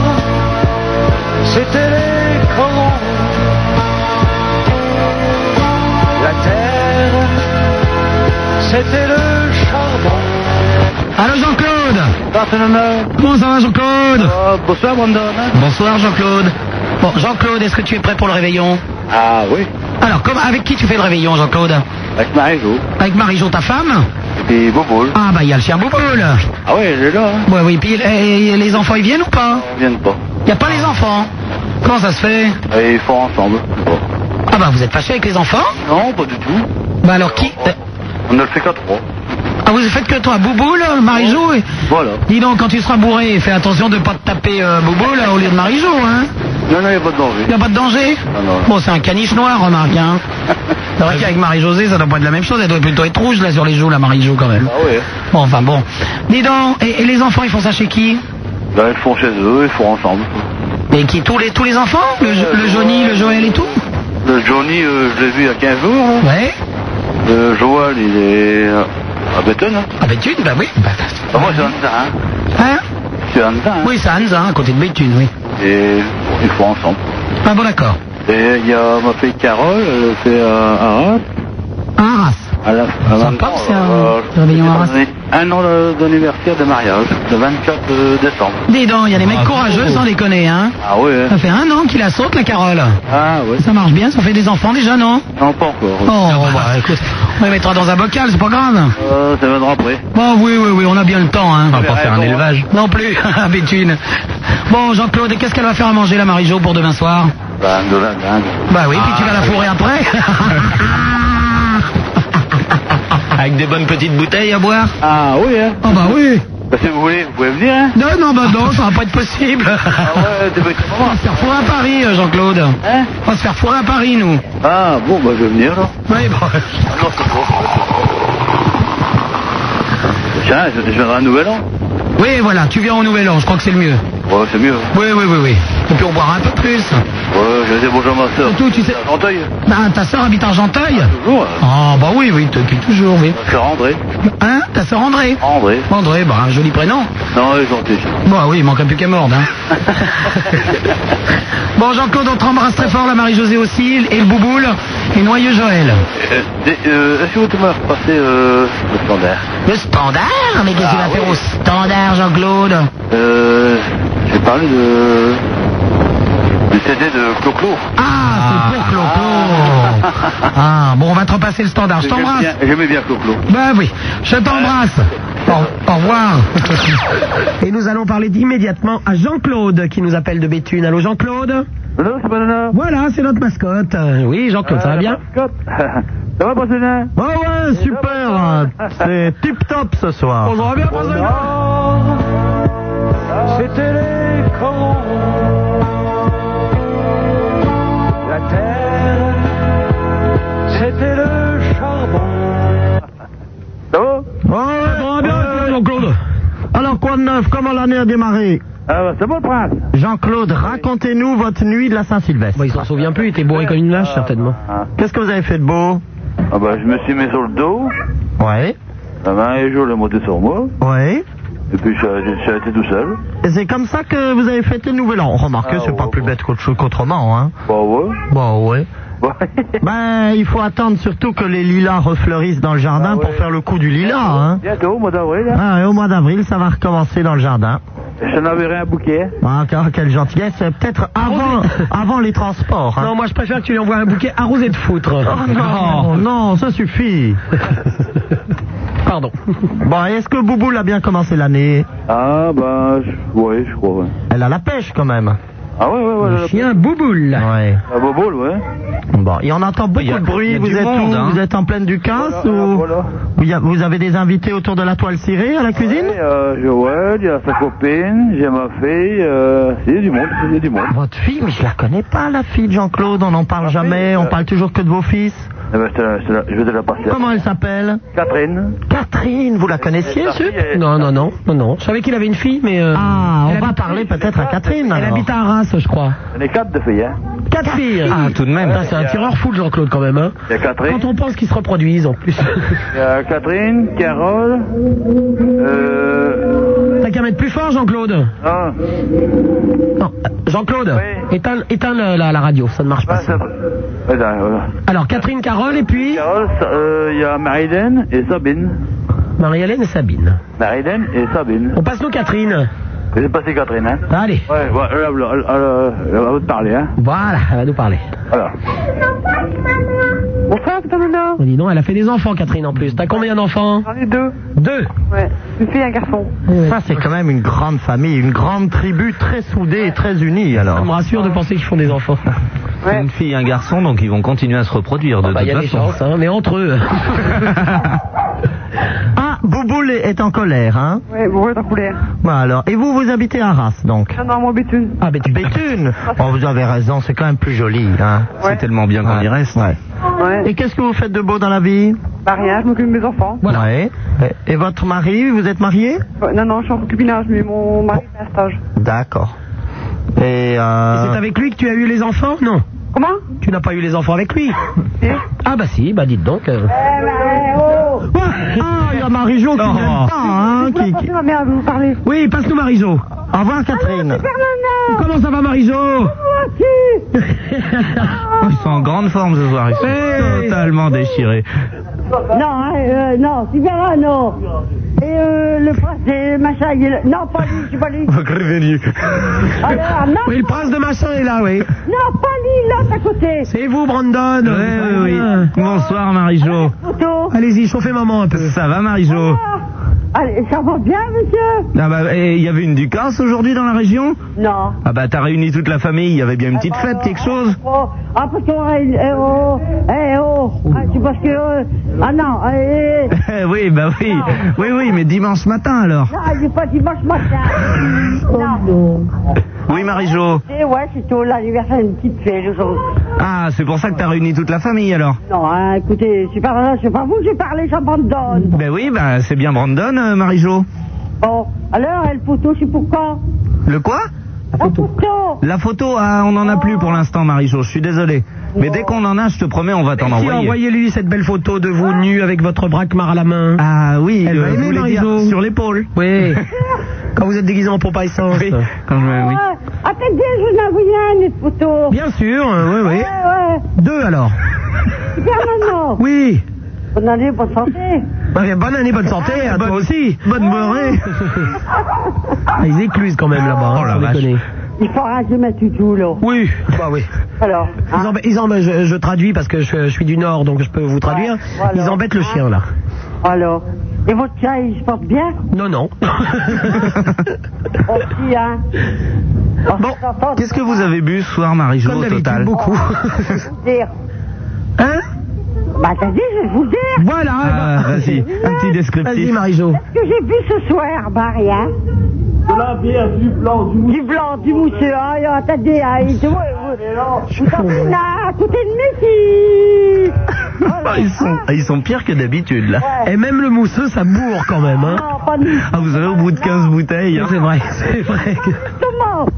c'était les corons. La terre, c'était le charbon. Allô, Jean-Claude? Comment ça va, Jean-Claude? Bonsoir, Brandon. Bonsoir, Jean-Claude. Bon, Jean-Claude, est-ce que tu es prêt pour le réveillon? Ah oui. Alors, avec qui tu fais le réveillon, Jean-Claude? Avec Marie-Jo. Avec Marie-Jo, ta femme? Et Bouboule. Ah bah, il y a le chien Bouboule. Ah oui, elle est là. Hein. Ouais, oui, puis les enfants, ils viennent ou pas? Ils viennent pas. Il n'y a pas les enfants. Comment ça se fait? Et ils font ensemble. Bon. Ah bah, vous êtes fâchés avec les enfants? Non, pas du tout. Bah alors qui? On ne le fait qu'à 3. Ah, vous faites que toi, Bouboule, Marie-Jo et... Voilà. Dis donc, quand tu seras bourré, fais attention de ne pas te taper Bouboule au lieu de Marie-Jo, hein? Non, il n'y a pas de danger. Il n'y a pas de danger? Non. Bon, c'est un caniche noir, remarque, hein? C'est vrai qu'avec Marie-Josée, ça doit pas être la même chose, elle doit plutôt être rouge, là, sur les joues, la Marie-Jo, quand même. Ah oui. Bon, enfin, bon. Dis donc, et les enfants, ils font ça chez qui? Là, ils font chez eux, ils font ensemble. Et qui, tous les enfants? Le Johnny, le Joël et tout? Le Johnny, je l'ai vu il y a 15 jours. Là. Ouais. Le Joël, il est à Béthune. Hein. À Béthune, bah oui. Ah, moi, c'est Anza, hein. Hein? C'est Anza, hein. Oui, c'est Anza, à côté de Béthune, oui. Et ils font ensemble. Ah bon, d'accord. Et il y a ma fille Carole, elle fait à Arras. Arras. Sympa, c'est un réveillon à Arras. Un an d'anniversaire de mariage, le 24 décembre. Dis donc, il y a des mecs courageux, sans déconner, hein. Ah oui, hein. Ça fait 1 an qu'il la saute, la Carole. Ah oui. Ça marche bien, ça fait des enfants déjà, non? Non, pas encore. Oh, bah écoute, on les mettra dans un bocal, c'est pas grave. Ça viendra après. Bon, oui, on a bien le temps, hein. On va pas faire un élevage. Non plus, à Béthune. Bon, Jean-Claude, qu'est-ce qu'elle va faire à manger, la Marie-Jo, pour demain soir? Bah, de la dinde. Bah oui, puis tu vas la fourrer après. Avec des bonnes petites bouteilles à boire? Ah oui, hein. Oh bah oui. Bah, si vous voulez, vous pouvez venir, hein. Non, ça va pas être possible. Ah ouais, des petits On va se faire fourrer à Paris, Jean-Claude. Hein? On va se faire fourrer à Paris, nous. Ah bon, bah je vais venir, là. Oui, bon. Non, c'est bon. Tiens, je viendrai à Nouvel An. Oui, voilà, tu viens au Nouvel An, je crois que c'est le mieux. Ouais, c'est mieux. Oui. Et puis on boira un peu plus. Ouais, je vais dire bonjour à ma soeur. Surtout, tu sais. Argenteuil. Bah, ta sœur habite à Argenteuil. Toujours. Ah, bah oui, depuis toujours, oui. Ma soeur André. Hein? Ta sœur André? André. André, bah, un joli prénom. Non, elle est gentille. Bah oui, il manquerait plus qu'à mordre, hein. Bon, Jean-Claude, on t'embrasse très fort, la Marie-Josée aussi, et le Bouboule, et Noyeux Joël. Est-ce que vous pouvez me repasser le standard? Le standard? Mais qu'est-ce qu'il va faire au standard, Jean-Claude? J'ai parlé du CD de Clo-Clo. Ah, c'est pour Clo-Clo. Ah, bon, on va te repasser le standard. Je t'embrasse. J'aimais bien Clo-Clo. Bah oui, je t'embrasse. Au revoir. Et nous allons parler immédiatement à Jean-Claude qui nous appelle de Béthune. Allô, Jean-Claude? Allô, c'est Banana. Voilà, c'est notre mascotte. Oui, Jean-Claude, ça va bien? Ça va, Brasselin? Oh ouais, super. C'est tip-top ce soir. On va bien, Brasselin. C'était les corons. La terre, c'était le charbon. Ça va? Ouais, bien, Jean-Claude. Alors, quoi de neuf? Comment l'année a démarré? Ah bah, c'est bon, Prince. Jean-Claude, racontez-nous votre nuit de la Saint-Sylvestre. Bah, il s'en souvient plus, il était bourré comme une vache, certainement. Qu'est-ce que vous avez fait de beau? Ah bah, je me suis mis sur le dos. Ouais. La main et jour, elle est montée sur moi. Ouais. Et puis, je suis resté tout seul. Et c'est comme ça que vous avez fêté le Nouvel An. Remarquez, c'est pas plus bête qu'autrement, hein. Bah ouais. Bah ouais. Ben, il faut attendre surtout que les lilas refleurissent dans le jardin pour faire le coup du lilas, hein. Bientôt, au mois d'avril. Ah, et au mois d'avril, ça va recommencer dans le jardin. Je t'en enverrai un bouquet. Ah, quelle gentillesse. Peut-être avant les transports. Hein. Non, moi je préfère que tu lui envoies un bouquet arrosé de foutre. Oh non, ça suffit. Pardon. Bon, est-ce que Bouboule a bien commencé l'année? Ah bah, ouais, je crois, ouais. Elle a la pêche quand même. Ah ouais. Le chien Bouboule. Ouais. La boboule, ouais. Bon, et on entend beaucoup de bruit. Vous êtes où? Vous êtes en pleine Ducasse ou vous avez des invités autour de la toile cirée à la cuisine? Joël, il y a sa copine, j'ai ma fille, il y a du monde, Votre fille? Mais je la connais pas, la fille de Jean-Claude, on n'en parle jamais, on parle toujours que de vos fils. Eh ben, je vais te la passer. Comment elle s'appelle? Catherine. Catherine, vous la connaissiez, Sup? Non. Je savais qu'il avait une fille, mais... Ah, on va parler peut-être à Catherine, Elle alors. habite à Arras, je crois. Il y en a 4 de filles, hein. 4 filles. Ah, tout de même. C'est un tireur fou de Jean-Claude quand même, hein. Il y a Catherine. Quand on pense qu'ils se reproduisent en plus. Il y a Catherine, Carole, T'as qu'à mettre plus fort, Jean-Claude. Ah. Non, Jean-Claude, éteins la radio, ça ne marche pas. Ça. Voilà. Alors, Catherine, Carole, et puis... Carole, il y a Marie-Hélène et Sabine. Marie-Hélène et Sabine. Marie-Hélène et Sabine. On passe nous Catherine. Je vais passer Catherine, hein. Allez. Ouais, elle va te parler, hein. Voilà, elle va nous parler. Voilà. Bonsoir, c'est Nana. On dit non, elle a fait des enfants, Catherine, en plus. T'as combien d'enfants? J'en ai 2. 2? Ouais, une fille et un garçon. Ça, c'est quand même une grande famille, une grande tribu très soudée et très unie, alors. Ça me rassure de penser qu'ils font des enfants. C'est une fille et un garçon, donc ils vont continuer à se reproduire de toute y a des façon. chances, hein, mais entre eux. Ah, Bouboule est en colère, hein? Ouais, bon, est en colère. Bon, alors, et vous habitez à Arras, donc? Non, moi, Béthune. Ah, Béthune. Oh, vous avez raison, c'est quand même plus joli, hein? C'est tellement bien qu'on y reste. Ouais. Ouais. Et qu'est-ce que vous faites de beau dans la vie? Bah, rien, je m'occupe de mes enfants. Voilà. Ouais. Et votre mari, vous êtes marié? Non, je suis en concubinage, mais mon mari fait un stage. D'accord. Et Et c'est avec lui que tu as eu les enfants? Non. Comment? Tu n'as pas eu les enfants avec lui? Ah bah si, bah dites donc. Ah, il y a Marie-Jo qui n'aime pas, hein? Qui... Ma mère veut vous parler. Oui, passe-nous Marie-Jo. Au revoir, Catherine. Comment ça va, Marie-Jo? Ils sont en grande forme ce soir, ils sont totalement déchirés. Non, non, Super non. Et le prince des machins, il est là. Non, pas lui, c'est pas lui. Alors, non. Oui, le prince de machin est là, oui. Non, pas lui, là, à côté. C'est vous, Brandon. Oui. Bonsoir, Marie-Jo. Allez-y, chauffez maman un peu. Ça va, Marie-Jo? Allez, ça va bien, monsieur? Ah bah, il y avait une Ducasse aujourd'hui dans la région? Non. Ah bah, t'as réuni toute la famille, il y avait bien une petite fête, quelque chose? Ah, parce qu'on a une... c'est parce que... ah non, Oui, bah oui. Oui, mais dimanche matin, alors? Non, il n'est pas dimanche matin. Non. Oui, Marie-Jo. Ouais, c'était l'anniversaire d'une petite fille aujourd'hui. Ah, c'est pour ça que t'as réuni toute la famille, alors? Non, hein, écoutez, c'est pas vous que j'ai parlé, ça Brandon. Ben oui, bah c'est bien Brandon, Marie-Jo. Bon, alors, elle photo, c'est pour quand? Le quoi? La photo, ah, on n'en a plus pour l'instant, Marie-Jo, je suis désolé. Mais dès qu'on en a, je te promets, on va t'en envoyer. Envoyez-lui cette belle photo de vous nus avec votre braquemar à la main. Ah oui, Elle va aimer, vous voulez dire Marie-Jo. sur l'épaule. Oui. Quand vous êtes déguisé en pompe à essence. Oui. Quand je, oui. Attendez, je vous envoie une photo. Bien sûr, oui, oui. Ouais. 2 alors. Super Nana. Oui. Bonne année, bonne santé. Bonne année, bonne santé, à toi aussi. Bonne beurrée. Ah, ils éclusent quand même là-bas, Oh la sans vache. déconner. Il faut arranger ma toutou, là. Oui, bah oui. Alors, je traduis parce que je suis du Nord, donc je peux vous traduire. Ouais, voilà. Ils embêtent le chien, là. alors. Et votre chat, il se porte bien? Non, non. Aussi, hein. Bon, qu'est-ce que vous avez bu ce soir, Marie-Jo, Comme au d'habitude, total? beaucoup. Je vais vous dire. Hein? Bah, t'as dit, je vais vous dire. Voilà. Ah, vas-y, un petit descriptif. Vas-y, Marie-Jo. Ce que j'ai vu ce soir, bah, rien. De la bière, du blanc, du mousseux. Du blanc, du mousseux, hein, attendez, hein, vous sortez là, tout est Ils sont pires que d'habitude, là. Et même le mousseux, ça bourre quand même, hein. Non, pas nous. Ah, vous savez, au bout de 15 bouteilles. Hein. C'est vrai, c'est vrai. Comment?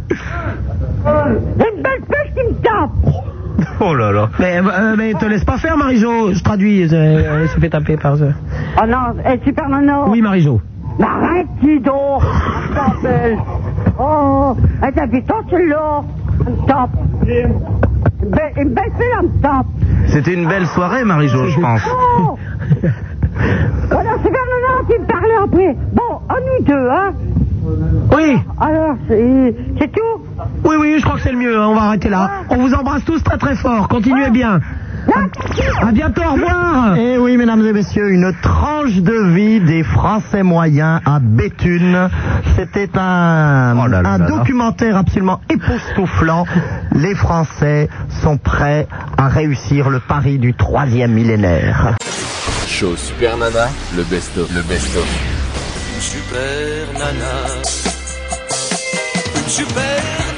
J'ai une belle pêche qui me tape. Oh là là. Mais te laisse pas faire, Marie-Jo. Je traduis, elle se fait taper par ça. Oh non, super Nano. Oui, Marie-Jo. Mais arrête, dis donc. Elle t'appelle. Oh, elle t'habitante, celle-là. Elle me tape. Une belle fille, elle me tape. C'était une belle soirée, Marie-Jo, je pense. Oh. Voilà, super Nano qui me parlait après. Bon, à nous deux, hein. Oui. Alors, c'est tout? Oui, oui, je crois que c'est le mieux, hein, on va arrêter là. On vous embrasse tous très très fort, continuez bien. À bientôt, au revoir. Et oui, mesdames et messieurs, une tranche de vie des Français moyens à Béthune. C'était un documentaire absolument époustouflant. Les Français sont prêts à réussir le pari du 3e millénaire. Show Super Nana, le best-of. Super Nana. Une super